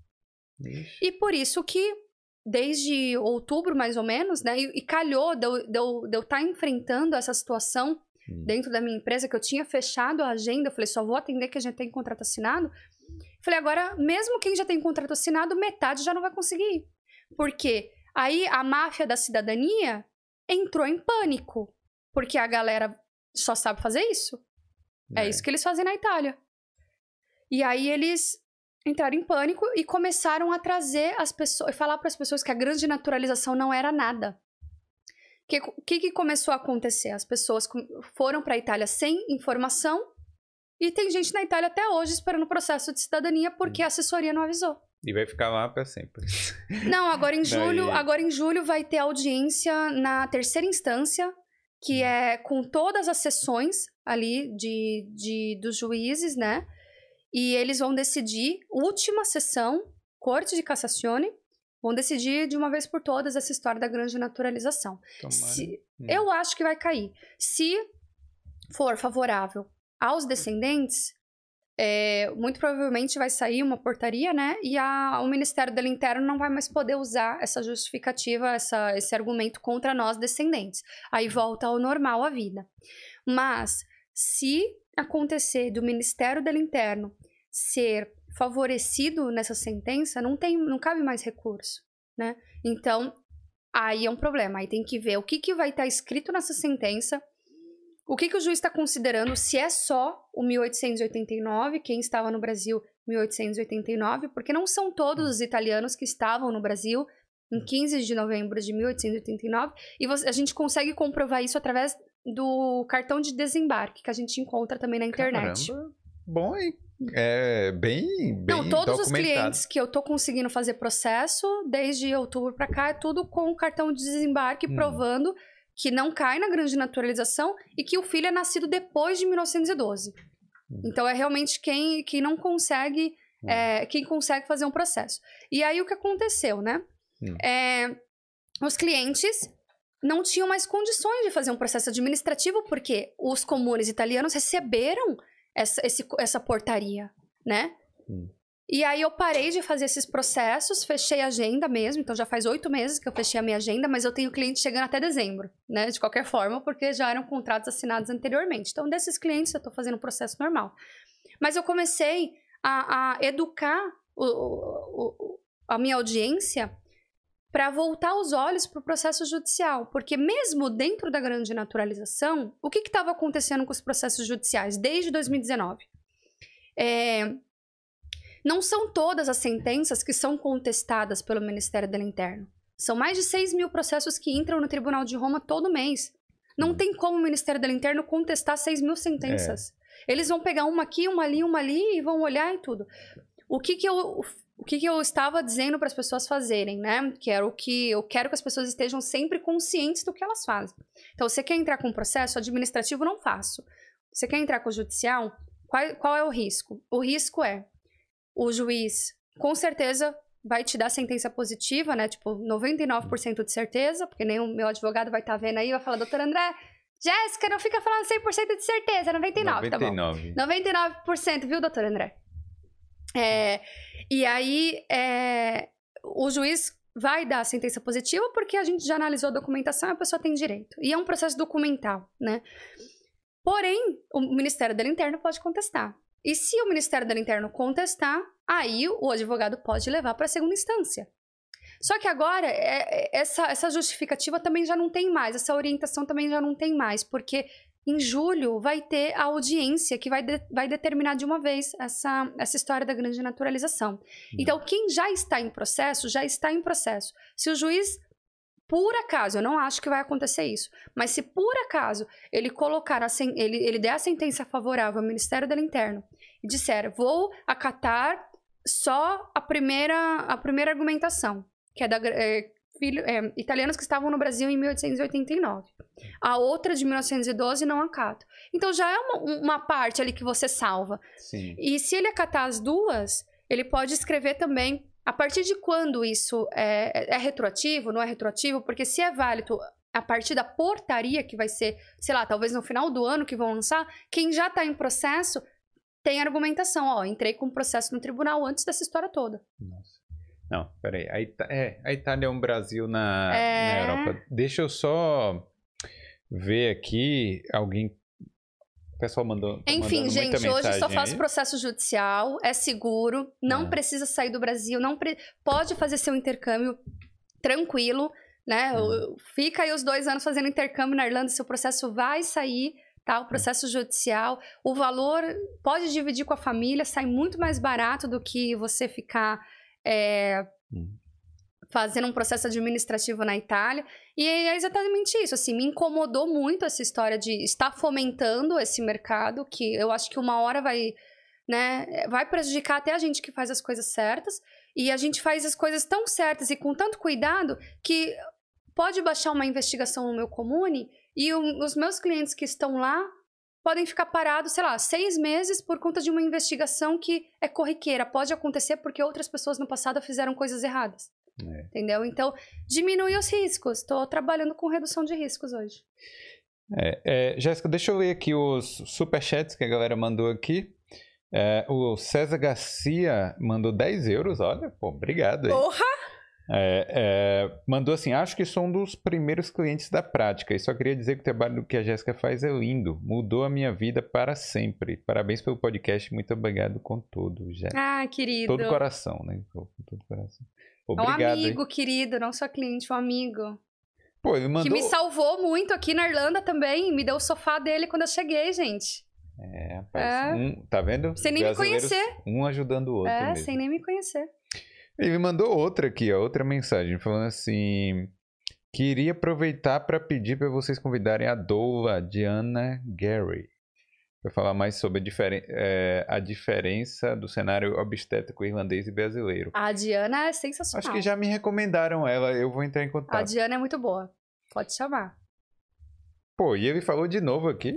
Ixi. E por isso que, desde outubro, mais ou menos, né, e, e calhou de eu, de, eu, de eu estar enfrentando essa situação hum. dentro da minha empresa, que eu tinha fechado a agenda, eu falei, só vou atender quem já tem contrato assinado. Falei, agora, mesmo quem já tem contrato assinado, metade já não vai conseguir. Porque aí a máfia da cidadania entrou em pânico. Porque a galera só sabe fazer isso. É. é isso que eles fazem na Itália. E aí eles entraram em pânico e começaram a trazer as pessoas, falar para as pessoas que a grande naturalização não era nada. O que, que, que começou a acontecer? As pessoas foram para a Itália sem informação e tem gente na Itália até hoje esperando o processo de cidadania porque a assessoria não avisou. E vai ficar lá para sempre. Não, agora em julho, Daí... agora em julho vai ter audiência na terceira instância, que é com todas as sessões ali de, de, dos juízes, né? E eles vão decidir, última sessão, Corte de Cassazione, vão decidir de uma vez por todas essa história da grande naturalização. Se, hum. Eu acho que vai cair. Se for favorável aos descendentes, é, muito provavelmente vai sair uma portaria, né? E a, o Ministério do Interno não vai mais poder usar essa justificativa, essa, esse argumento contra nós descendentes. Aí volta ao normal a vida. Mas, se acontecer do Ministério do Interno ser favorecido nessa sentença, não, tem, não cabe mais recurso, né? Então, aí é um problema. Aí tem que ver o que, que vai estar escrito nessa sentença, o que, que o juiz está considerando, se é só o mil oitocentos e oitenta e nove, quem estava no Brasil mil oitocentos e oitenta e nove, porque não são todos os italianos que estavam no Brasil em quinze de novembro de mil oitocentos e oitenta e nove, e você, a gente consegue comprovar isso através do cartão de desembarque, que a gente encontra também na internet. Caramba, bom, hein? É bem, bem Não, todos os documentado. clientes que eu tô conseguindo fazer processo, desde outubro para cá, é tudo com o cartão de desembarque, hum. provando que não cai na grande naturalização e que o filho é nascido depois de mil novecentos e doze. Hum. Então, é realmente quem, quem não consegue, hum. é, quem consegue fazer um processo. E aí, o que aconteceu, né? Hum. É, os clientes não tinham mais condições de fazer um processo administrativo porque os comunes italianos receberam essa, esse, essa portaria, né? Hum. E aí eu parei de fazer esses processos, fechei a agenda mesmo, então já faz oito meses que eu fechei a minha agenda, mas eu tenho cliente chegando até dezembro, né? De qualquer forma, porque já eram contratos assinados anteriormente. Então, desses clientes eu tô fazendo um processo normal. Mas eu comecei a, a educar o, o, a minha audiência para voltar os olhos para o processo judicial, porque mesmo dentro da grande naturalização, o que estava acontecendo com os processos judiciais desde dois mil e dezenove? É, não são todas as sentenças que são contestadas pelo Ministério do Interno. São mais de seis mil processos que entram no Tribunal de Roma todo mês. Não tem como o Ministério do Interno contestar seis mil sentenças. É. Eles vão pegar uma aqui, uma ali, uma ali e vão olhar e tudo. O que que eu... O que, que eu estava dizendo para as pessoas fazerem, né? Que era o que eu quero que as pessoas estejam sempre conscientes do que elas fazem. Então, você quer entrar com um processo administrativo? Não faço. Você quer entrar com o judicial? Qual, qual é o risco? O risco é o juiz, com certeza, vai te dar sentença positiva, né? Tipo, noventa e nove por cento de certeza, porque nem o meu advogado vai estar tá vendo aí e vai falar, doutor André, Jéssica, não fica falando cem por cento de certeza, noventa e nove por cento, noventa e nove. Tá bom. noventa e nove por cento, viu, doutor André? É, e aí, é, o juiz vai dar a sentença positiva porque a gente já analisou a documentação e a pessoa tem direito. E é um processo documental, né? Porém, o Ministério do Interno pode contestar. E se o Ministério do Interno contestar, aí o advogado pode levar para a segunda instância. Só que agora, é, essa, essa justificativa também já não tem mais, essa orientação também já não tem mais, porque em julho vai ter a audiência que vai, de, vai determinar de uma vez essa, essa história da grande naturalização. Então, quem já está em processo, já está em processo. Se o juiz, por acaso, eu não acho que vai acontecer isso, mas se por acaso ele colocar, a sen, ele, ele der a sentença favorável ao Ministério do Interno e disser, vou acatar só a primeira, a primeira argumentação, que é da... É, Filho, é, italianos que estavam no Brasil em mil oitocentos e oitenta e nove. A outra de mil novecentos e doze não acata. Então já é uma, uma parte ali que você salva. Sim. E se ele acatar as duas, ele pode escrever também a partir de quando isso é, é retroativo, não é retroativo, porque se é válido a partir da portaria que vai ser, sei lá, talvez no final do ano que vão lançar, quem já está em processo tem argumentação. Ó, entrei com processo no tribunal antes dessa história toda. Nossa. Não, peraí. A, Ita é, a Itália é um Brasil na, é... na Europa. Deixa eu só ver aqui. Alguém. O pessoal mandou. Enfim, gente, hoje só faço aí. processo judicial, é seguro, não é. precisa sair do Brasil, não pre... pode fazer seu intercâmbio tranquilo, né? Hum. Fica aí os dois anos fazendo intercâmbio na Irlanda, seu processo vai sair. Tá, o processo judicial, o valor pode dividir com a família, sai muito mais barato do que você ficar. É, hum. fazendo um processo administrativo na Itália. E é exatamente isso, assim, me incomodou muito essa história de estar fomentando esse mercado, que eu acho que uma hora vai, né, vai prejudicar até a gente que faz as coisas certas, e a gente faz as coisas tão certas e com tanto cuidado que pode baixar uma investigação no meu comune e o, os meus clientes que estão lá podem ficar parados, sei lá, seis meses por conta de uma investigação que é corriqueira. Pode acontecer porque outras pessoas no passado fizeram coisas erradas. É. Entendeu? Então, diminui os riscos. Estou trabalhando com redução de riscos hoje. É, é, Jéssica, deixa eu ver aqui os superchats que a galera mandou aqui. É, o César Garcia mandou dez euros, olha, pô, obrigado. Aí. Porra! É, é, mandou assim, acho que sou um dos primeiros clientes da prática e só queria dizer que o trabalho que a Jéssica faz é lindo, mudou a minha vida para sempre. Parabéns pelo podcast, muito obrigado com tudo, já. Ah, querido. Todo coração, né? Com todo coração. Obrigado, é um amigo, hein? querido, não só cliente, um amigo. Pô, ele mandou... Que me salvou muito aqui na Irlanda também, me deu o sofá dele quando eu cheguei, gente. É, rapaz, É. Um, tá vendo? Sem nem me conhecer. Um ajudando o outro É, mesmo. sem nem me conhecer. Ele me mandou outra aqui, ó, outra mensagem, falando assim... Queria aproveitar para pedir para vocês convidarem a doula Diana Gary para falar mais sobre a, diferen é, a diferença do cenário obstétrico irlandês e brasileiro. A Diana é sensacional. Acho que já me recomendaram ela, eu vou entrar em contato. A Diana é muito boa, pode chamar. Pô, e ele falou de novo aqui.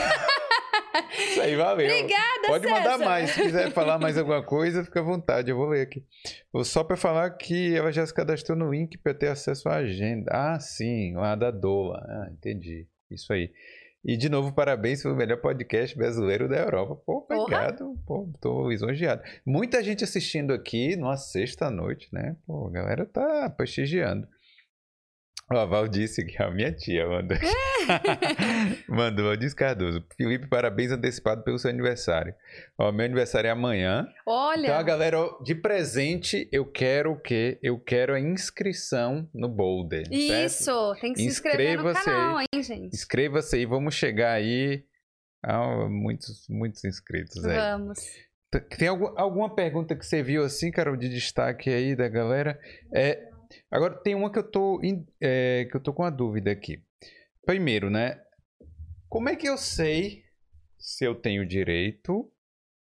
Isso aí, valeu. Obrigada, Pode César. mandar mais. Se quiser falar mais alguma coisa, fica à vontade. Eu vou ler aqui. Só para falar que ela já se cadastrou no link para ter acesso à agenda. Ah, sim. Lá da doula. Ah, entendi. Isso aí. E, de novo, parabéns pelo melhor podcast brasileiro da Europa. Pô, obrigado. Pô, tô lisonjeado. Muita gente assistindo aqui numa sexta-noite, né? Pô, a galera tá prestigiando. Ó, a Val disse que a minha tia mandou. Mandou, Valdir Cardoso. Felipe, parabéns antecipado pelo seu aniversário. Ó, meu aniversário é amanhã. Olha. Então, a galera, de presente, eu quero o quê? Eu quero a inscrição no Boulder. Isso, certo? Tem que se inscrever no canal, aí. hein, gente? Inscreva-se aí, vamos chegar aí a muitos, muitos inscritos aí. Vamos. Tem algum, alguma pergunta que você viu assim, Carol, de destaque aí da galera? É... Agora, tem uma que eu tô, é, que eu tô com uma dúvida aqui. Primeiro, né? Como é que eu sei se eu tenho direito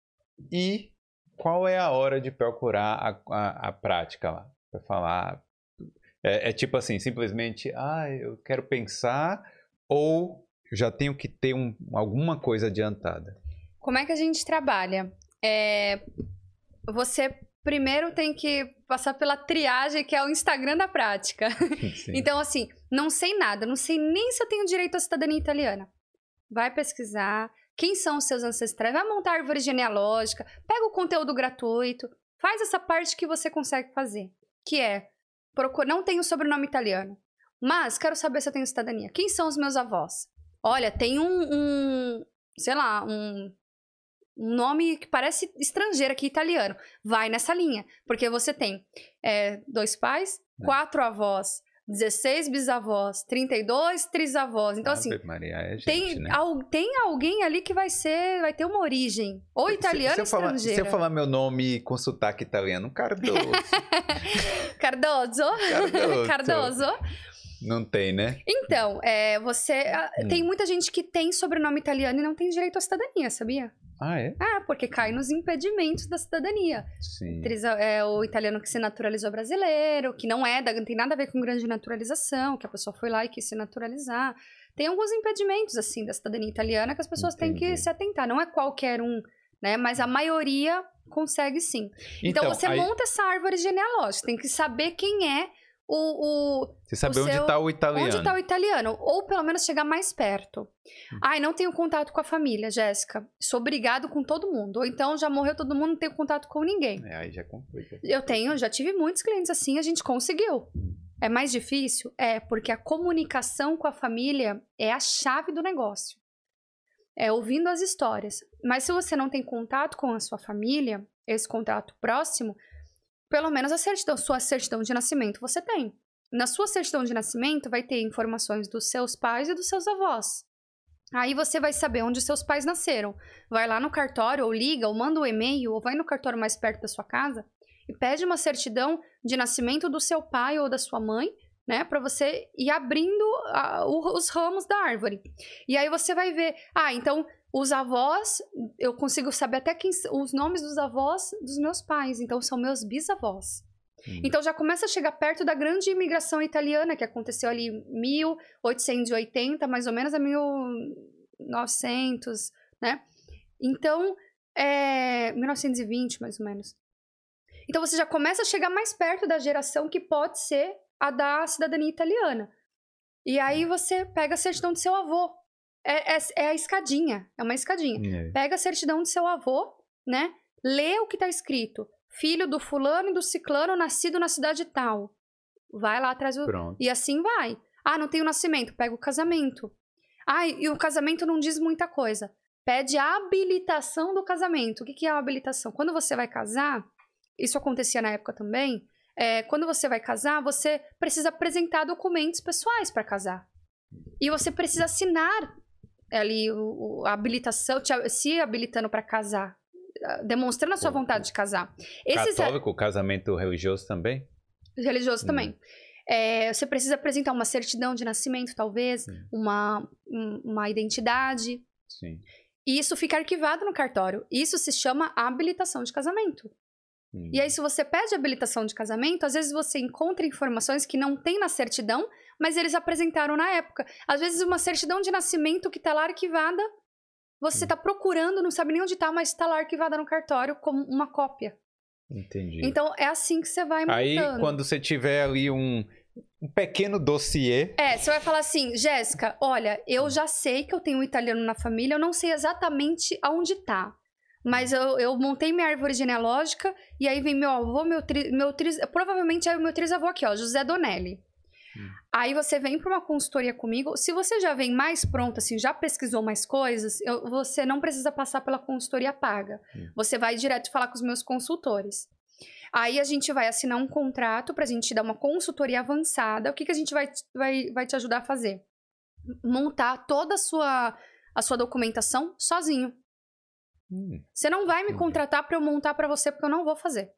e qual é a hora de procurar a, a, a prática lá? Para falar... É, é tipo assim, simplesmente, ah, eu quero pensar ou eu já tenho que ter um, alguma coisa adiantada? Como é que a gente trabalha? É, você... Primeiro tem que passar pela triagem, que é o Instagram da prática. Sim. Então, assim, não sei nada, não sei nem se eu tenho direito à cidadania italiana. Vai pesquisar quem são os seus ancestrais, vai montar árvore genealógica, pega o conteúdo gratuito, faz essa parte que você consegue fazer, que é, procura, não tenho sobrenome italiano, mas quero saber se eu tenho cidadania. Quem são os meus avós? Olha, tem um, um sei lá, um... um nome que parece estrangeiro aqui, italiano. Vai nessa linha. Porque você tem é, dois pais, quatro avós, dezesseis bisavós, trinta e dois trisavós. Então, ah, assim, Maria, é gente, tem, né? al, tem alguém ali que vai ser, vai ter uma origem. Ou italiana ou estrangeira. Se eu falar meu nome com sotaque italiano, Cardoso. Cardoso. Cardoso. Cardoso. Não tem, né? Então, é, você... Hum. Tem muita gente que tem sobrenome italiano e não tem direito à cidadania, sabia? Ah, é? Ah, porque cai nos impedimentos da cidadania. Sim. É o italiano que se naturalizou brasileiro, que não é, não tem nada a ver com grande naturalização, que a pessoa foi lá e quis se naturalizar. Tem alguns impedimentos, assim, da cidadania italiana que as pessoas Entendi. têm que se atentar. Não é qualquer um, né? Mas a maioria consegue sim. Então, então você aí... monta essa árvore genealógica, tem que saber quem é o... o Você saber o onde seu... está o italiano. Onde está o italiano. Ou pelo menos chegar mais perto. Hum. Ai, não tenho contato com a família, Jéssica. Sou brigado com todo mundo. Ou então já morreu todo mundo, não tenho contato com ninguém. É, aí já complica. Eu tenho, já tive muitos clientes assim, a gente conseguiu. É mais difícil? É, porque a comunicação com a família é a chave do negócio. É ouvindo as histórias. Mas se você não tem contato com a sua família, esse contato próximo... Pelo menos a certidão, sua certidão de nascimento você tem. Na sua certidão de nascimento vai ter informações dos seus pais e dos seus avós. Aí você vai saber onde seus pais nasceram. Vai lá no cartório, ou liga, ou manda um e-mail, ou vai no cartório mais perto da sua casa e pede uma certidão de nascimento do seu pai ou da sua mãe, né? Pra você ir abrindo a, os ramos da árvore. E aí você vai ver, ah, então... Os avós, eu consigo saber até quem, os nomes dos avós dos meus pais. Então, são meus bisavós. Hum. Então, já começa a chegar perto da grande imigração italiana, que aconteceu ali em mil oitocentos e oitenta, mais ou menos, a mil e novecentos, né? Então, é... mil novecentos e vinte, mais ou menos. Então, você já começa a chegar mais perto da geração que pode ser a da cidadania italiana. E aí, você pega a certidão do seu avô. É, é, é a escadinha, é uma escadinha. É. Pega a certidão do seu avô, né? Lê o que tá escrito. Filho do fulano e do ciclano, nascido na cidade tal. Vai lá atrás do... Pronto. E assim vai. Ah, não tem o nascimento, pega o casamento. Ah, e o casamento não diz muita coisa. Pede a habilitação do casamento. O que que é a habilitação? Quando você vai casar, isso acontecia na época também, é, quando você vai casar, você precisa apresentar documentos pessoais para casar. E você precisa assinar ali o, o, a habilitação, te, se habilitando para casar, demonstrando a sua vontade de casar. Esses, católico, casamento religioso também? Religioso Hum. também. É, você precisa apresentar uma certidão de nascimento, talvez, hum. uma, um, uma identidade. Sim. E isso fica arquivado no cartório. Isso se chama habilitação de casamento. Hum. E aí, se você pede habilitação de casamento, às vezes você encontra informações que não tem na certidão, mas eles apresentaram na época. Às vezes, uma certidão de nascimento que está lá arquivada, você está hum. procurando, não sabe nem onde está, mas está lá arquivada no cartório como uma cópia. Entendi. Então, é assim que você vai montando. Aí, quando você tiver ali um, um pequeno dossiê... É, você vai falar assim, Jéssica, olha, eu já sei que eu tenho um italiano na família, eu não sei exatamente aonde tá. Mas eu, eu montei minha árvore genealógica, e aí vem meu avô, meu, tri, meu tris, provavelmente é o meu trisavô aqui, ó, José Donelli. Hum. Aí você vem para uma consultoria comigo. Se você já vem mais pronto, assim, já pesquisou mais coisas, eu, você não precisa passar pela consultoria paga. Hum. Você vai direto falar com os meus consultores. Aí a gente vai assinar um contrato pra gente dar uma consultoria avançada. O que, que a gente vai, vai, vai te ajudar a fazer? Montar toda a sua, a sua documentação sozinho. Hum. Você não vai me contratar para eu montar para você, porque eu não vou fazer.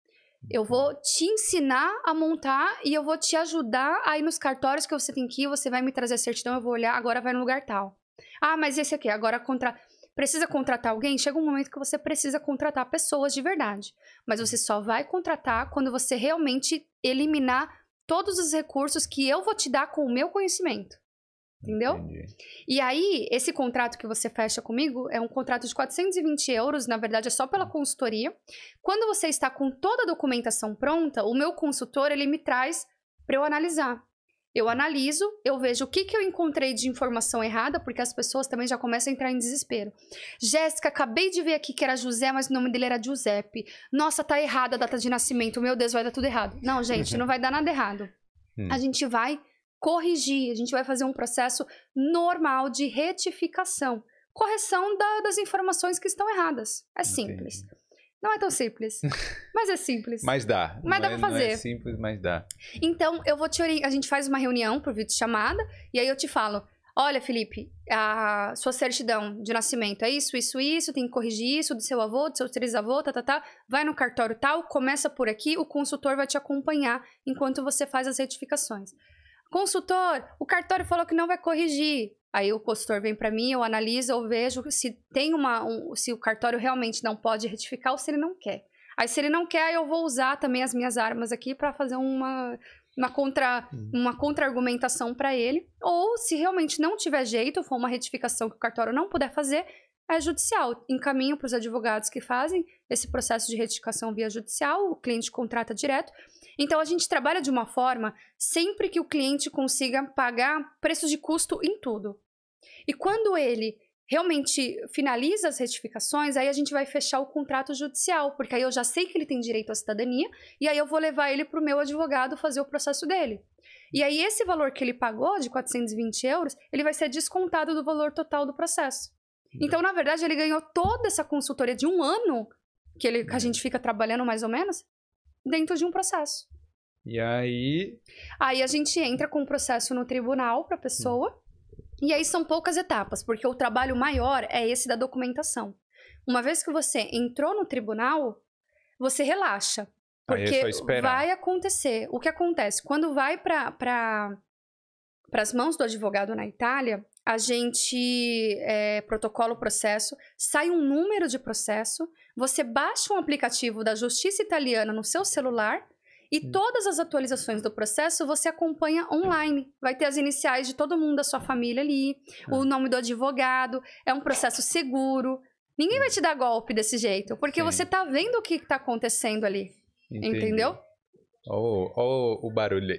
Eu vou te ensinar a montar e eu vou te ajudar aí nos cartórios que você tem que ir, você vai me trazer a certidão, eu vou olhar, agora vai no lugar tal. Ah, mas esse aqui, agora contra... precisa contratar alguém? Chega um momento que você precisa contratar pessoas de verdade. Mas você só vai contratar quando você realmente eliminar todos os recursos que eu vou te dar com o meu conhecimento. Entendeu? Entendi. E aí, esse contrato que você fecha comigo é um contrato de quatrocentos e vinte euros, na verdade é só pela consultoria. Quando você está com toda a documentação pronta, o meu consultor, ele me traz para eu analisar. Eu analiso, eu vejo o que, que eu encontrei de informação errada, porque as pessoas também já começam a entrar em desespero. Jéssica, acabei de ver aqui que era José, mas o nome dele era Giuseppe. Nossa, tá errada a data de nascimento, meu Deus, vai dar tudo errado. Não, gente, não vai dar nada errado. Hum. A gente vai corrigir, a gente vai fazer um processo normal de retificação. Correção da, das informações que estão erradas. É simples. Entendi. Não é tão simples, mas é simples. Mas dá. Mas não dá é, pra fazer. Não é simples, mas dá. Então, eu vou te orientar. A gente faz uma reunião por videochamada e aí eu te falo, olha, Felipe, a sua certidão de nascimento é isso, isso, isso, tem que corrigir isso do seu avô, do seu trisavô, tá, tá, tá. Vai no cartório tal, começa por aqui, o consultor vai te acompanhar enquanto você faz as retificações. Consultor, o cartório falou que não vai corrigir. Aí o consultor vem para mim, eu analiso, eu vejo se tem uma, um, se o cartório realmente não pode retificar ou se ele não quer. Aí se ele não quer, eu vou usar também as minhas armas aqui para fazer uma, uma contra, uma contra-argumentação para ele. Ou se realmente não tiver jeito, for uma retificação que o cartório não puder fazer, é judicial. Encaminho para os advogados que fazem esse processo de retificação via judicial, o cliente contrata direto. Então, a gente trabalha de uma forma sempre que o cliente consiga pagar preços de custo em tudo. E quando ele realmente finaliza as retificações, aí a gente vai fechar o contrato judicial, porque aí eu já sei que ele tem direito à cidadania, e aí eu vou levar ele para o meu advogado fazer o processo dele. E aí esse valor que ele pagou, de quatrocentos e vinte euros, ele vai ser descontado do valor total do processo. Então, na verdade, ele ganhou toda essa consultoria de um ano, que, ele, que a gente fica trabalhando mais ou menos, dentro de um processo. E aí... Aí a gente entra com o processo no tribunal para a pessoa. Hum. E aí são poucas etapas, porque o trabalho maior é esse da documentação. Uma vez que você entrou no tribunal, você relaxa. Porque é vai acontecer. O que acontece? Quando vai para para as mãos do advogado na Itália, a gente é, protocola o processo, sai um número de processo, você baixa um aplicativo da Justiça Italiana no seu celular e hum. todas as atualizações do processo você acompanha online. Vai ter as iniciais de todo mundo da sua família ali, hum. o nome do advogado, é um processo seguro. Ninguém vai te dar golpe desse jeito, porque Sim. você tá vendo o que tá acontecendo ali. Entendi. Entendeu? Ó oh, oh, o barulho aí.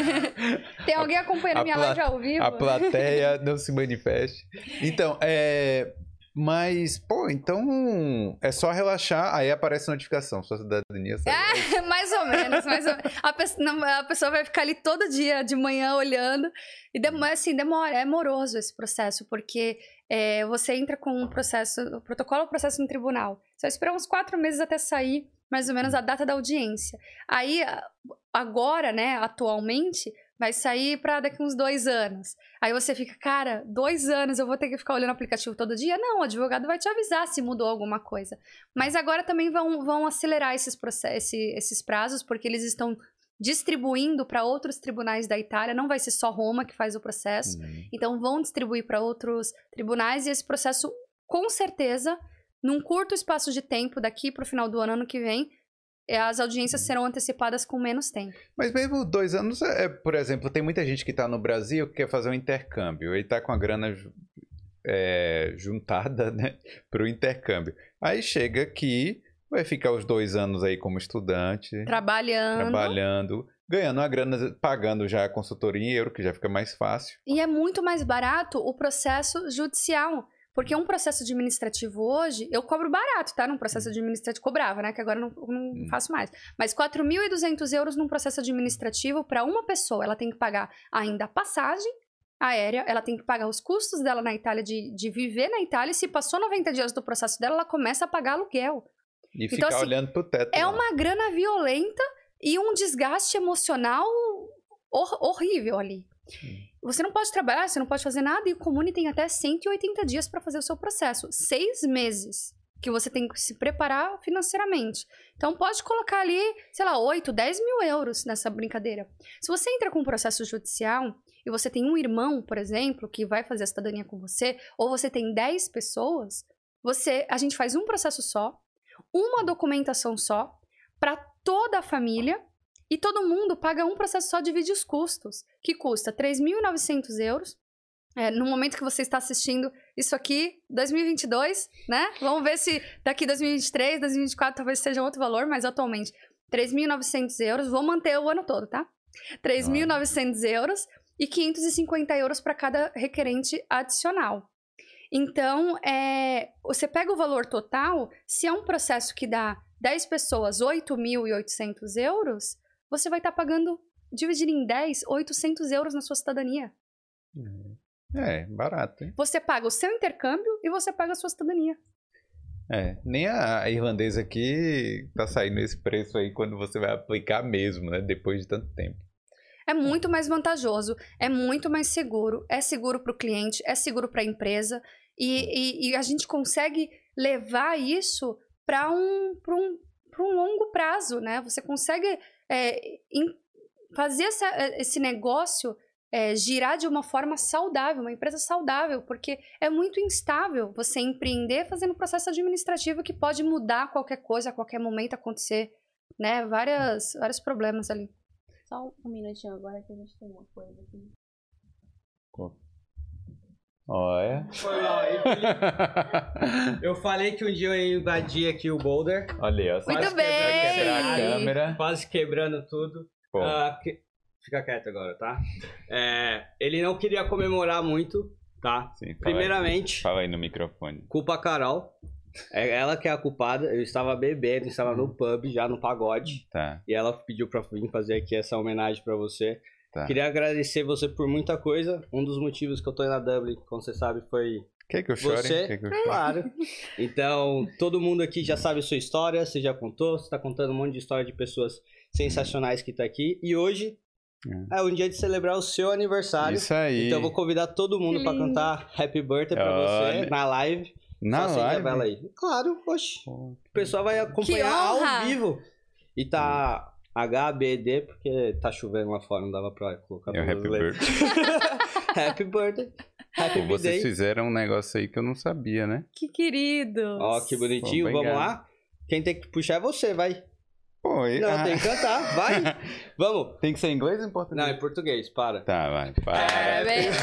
Tem alguém acompanhando a minha live ao vivo? A plateia não se manifeste. Então, é... Mas, pô, então é só relaxar, aí aparece a notificação, sua cidadania saiu. É, mais ou menos, mais ou menos. A pessoa, não, a pessoa vai ficar ali todo dia de manhã olhando. E demora, assim, demora, é moroso esse processo, porque é, você entra com um processo, o protocolo é o processo no tribunal. Você vai esperar uns quatro meses até sair, mais ou menos, a data da audiência. Aí, agora, né, atualmente, vai sair para daqui uns dois anos. Aí você fica, cara, dois anos eu vou ter que ficar olhando o aplicativo todo dia? Não, o advogado vai te avisar se mudou alguma coisa. Mas agora também vão, vão acelerar esses, processos, esses prazos, porque eles estão distribuindo para outros tribunais da Itália. Não vai ser só Roma que faz o processo. Uhum. Então vão distribuir para outros tribunais e esse processo, com certeza, num curto espaço de tempo, daqui para o final do ano, ano que vem, as audiências serão antecipadas com menos tempo. Mas mesmo dois anos, é, por exemplo, tem muita gente que está no Brasil que quer fazer um intercâmbio. Ele está com a grana é, juntada, né, para o intercâmbio. Aí chega aqui, vai ficar os dois anos aí como estudante. Trabalhando. Trabalhando, ganhando uma grana, pagando já a consultoria em euro, que já fica mais fácil. E é muito mais barato o processo judicial. Porque um processo administrativo hoje, eu cobro barato, tá? Num processo administrativo, cobrava, né? Que agora eu não, não hum. faço mais. Mas quatro mil e duzentos euros num processo administrativo para uma pessoa. Ela tem que pagar ainda a passagem aérea, ela tem que pagar os custos dela na Itália, de, de viver na Itália. E se passou noventa dias do processo dela, ela começa a pagar aluguel. E ficar então, assim, olhando pro teto. É lá. Uma grana violenta e um desgaste emocional hor horrível ali. Hum. Você não pode trabalhar, você não pode fazer nada, e o Comune tem até cento e oitenta dias para fazer o seu processo. Seis meses que você tem que se preparar financeiramente. Então, pode colocar ali, sei lá, oito, dez mil euros nessa brincadeira. Se você entra com um processo judicial e você tem um irmão, por exemplo, que vai fazer a cidadania com você, ou você tem dez pessoas, você, a gente faz um processo só, uma documentação só, para toda a família. E todo mundo paga um processo só, divide os custos, que custa três mil e novecentos euros. É, no momento que você está assistindo isso aqui, dois mil e vinte e dois, né? Vamos ver se daqui dois mil e vinte e três, dois mil e vinte e quatro talvez seja outro valor, mas atualmente três mil e novecentos euros. Vou manter o ano todo, tá? três mil e novecentos euros e quinhentos e cinquenta euros para cada requerente adicional. Então, é, você pega o valor total, se é um processo que dá dez pessoas, oito mil e oitocentos euros... você vai estar tá pagando, dividindo em dez, oitocentos euros na sua cidadania. É, barato, hein? Você paga o seu intercâmbio e você paga a sua cidadania. É, nem a irlandesa aqui tá saindo esse preço aí quando você vai aplicar mesmo, né? Depois de tanto tempo. É muito mais vantajoso, é muito mais seguro, é seguro para o cliente, é seguro para a empresa e, e, e a gente consegue levar isso para um, para um, para um longo prazo, né? Você consegue... É, em, fazer essa, esse negócio é, girar de uma forma saudável, uma empresa saudável, porque é muito instável você empreender fazendo processo administrativo que pode mudar qualquer coisa, a qualquer momento acontecer, né? Várias, vários problemas ali. Só um minutinho agora que a gente tem uma coisa aqui. Olha. Foi mal aí, Felipe. Eu falei que um dia eu ia invadir aqui o Boulder. Olha, ó. Muito bem. Quebrar a câmera. Quase quebrando tudo. Uh, que... Fica quieto agora, tá? É, ele não queria comemorar muito, tá? Sim, fala Primeiramente. Aí, fala aí no microfone. Culpa a Carol. É ela que é a culpada. Eu estava bebendo, estava no pub, já no pagode. Tá. E ela pediu pra vir fazer aqui essa homenagem pra você. Tá. Queria agradecer você por muita coisa. Um dos motivos que eu tô aí na Dublin, como você sabe, foi Quer que eu chore? você. Quer que eu chore? Claro. Então, todo mundo aqui já sabe a sua história, você já contou, você tá contando um monte de história de pessoas sensacionais que tá aqui. E hoje é, é um dia de celebrar o seu aniversário. Isso aí. Então eu vou convidar todo mundo pra cantar Happy Birthday pra Olha. você na live. Na Só live? Ela aí. Claro, oxe. O pessoal vai acompanhar ao vivo. E tá... H B D, porque tá chovendo lá fora, não dava pra colocar. É o Happy Birthday. Happy Birthday. Happy Pô, vocês Day. fizeram um negócio aí que eu não sabia, né? Que queridos. Ó, que bonitinho. Pô, vamos lá. Quem tem que puxar é você, vai. Pô, e... Não, ah. tem que cantar, vai. Vamos. Tem que ser em inglês ou em português? Não, em português, para. Tá, vai. Para. Parabéns.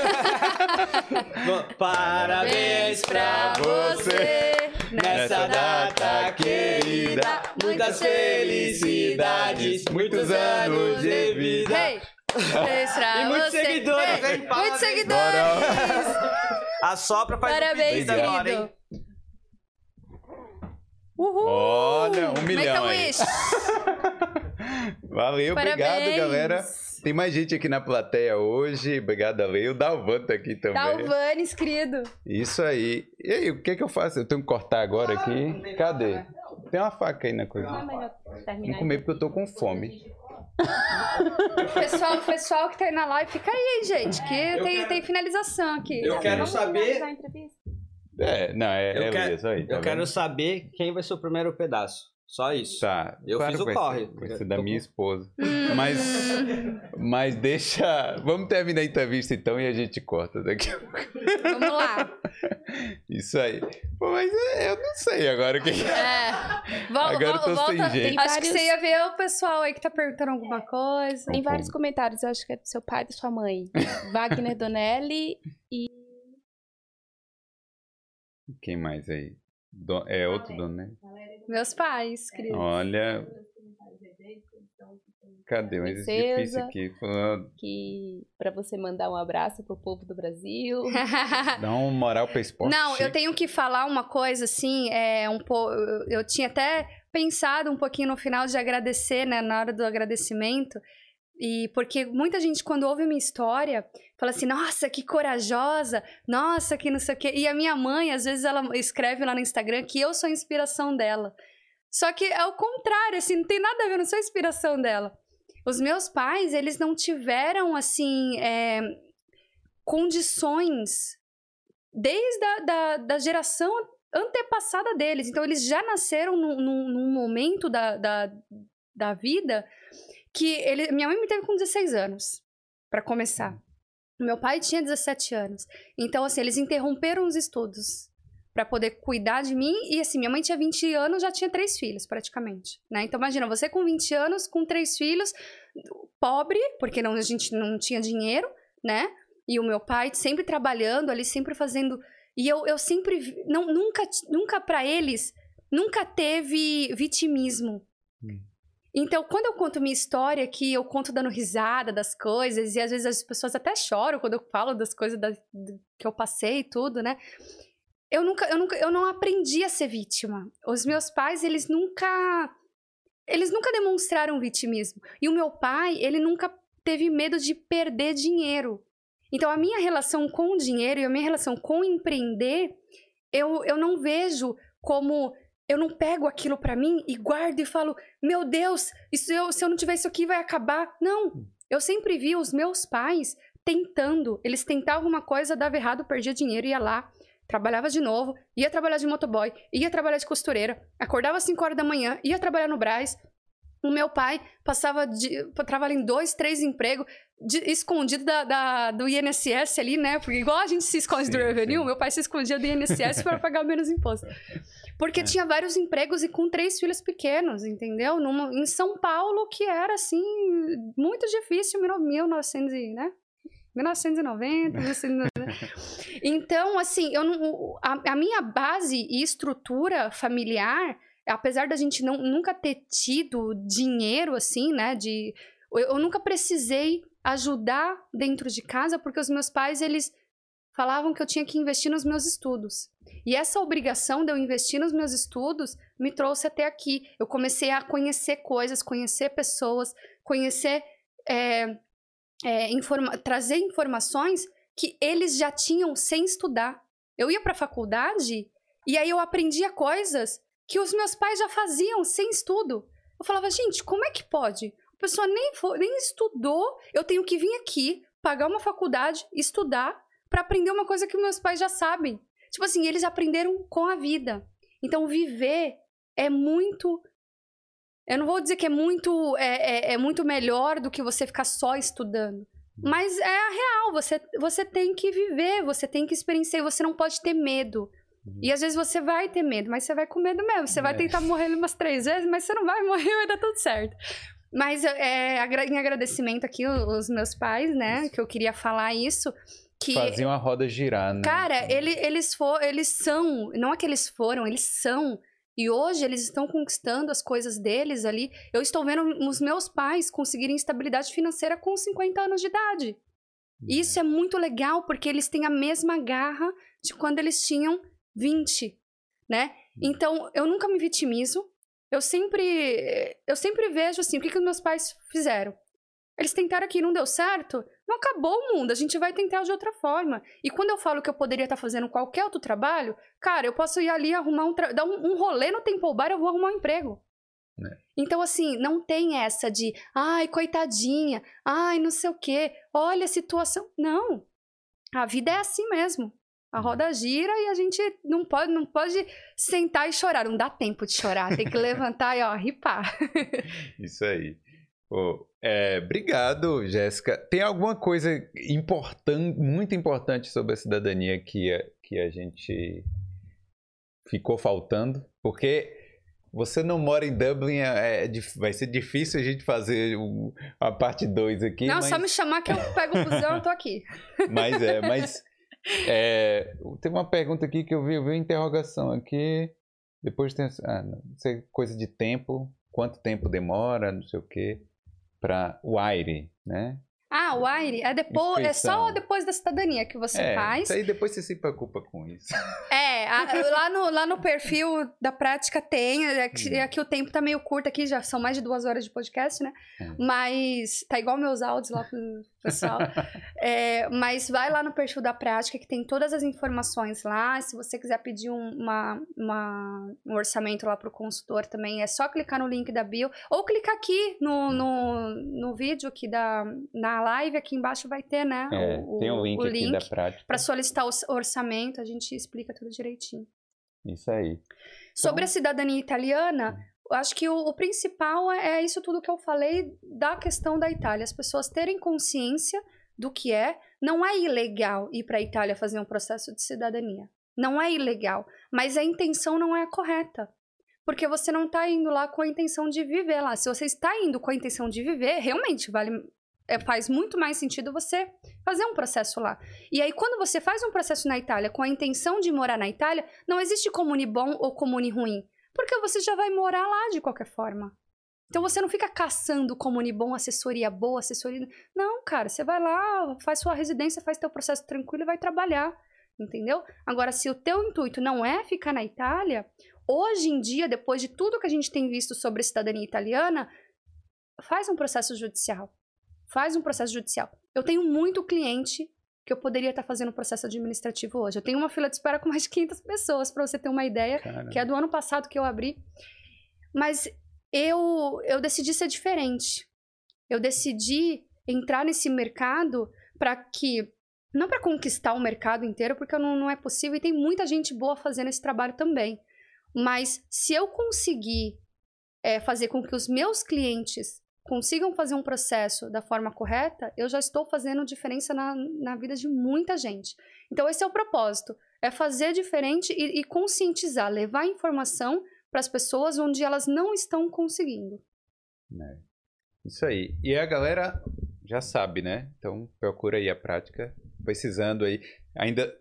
Parabéns pra você nessa data querida. Muitas felicidades, muitos anos de vida. Hey. Pra e muitos você. seguidores, Hey. hein? Muitos seguidores. Assopra, faz Parabéns, um pedido agora, hein? querido. Uhul! Olha, um milhão aí. Make a wish. Valeu, Parabéns. obrigado, galera. Tem mais gente aqui na plateia hoje. Obrigado, Ale. O Dalvan tá aqui também. Dalvanes, querido. Isso aí. E aí, o que é que eu faço? Eu tenho que cortar agora aqui. Cadê? Tem uma faca aí na coisa. Não é melhor Vou terminar. comer porque eu tô com fome. Pessoal, pessoal que tá aí na live, fica aí, hein, gente, que tem, quero- tem finalização aqui. Eu quero Vamos saber... finalizar a entrevista? É, não, é, Eu é quero- isso aí. Tá Eu quero vendo? saber quem vai ser o primeiro pedaço. Só isso. Tá. Eu claro fiz o que vai corre. ser. Vai ser Eu da tô minha com- esposa. Mas, mas deixa... Vamos terminar a entrevista então e a gente corta daqui a pouco. Vamos lá. Isso aí. Pô, mas é, eu não sei agora o que... É. Vol, Agora eu vol, tô volta. sem jeito. Acho que Vários- você ia ver o pessoal aí que tá perguntando alguma coisa. Tem vários comentários, eu acho que é do seu pai e da sua mãe. Wagner Donelli. Quem mais aí? Do- É outro dono, né? Meus pais, querido. Olha... Cadê? Mas é Princesa. difícil aqui. Falando- Que pra você mandar um abraço pro povo do Brasil. Dá uma moral pra esporte. Não, eu tenho que falar uma coisa assim, é um po... eu, eu tinha até pensado um pouquinho no final de agradecer, né, na hora do agradecimento, e porque muita gente quando ouve minha história, fala assim, nossa, que corajosa, nossa, que não sei o quê, e a minha mãe, às vezes ela escreve lá no Instagram que eu sou a inspiração dela, só que é o contrário, assim, não tem nada a ver, eu não sou a inspiração dela. Os meus pais, eles não tiveram, assim, é, condições desde a da, da geração antepassada deles. Então, eles já nasceram num, num, num momento da, da, da vida que ele, minha mãe me teve com dezesseis anos, para começar. Meu pai tinha dezessete anos. Então, assim, eles interromperam os estudos para poder cuidar de mim. E, assim, minha mãe tinha vinte anos, já tinha três filhos, praticamente, né? Então, imagina, você com vinte anos, com três filhos, pobre, porque não, a gente não tinha dinheiro, né? E o meu pai sempre trabalhando ali, sempre fazendo... E eu, eu sempre... vi- Não, nunca, nunca para eles, nunca teve vitimismo. Hum. Então, quando eu conto minha história, que eu conto dando risada das coisas, e às vezes as pessoas até choram quando eu falo das coisas da- do- que eu passei e tudo, né? Eu nunca, eu nunca, eu não aprendi a ser vítima. Os meus pais, eles nunca... Eles nunca demonstraram vitimismo. E o meu pai, ele nunca teve medo de perder dinheiro. Então, a minha relação com o dinheiro e a minha relação com empreender, eu, eu não vejo como... Eu não pego aquilo pra mim e guardo e falo, meu Deus, isso eu, se eu não tiver isso aqui vai acabar. Não, eu sempre vi os meus pais tentando. Eles tentavam uma coisa, dava errado, perdia dinheiro, ia lá, trabalhava de novo, ia trabalhar de motoboy, ia trabalhar de costureira, acordava às cinco horas da manhã, ia trabalhar no Brás. O meu pai passava de, trabalhava em dois, três empregos, de, escondido da, da- do I N S S ali, né? Porque igual a gente se esconde do Sim, Revenue, sim. meu pai se escondia do I N S S para pagar menos imposto. Porque É. tinha vários empregos e com três filhos pequenos, entendeu? Numa, em São Paulo, que era, assim, muito difícil, mil e novecentos, e, né? mil novecentos e noventa, mil novecentos e noventa. Então, assim, eu não, a, a minha base e estrutura familiar, apesar da gente não, nunca ter tido dinheiro, assim, né? De, eu, eu nunca precisei ajudar dentro de casa, porque os meus pais, eles falavam que eu tinha que investir nos meus estudos. E essa obrigação de eu investir nos meus estudos me trouxe até aqui. Eu comecei a conhecer coisas, conhecer pessoas, conhecer... é, é, informa- trazer informações que eles já tinham sem estudar. Eu ia para a faculdade e aí eu aprendia coisas que os meus pais já faziam sem estudo. Eu falava, gente, como é que pode? A pessoa nem, fo- nem estudou, eu tenho que vir aqui, pagar uma faculdade, estudar, para aprender uma coisa que meus pais já sabem. Tipo assim, eles aprenderam com a vida. Então, viver é muito... Eu não vou dizer que é muito, é, é, é muito melhor do que você ficar só estudando. Mas é a real, você, você tem que viver, você tem que experienciar, você não pode ter medo. E às vezes você vai ter medo, mas você vai com medo mesmo. Você vai É. tentar morrer umas três vezes, mas você não vai morrer, vai dar tudo certo. Mas é, agra- em agradecimento aqui, os meus pais, né, que eu queria falar isso, que... Faziam a roda girar, né? Cara, ele, eles, for, eles são, não é que eles foram, eles são. E hoje eles estão conquistando as coisas deles ali. Eu estou vendo os meus pais conseguirem estabilidade financeira com cinquenta anos de idade. E isso é muito legal, porque eles têm a mesma garra de quando eles tinham vinte, né? Então, eu nunca me vitimizo. Eu sempre, eu sempre vejo assim, o que, que os meus pais fizeram? Eles tentaram aqui, não deu certo? Não acabou o mundo, a gente vai tentar de outra forma. E quando eu falo que eu poderia estar fazendo qualquer outro trabalho, cara, eu posso ir ali arrumar um... Tra... dar um, um rolê no Temple Bar, eu vou arrumar um emprego. É. Então, assim, não tem essa de, ai, coitadinha, ai, não sei o quê, olha a situação. Não, a vida é assim mesmo. A roda gira e a gente não pode, não pode sentar e chorar. Não dá tempo de chorar. Tem que levantar e, ó, ripar. Isso aí. Pô, é, obrigado, Jéssica. Tem alguma coisa importante, muito importante sobre a cidadania que a, que a gente ficou faltando? Porque você não mora em Dublin, é, é, vai ser difícil a gente fazer o, a parte dois aqui. Não, mas... só me chamar que eu pego o busão e eu tô aqui. Mas é, mas... É, tem uma pergunta aqui que eu vi, eu vi uma interrogação aqui. Depois tem ah, não sei, coisa de tempo, quanto tempo demora, não sei o que, para o A I R E, né? Ah, o A I R E é, depois, é só depois da cidadania que você é, faz. Isso aí depois você se preocupa com isso. É, a, lá, no, lá no perfil da prática tem, aqui, aqui o tempo tá meio curto, aqui já são mais de duas horas de podcast, né? É. Mas tá igual meus áudios lá pro pessoal. É, mas vai lá no perfil da prática que tem todas as informações lá. Se você quiser pedir um, uma, uma, um orçamento lá pro consultor também, é só clicar no link da bio ou clicar aqui no, no, no vídeo aqui da, na live, aqui embaixo vai ter, né? É, o, tem um link, o link link aqui da prática. Para solicitar o orçamento, a gente explica tudo direitinho. Isso aí. Sobre então... a cidadania italiana, eu acho que o, o principal é, é isso tudo que eu falei da questão da Itália. As pessoas terem consciência do que é. Não é ilegal ir para a Itália fazer um processo de cidadania. Não é ilegal. Mas a intenção não é a correta. Porque você não está indo lá com a intenção de viver lá. Se você está indo com a intenção de viver, realmente vale... É, faz muito mais sentido você fazer um processo lá. E aí, quando você faz um processo na Itália com a intenção de morar na Itália, não existe comune bom ou comune ruim. Porque você já vai morar lá de qualquer forma. Então, você não fica caçando comune bom, assessoria boa, assessoria... Não, cara, você vai lá, faz sua residência, faz teu processo tranquilo e vai trabalhar. Entendeu? Agora, se o teu intuito não é ficar na Itália, hoje em dia, depois de tudo que a gente tem visto sobre a cidadania italiana, faz um processo judicial. Faz um processo judicial. Eu tenho muito cliente que eu poderia estar fazendo um processo administrativo hoje. Eu tenho uma fila de espera com mais de quinhentas pessoas, para você ter uma ideia, Caramba. Que é do ano passado que eu abri. Mas eu, eu decidi ser diferente. Eu decidi entrar nesse mercado para que... Não para conquistar o mercado inteiro, porque não, não é possível. E tem muita gente boa fazendo esse trabalho também. Mas se eu conseguir é, fazer com que os meus clientes consigam fazer um processo da forma correta, eu já estou fazendo diferença na, na vida de muita gente. Então, esse é o propósito. É fazer diferente e, e conscientizar, levar informação para as pessoas onde elas não estão conseguindo. É. Isso aí. E a galera já sabe, né? Então, procura aí a prática. Precisando aí. Ainda...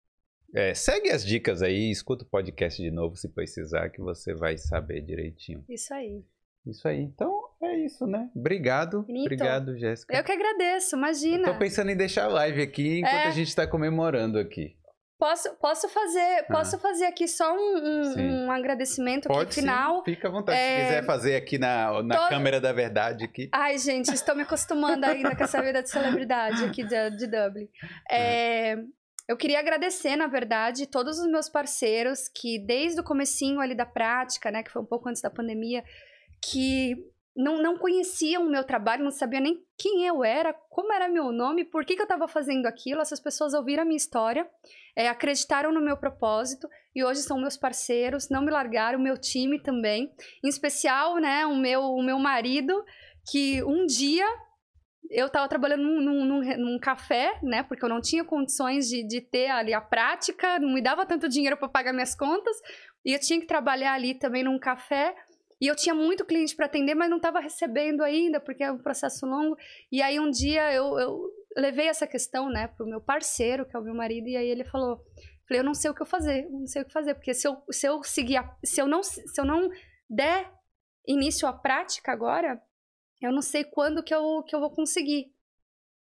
É, segue as dicas aí, escuta o podcast de novo se precisar, que você vai saber direitinho. Isso aí. Isso aí. Então, é isso, né? Obrigado. Benito. Obrigado, Jéssica. Eu que agradeço, imagina. Eu tô pensando em deixar a live aqui enquanto é... a gente tá comemorando aqui. Posso, posso, fazer, posso ah. fazer aqui só um, um, um agradecimento Pode, aqui final. Sim. Fica à vontade. É... Se quiser fazer aqui na, na tô... câmera da verdade. Aqui. Ai, gente, estou me acostumando ainda com essa vida de celebridade aqui de, de Dublin. É... É... Eu queria agradecer, na verdade, todos os meus parceiros que desde o comecinho ali da prática, né, que foi um pouco antes da pandemia, que não, não conheciam o meu trabalho, não sabiam nem quem eu era, como era meu nome, por que, que eu estava fazendo aquilo. Essas pessoas ouviram a minha história, é, acreditaram no meu propósito e hoje são meus parceiros, não me largaram, o meu time também. Em especial, né, o meu, o meu marido, que um dia... Eu estava trabalhando num, num, num, num café, né? Porque eu não tinha condições de, de ter ali a prática, não me dava tanto dinheiro para pagar minhas contas. E eu tinha que trabalhar ali também num café. E eu tinha muito cliente para atender, mas não estava recebendo ainda, porque é um processo longo. E aí um dia eu, eu levei essa questão, né, para o meu parceiro, que é o meu marido, e aí ele falou, falei, eu não sei o que eu fazer, eu não sei o que fazer, porque se eu, se eu seguir, a, se, eu não, se eu não der início à prática agora... Eu não sei quando que eu, que eu vou conseguir.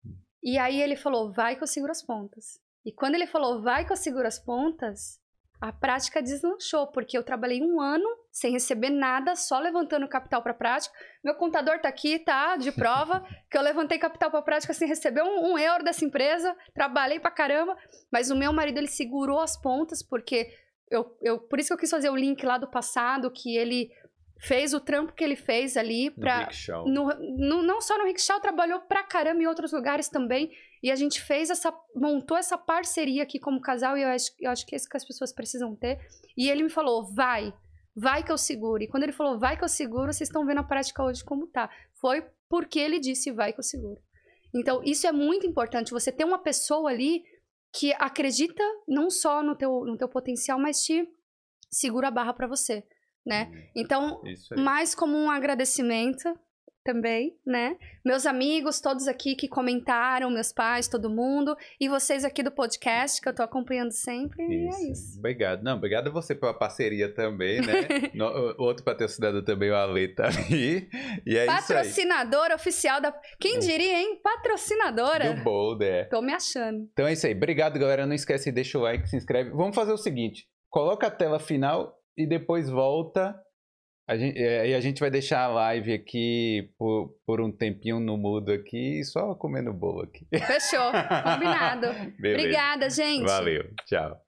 E aí ele falou, vai que eu seguro as pontas. E quando ele falou, vai que eu seguro as pontas, a prática deslanchou, porque eu trabalhei um ano sem receber nada, só levantando capital para prática. Meu contador tá aqui, tá? De prova, que eu levantei capital para prática sem receber um, um euro dessa empresa. Trabalhei pra caramba. Mas o meu marido, ele segurou as pontas, porque eu, eu, por isso que eu quis fazer o link lá do passado, que ele fez o trampo que ele fez ali. Pra, no Rickshaw. No, no, não só no Rickshaw, trabalhou pra caramba em outros lugares também. E a gente fez essa, montou essa parceria aqui como casal, e eu acho, eu acho que é isso que as pessoas precisam ter. E ele me falou, vai, vai que eu seguro. E quando ele falou, vai que eu seguro, vocês estão vendo a prática hoje como tá. Foi porque ele disse, vai que eu seguro. Então, isso é muito importante, você ter uma pessoa ali que acredita não só no teu, no teu potencial, mas te segura a barra pra você, né? Então, mais como um agradecimento também, né? Meus amigos, todos aqui que comentaram, meus pais, todo mundo, e vocês aqui do podcast, que eu tô acompanhando sempre, isso. E é isso. Obrigado. Não, obrigado a você pela parceria também, né? no, o outro patrocinador também, o Ale, tá aí. E é Patrocinadora isso aí. oficial da... Quem diria, hein? Patrocinadora. Do Boulder. Tô me achando. Então é isso aí. Obrigado, galera. Não esquece de deixar o like, se inscreve. Vamos fazer o seguinte. Coloca a tela final e depois volta... A gente, é, e a gente vai deixar a live aqui por, por um tempinho no mudo aqui, só comendo bolo aqui. Fechou, combinado. Obrigada, gente. Valeu, tchau.